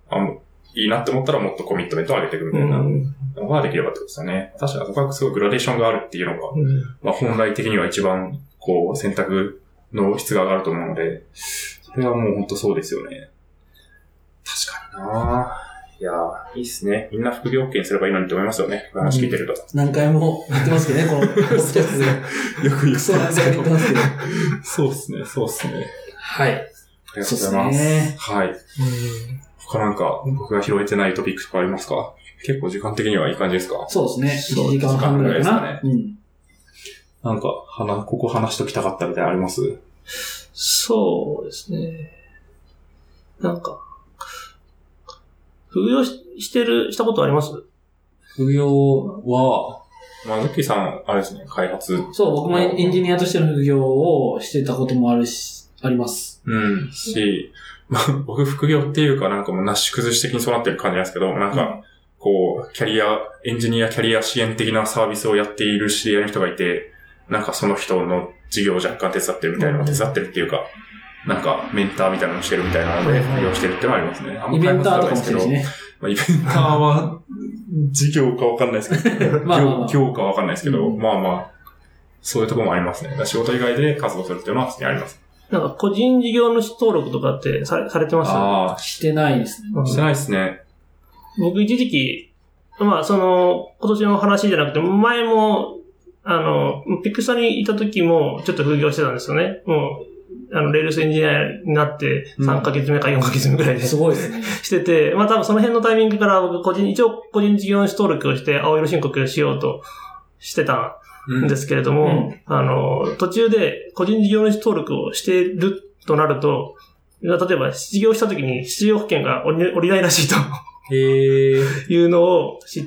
あのいいなって思ったらもっとコミットメントを上げていくみたいなのができればってことですよね。確かにそこはすごいグラデーションがあるっていうのが、うん、まあ本来的には一番こう選択の質が上がると思うので、それはもう本当そうですよね。確かにないやー、いいっすね。みんな副業 OK にすればいいのにと思いますよね。話聞いてると。うん、 何回も言ってますけどね、このポッドキャストで。 よく言う。 そうなんですよ、言ってますけど。 そうっすね、そうっすね。 はい。ありがとうございます。ね、はい。うん、他なんか僕が拾えてないトピックとかありますか？結構時間的にはいい感じですか？ そうですね。いちじかんはんぐらいですかね。うん。 なんか、話、ここ話しときたかったみたいなのあります？ そうですね。なんか、副業 し, してる、したことあります？ 副業は、 まあ、ズッキーさん、あれですね、開発。 そう、僕もエンジニアとしての副業をしてたこともあるし、あります。 うん。し、まあ、僕副業っていうかなんかもうなし崩し的にそうなってる感じなんですけど、なんか、うん、こう、キャリア、エンジニアキャリア支援的なサービスをやっている知り合いの人がいて、なんかその人の事業を若干手伝ってるみたいなのを手伝ってるっていうか、なんかメンターみたいなのをしてるみたいなので、副業してるってのはありますね。 イベンターとかもしてるしね。 まあ、イベンターは、事業かわかんないですけど、まあまあまあ、業かわかんないですけど、うん、まあまあ、そういうところもありますね。仕事以外で活動するっていうのは普通にあります。 なんか個人事業主登録とかってさ、されてます？ ああ、してないですね。 してないですね。 僕一時期、まあその、今年の話じゃなくて、前も、あの、ピクサにいた時もちょっと副業してたんですよね。もう、あの、レールスエンジニアになってさんかげつめかよんかげつめぐらいで、うん、 すごいですね。 してて、まあ多分その辺のタイミングから僕個人、一応個人事業主登録をして青色申告をしようとしてたんですけれども、うんうん、あの、途中で個人事業主登録をしているとなると、例えば失業した時に失業保険が降り、降りないらしいと。 へー。 いうのを知って、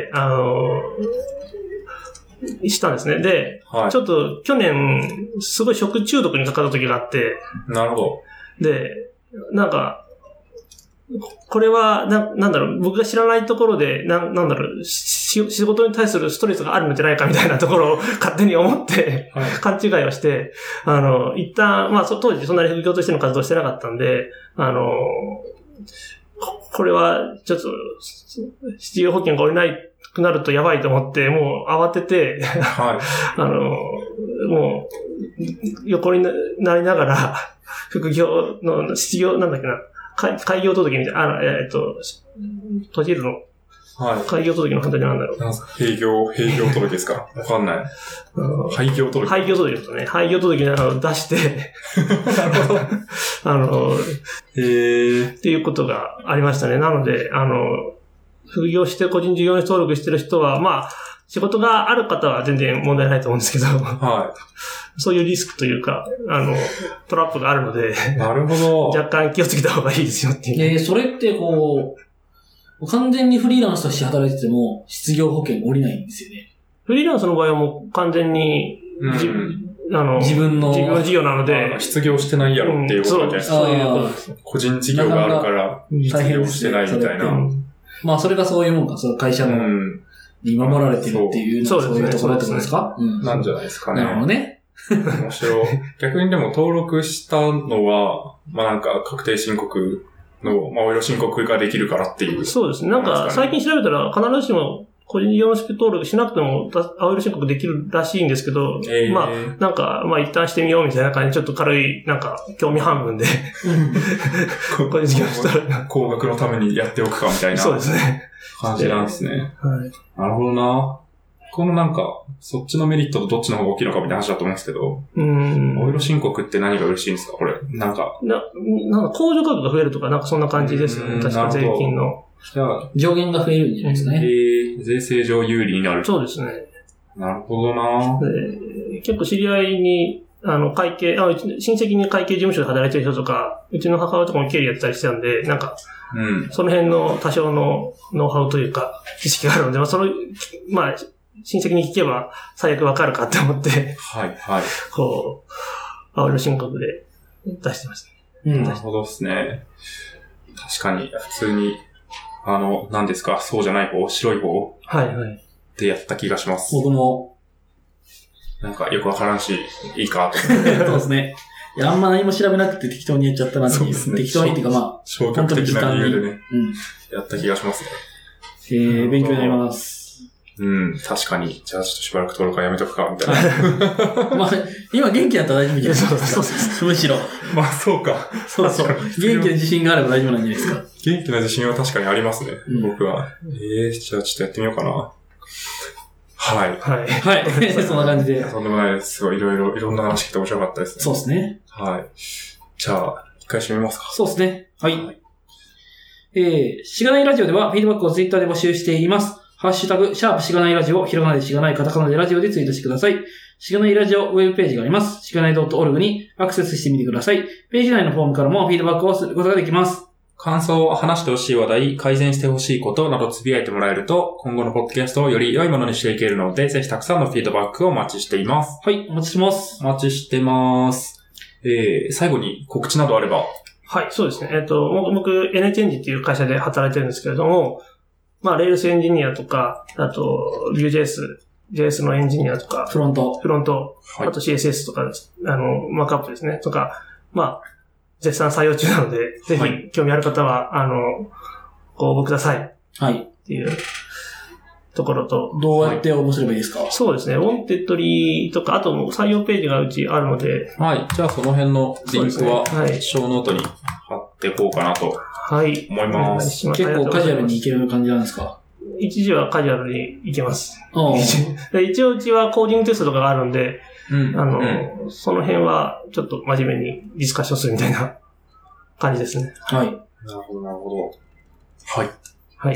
あの、したんですね。で、はい、ちょっと去年、すごい食中毒にかかった時があって。 なるほど。 で、なんか、これは、な、なんだろう、僕が知らないところで、な、なんだろう、し、仕事に対するストレスがあるんじゃないかみたいなところを勝手に思って、はい、勘違いをして、あの、一旦、まあ、当時そんなに副業としての活動してなかったんで、あの、これは、ちょっと、失業保険が下りないくなるとやばいと思って、もう慌てて、はい、あの、もう、横になりながら、副業の失業、なんだっけな、開業届みたいな、あの、えっと、閉じるの。はい。開業届の反対でなんだろう。 なんすか閉業、閉業届ですかわかんない。廃業届廃業届ですね。廃業届みたいなのを出して、なるほど。あの、 へー。 っていうことがありましたね。なので、あの、副業して個人事業主登録してる人は、まあ、仕事がある方は全然問題ないと思うんですけど、はい。そういうリスクというか、あの、トラップがあるので、 なるほど。 若干気をつけた方がいいですよっていう。 いやそれってこう、完全にフリーランスとして働いてても、失業保険降りないんですよね。 フリーランスの場合はもう完全に、 うん、あの自分の、 自分の事業なので、 失業してないやろっていうことじゃないですか。 そういうことです。 個人事業があるから、失業してないみたいな。 まあ、それがそういうもんか、その会社の、に守られてるっていう、そういうところってことですか？ なんじゃないですかね。 なるほどね。 面白い。逆にでも登録したのは、まあなんか確定申告の、まあお色申告ができるからっていう。 そうですね。なんか最近調べたら必ずしも個人事業主登録しなくても青色申告できるらしいんですけど、えー、まあなんかまあ一旦してみようみたいな感じでちょっと軽いなんか興味半分で個人事業主登録高額のためにやっておくかみたいな。 そうですね。 感じなんですね。 はい。 なるほどな。このなんか、そっちのメリットとどっちの方が大きいのかみたいな話だと思うんですけど、 うん。 お色申告って何が嬉しいんですかこれ。なんか。 な、なんか控除額が増えるとか、なんかそんな感じですよね。確か税金の。 じゃあ、上限が増えるんじゃないですかね。 えー、税制上有利になる。 そうですね。 なるほどな。 で結構知り合いに、あの、会計、あ、うち親戚に会計事務所で働いてる人とか、うちの母親とかも経理やってたりしてたんで、なんか、うん、その辺の多少のノウハウというか、知識があるので、まあ、その、まあ、親戚に聞けば最悪わかるかって思って、 はい、はい。 こう、青色申告で出してましたね。うん、なるほどですね。確かに、普通に、あの、何ですか、そうじゃない方、白い方はいはい。 ってやった気がします。 僕も、 なんかよくわからんし、いいかと思って。 そうですね。 いや、あんま何も調べなくて適当にやっちゃったなっていう。そうですね。適当にっていうかまあ、 消極的な理由でね、うん、やった気がしますね。 えー、勉強になります。 うん、確かに。じゃあちょっとしばらく登録はやめとくか、みたいな。 まあ、今元気だったら大丈夫じゃないですか。そうそうむしろ。 まあ、そうか。 そうそう。元気な自信があれば大丈夫なんじゃないですか。 元気な自信は確かにありますね、うん、僕は。ええー、じゃあちょっとやってみようかな。はい。 はい。 はい。そんな感じで。 とんでもないです。すごいいろいろ、いろんな話聞いて面白かったですね。 そうですね。 はい。じゃあ、一回締めますか。 そうですね。はい。はい、えー、しがないラジオではフィードバックをツイッターで募集しています。ハッシュタグ、シャープしがないラジオ、ひらがなでしがないカタカナでラジオでツイートしてください。しがないラジオウェブページがあります。しがない .org にアクセスしてみてください。ページ内のフォームからもフィードバックをすることができます。 感想を話してほしい話題、改善してほしいことなどつぶやいてもらえると、今後のポッドキャストをより良いものにしていけるので、ぜひたくさんのフィードバックをお待ちしています。 はい、お待ちしてます。 お待ちしてます。えー、最後に告知などあれば。 はい、そうですね。えっと、僕、エヌエイチエンジンっていう会社で働いてるんですけれども、まあ、レールスエンジニアとか、あと、Vue.js、ジェイエス のエンジニアとか、 フロント、 フロント、はい、あと シーエスエス とか、あの、マークアップですね、とか、まあ、絶賛採用中なので、ぜひ興味ある方は、あの、ご応募ください。 はい。 っていうところと。 どうやって応募すればいいですか？はい、 そうですね。ウォンテッドリーとか、あと採用ページがうちあるので。 はい。じゃあその辺のリンクは、ね、はい、ショーノートに貼っていこうかなと。 はい。 思います。 結構カジュアルにいける感じなんですか？ 一時はカジュアルにいけます。一応うちはコーディングテストとかがあるんで、うん、あの、うん、その辺はちょっと真面目にディスカッションするみたいな感じですね。 はい。 なるほど、なるほど。はい。 はい。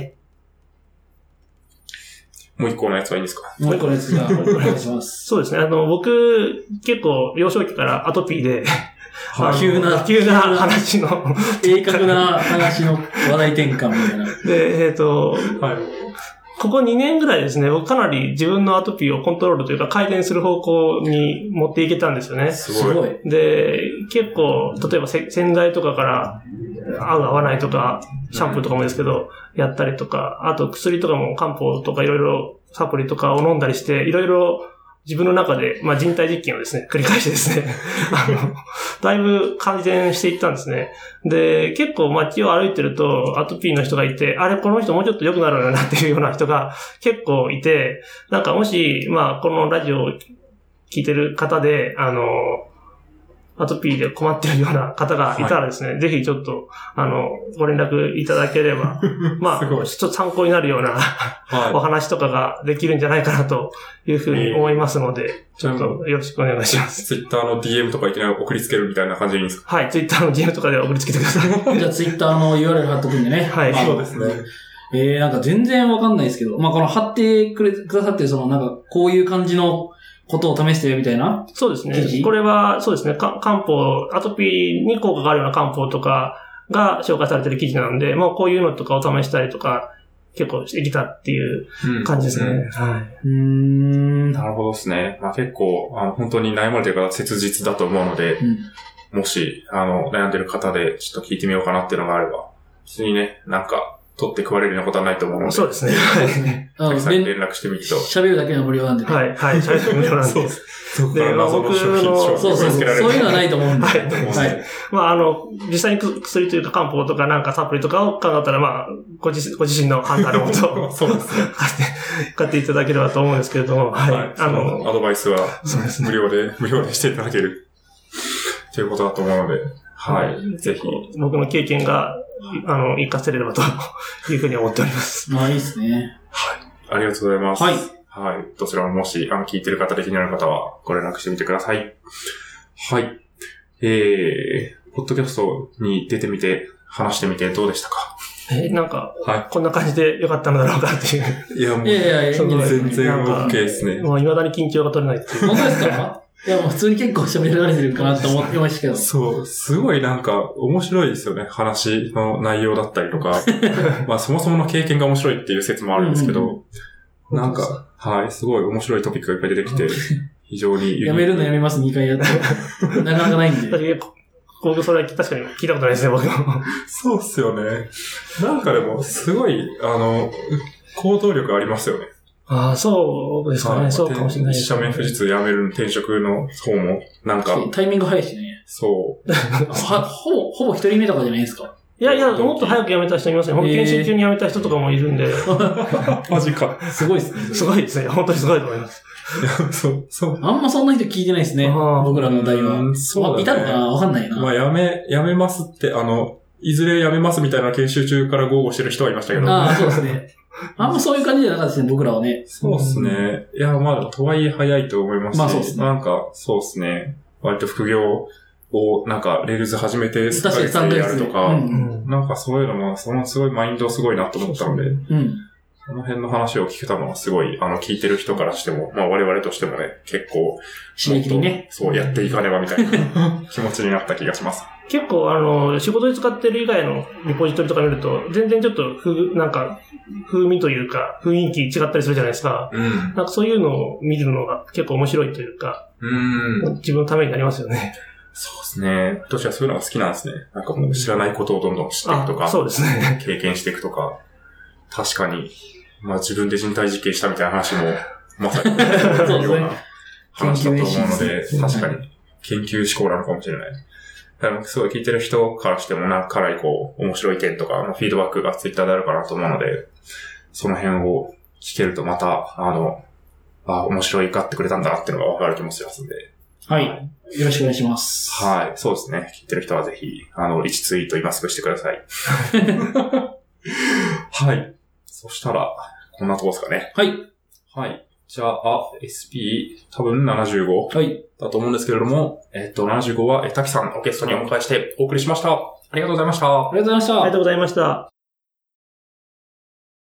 もう一個のやつはいいんですか？ もう一個のやつじゃあ、お願いします。 そうですね。あの、僕、結構、幼少期からアトピーで、 急な、 急な話の。 鋭角な話の話題転換みたいな。 で、えっと、はい。ここにねんぐらいですね、僕かなり自分のアトピーをコントロールというか改善する方向に持っていけたんですよね。 すごい。 で、結構、例えば洗剤とかから合う合わないとか、シャンプーとかもですけど、やったりとか、あと薬とかも漢方とかいろいろサプリとかを飲んだりして、いろいろ自分の中で、まあ、人体実験をですね、繰り返してですね、あの、だいぶ改善していったんですね。で、結構街を歩いてると、アトピーの人がいて、あれ、この人もうちょっと良くなるよなっていうような人が結構いて、なんかもし、まあ、このラジオを聞いてる方で、あの、アトピーで困っているような方がいたらですね、はい、ぜひちょっと、あの、ご連絡いただければ、まあ、ちょっと参考になるようなはい、お話とかができるんじゃないかなというふうに思いますので、えー、ちょっとよろしくお願いします。 ツイッターの ディーエム とかいきなり送りつけるみたいな感じでいいんですか？ はい、ツイッターの ディーエム とかで送りつけてください。 じゃあツイッターの ユーアールエル 貼っとくんでね。 はい、 そうですね。 えー、なんか全然わかんないですけど、まあこの貼ってくれ、くださってるそのなんかこういう感じのことを試してるみたいな？ そうですね。これは、そうですね。漢方、アトピーに効果があるような漢方とかが紹介されてる記事なんで、もうこういうのとかを試したりとか、結構してきたっていう感じですね。うんうん、 はい。うーん。 なるほどですね。まあ結構、あの、本当に悩まれてる方は切実だと思うので、うん、もし、あの、悩んでる方でちょっと聞いてみようかなっていうのがあれば、普通にね、なんか、取って食われるようなことはないと思うので。 そうですね。はい。 たくさん連絡してみると。 喋るだけの無料なんでね。 はい、はい、喋るだけの無料なんで。 そうです。そこから謎の商品、 そうそうそう。そういうのはないと思うんで。はい。 はい。まあ、あの、実際に薬というか漢方とかなんかサプリとかを考えたら、まあ、ご自、ご自身の判断のもと、 そうですね。 買っていただければと思うんですけれども、はい。はい、 あの、アドバイスは、そうですね。無料で、無料でしていただける。ということだと思うので、はい。ぜひ。 僕の経験が、あの、活かせれればというふうに思っております。 まあ、いいですね。 はい。ありがとうございます。 はい。 はい。どちらももし、あの、聞いてる方で気になる方は、ご連絡してみてください。はい。えー、ポッドキャストに出てみて、話してみてどうでしたか？ えー、なんか、はい、こんな感じで良かったのだろうかっていう。 いや、もう、いやいやいや全然 OK ですね。 もう未だに緊張が取れないっていう。 本当ですか？いや、もう普通に結構喋られてるかなと思ってましたけど。 そう、すごいなんか面白いですよね。話の内容だったりとか。まあそもそもの経験が面白いっていう説もあるんですけど、うんうん、なんか、はい、すごい面白いトピックがいっぱい出てきて、非常に。 やめるのやめます、にかいやって。なかなかないんで。 僕それは確かに聞いたことないですね、僕も。 そうっすよね。なんかでも、すごい、あの、行動力ありますよね。 ああ、そうですかね。そうかもしれないです、 ね。一社目富士通辞める転職の方も、なんか。 タイミング早いしね。 そう。 は、ほぼ、ほぼ一人目とかじゃないですか。 いやいや、もっと早く辞めた人いますね。研修中に辞めた人とかもいるんで。 マジか。 すごいですね。 すごいですね。本当にすごいと思います。 そう、そう。 あんまそんな人聞いてないですね。僕らの代は。 そうだね。 いたのかなわかんないな。 まあ、辞め、辞めますって、あの、いずれ辞めますみたいな研修中から豪語してる人はいましたけど。 ああ、そうですね。あんまそういう感じじゃなかったですね、僕らはね。 そうですね。いや、まあ、とはいえ早いと思いますし。 まあそうですね。 なんか、そうですね。割と副業を、なんか、レールズ始めて、 スタイルやるとか、 うん、 なんかそういうのも、そのすごいマインドすごいなと思ったので、 うん。 その辺の話を聞けたのはすごい、あの、聞いてる人からしても、まあ我々としてもね、結構、 刺激にね。 そう、やっていかねばみたいな気持ちになった気がします。 結構、あの、仕事で使ってる以外のリポジトリとか見ると、全然ちょっと、ふ、なんか、風味というか、雰囲気違ったりするじゃないですか。 うん。 なんかそういうのを見るのが結構面白いというか、 うん。 自分のためになりますよね。 そうですね。私はそういうのが好きなんですね。なんかもう知らないことをどんどん知っていくとか、 そうですね。 経験していくとか、確かに、まあ自分で人体実験したみたいな話も、まさにそういうような話だと思うので、確かに研究思考なのかもしれない。だからすごい聞いてる人からしてもなんかかなりこう、面白い意見とか、フィードバックがツイッターであるかなと思うので、その辺を聞けるとまた、あの、あ、面白いかってくれたんだなっていうのが分かる気もしますんで。 はい。よろしくお願いします。 はい。そうですね。聞いてる人はぜひ、あの、いちツイート今すぐしてください。はい。そしたら、こんなとこですかね。 はい。 はい。じゃあ、エスピー 多分ななじゅうごはい。 だと思うんですけれども、えっと、ななじゅうごは、え、滝さんをゲストにお迎えしてお送りしました。ありがとうございました。 ありがとうございました。 ありがとうございました。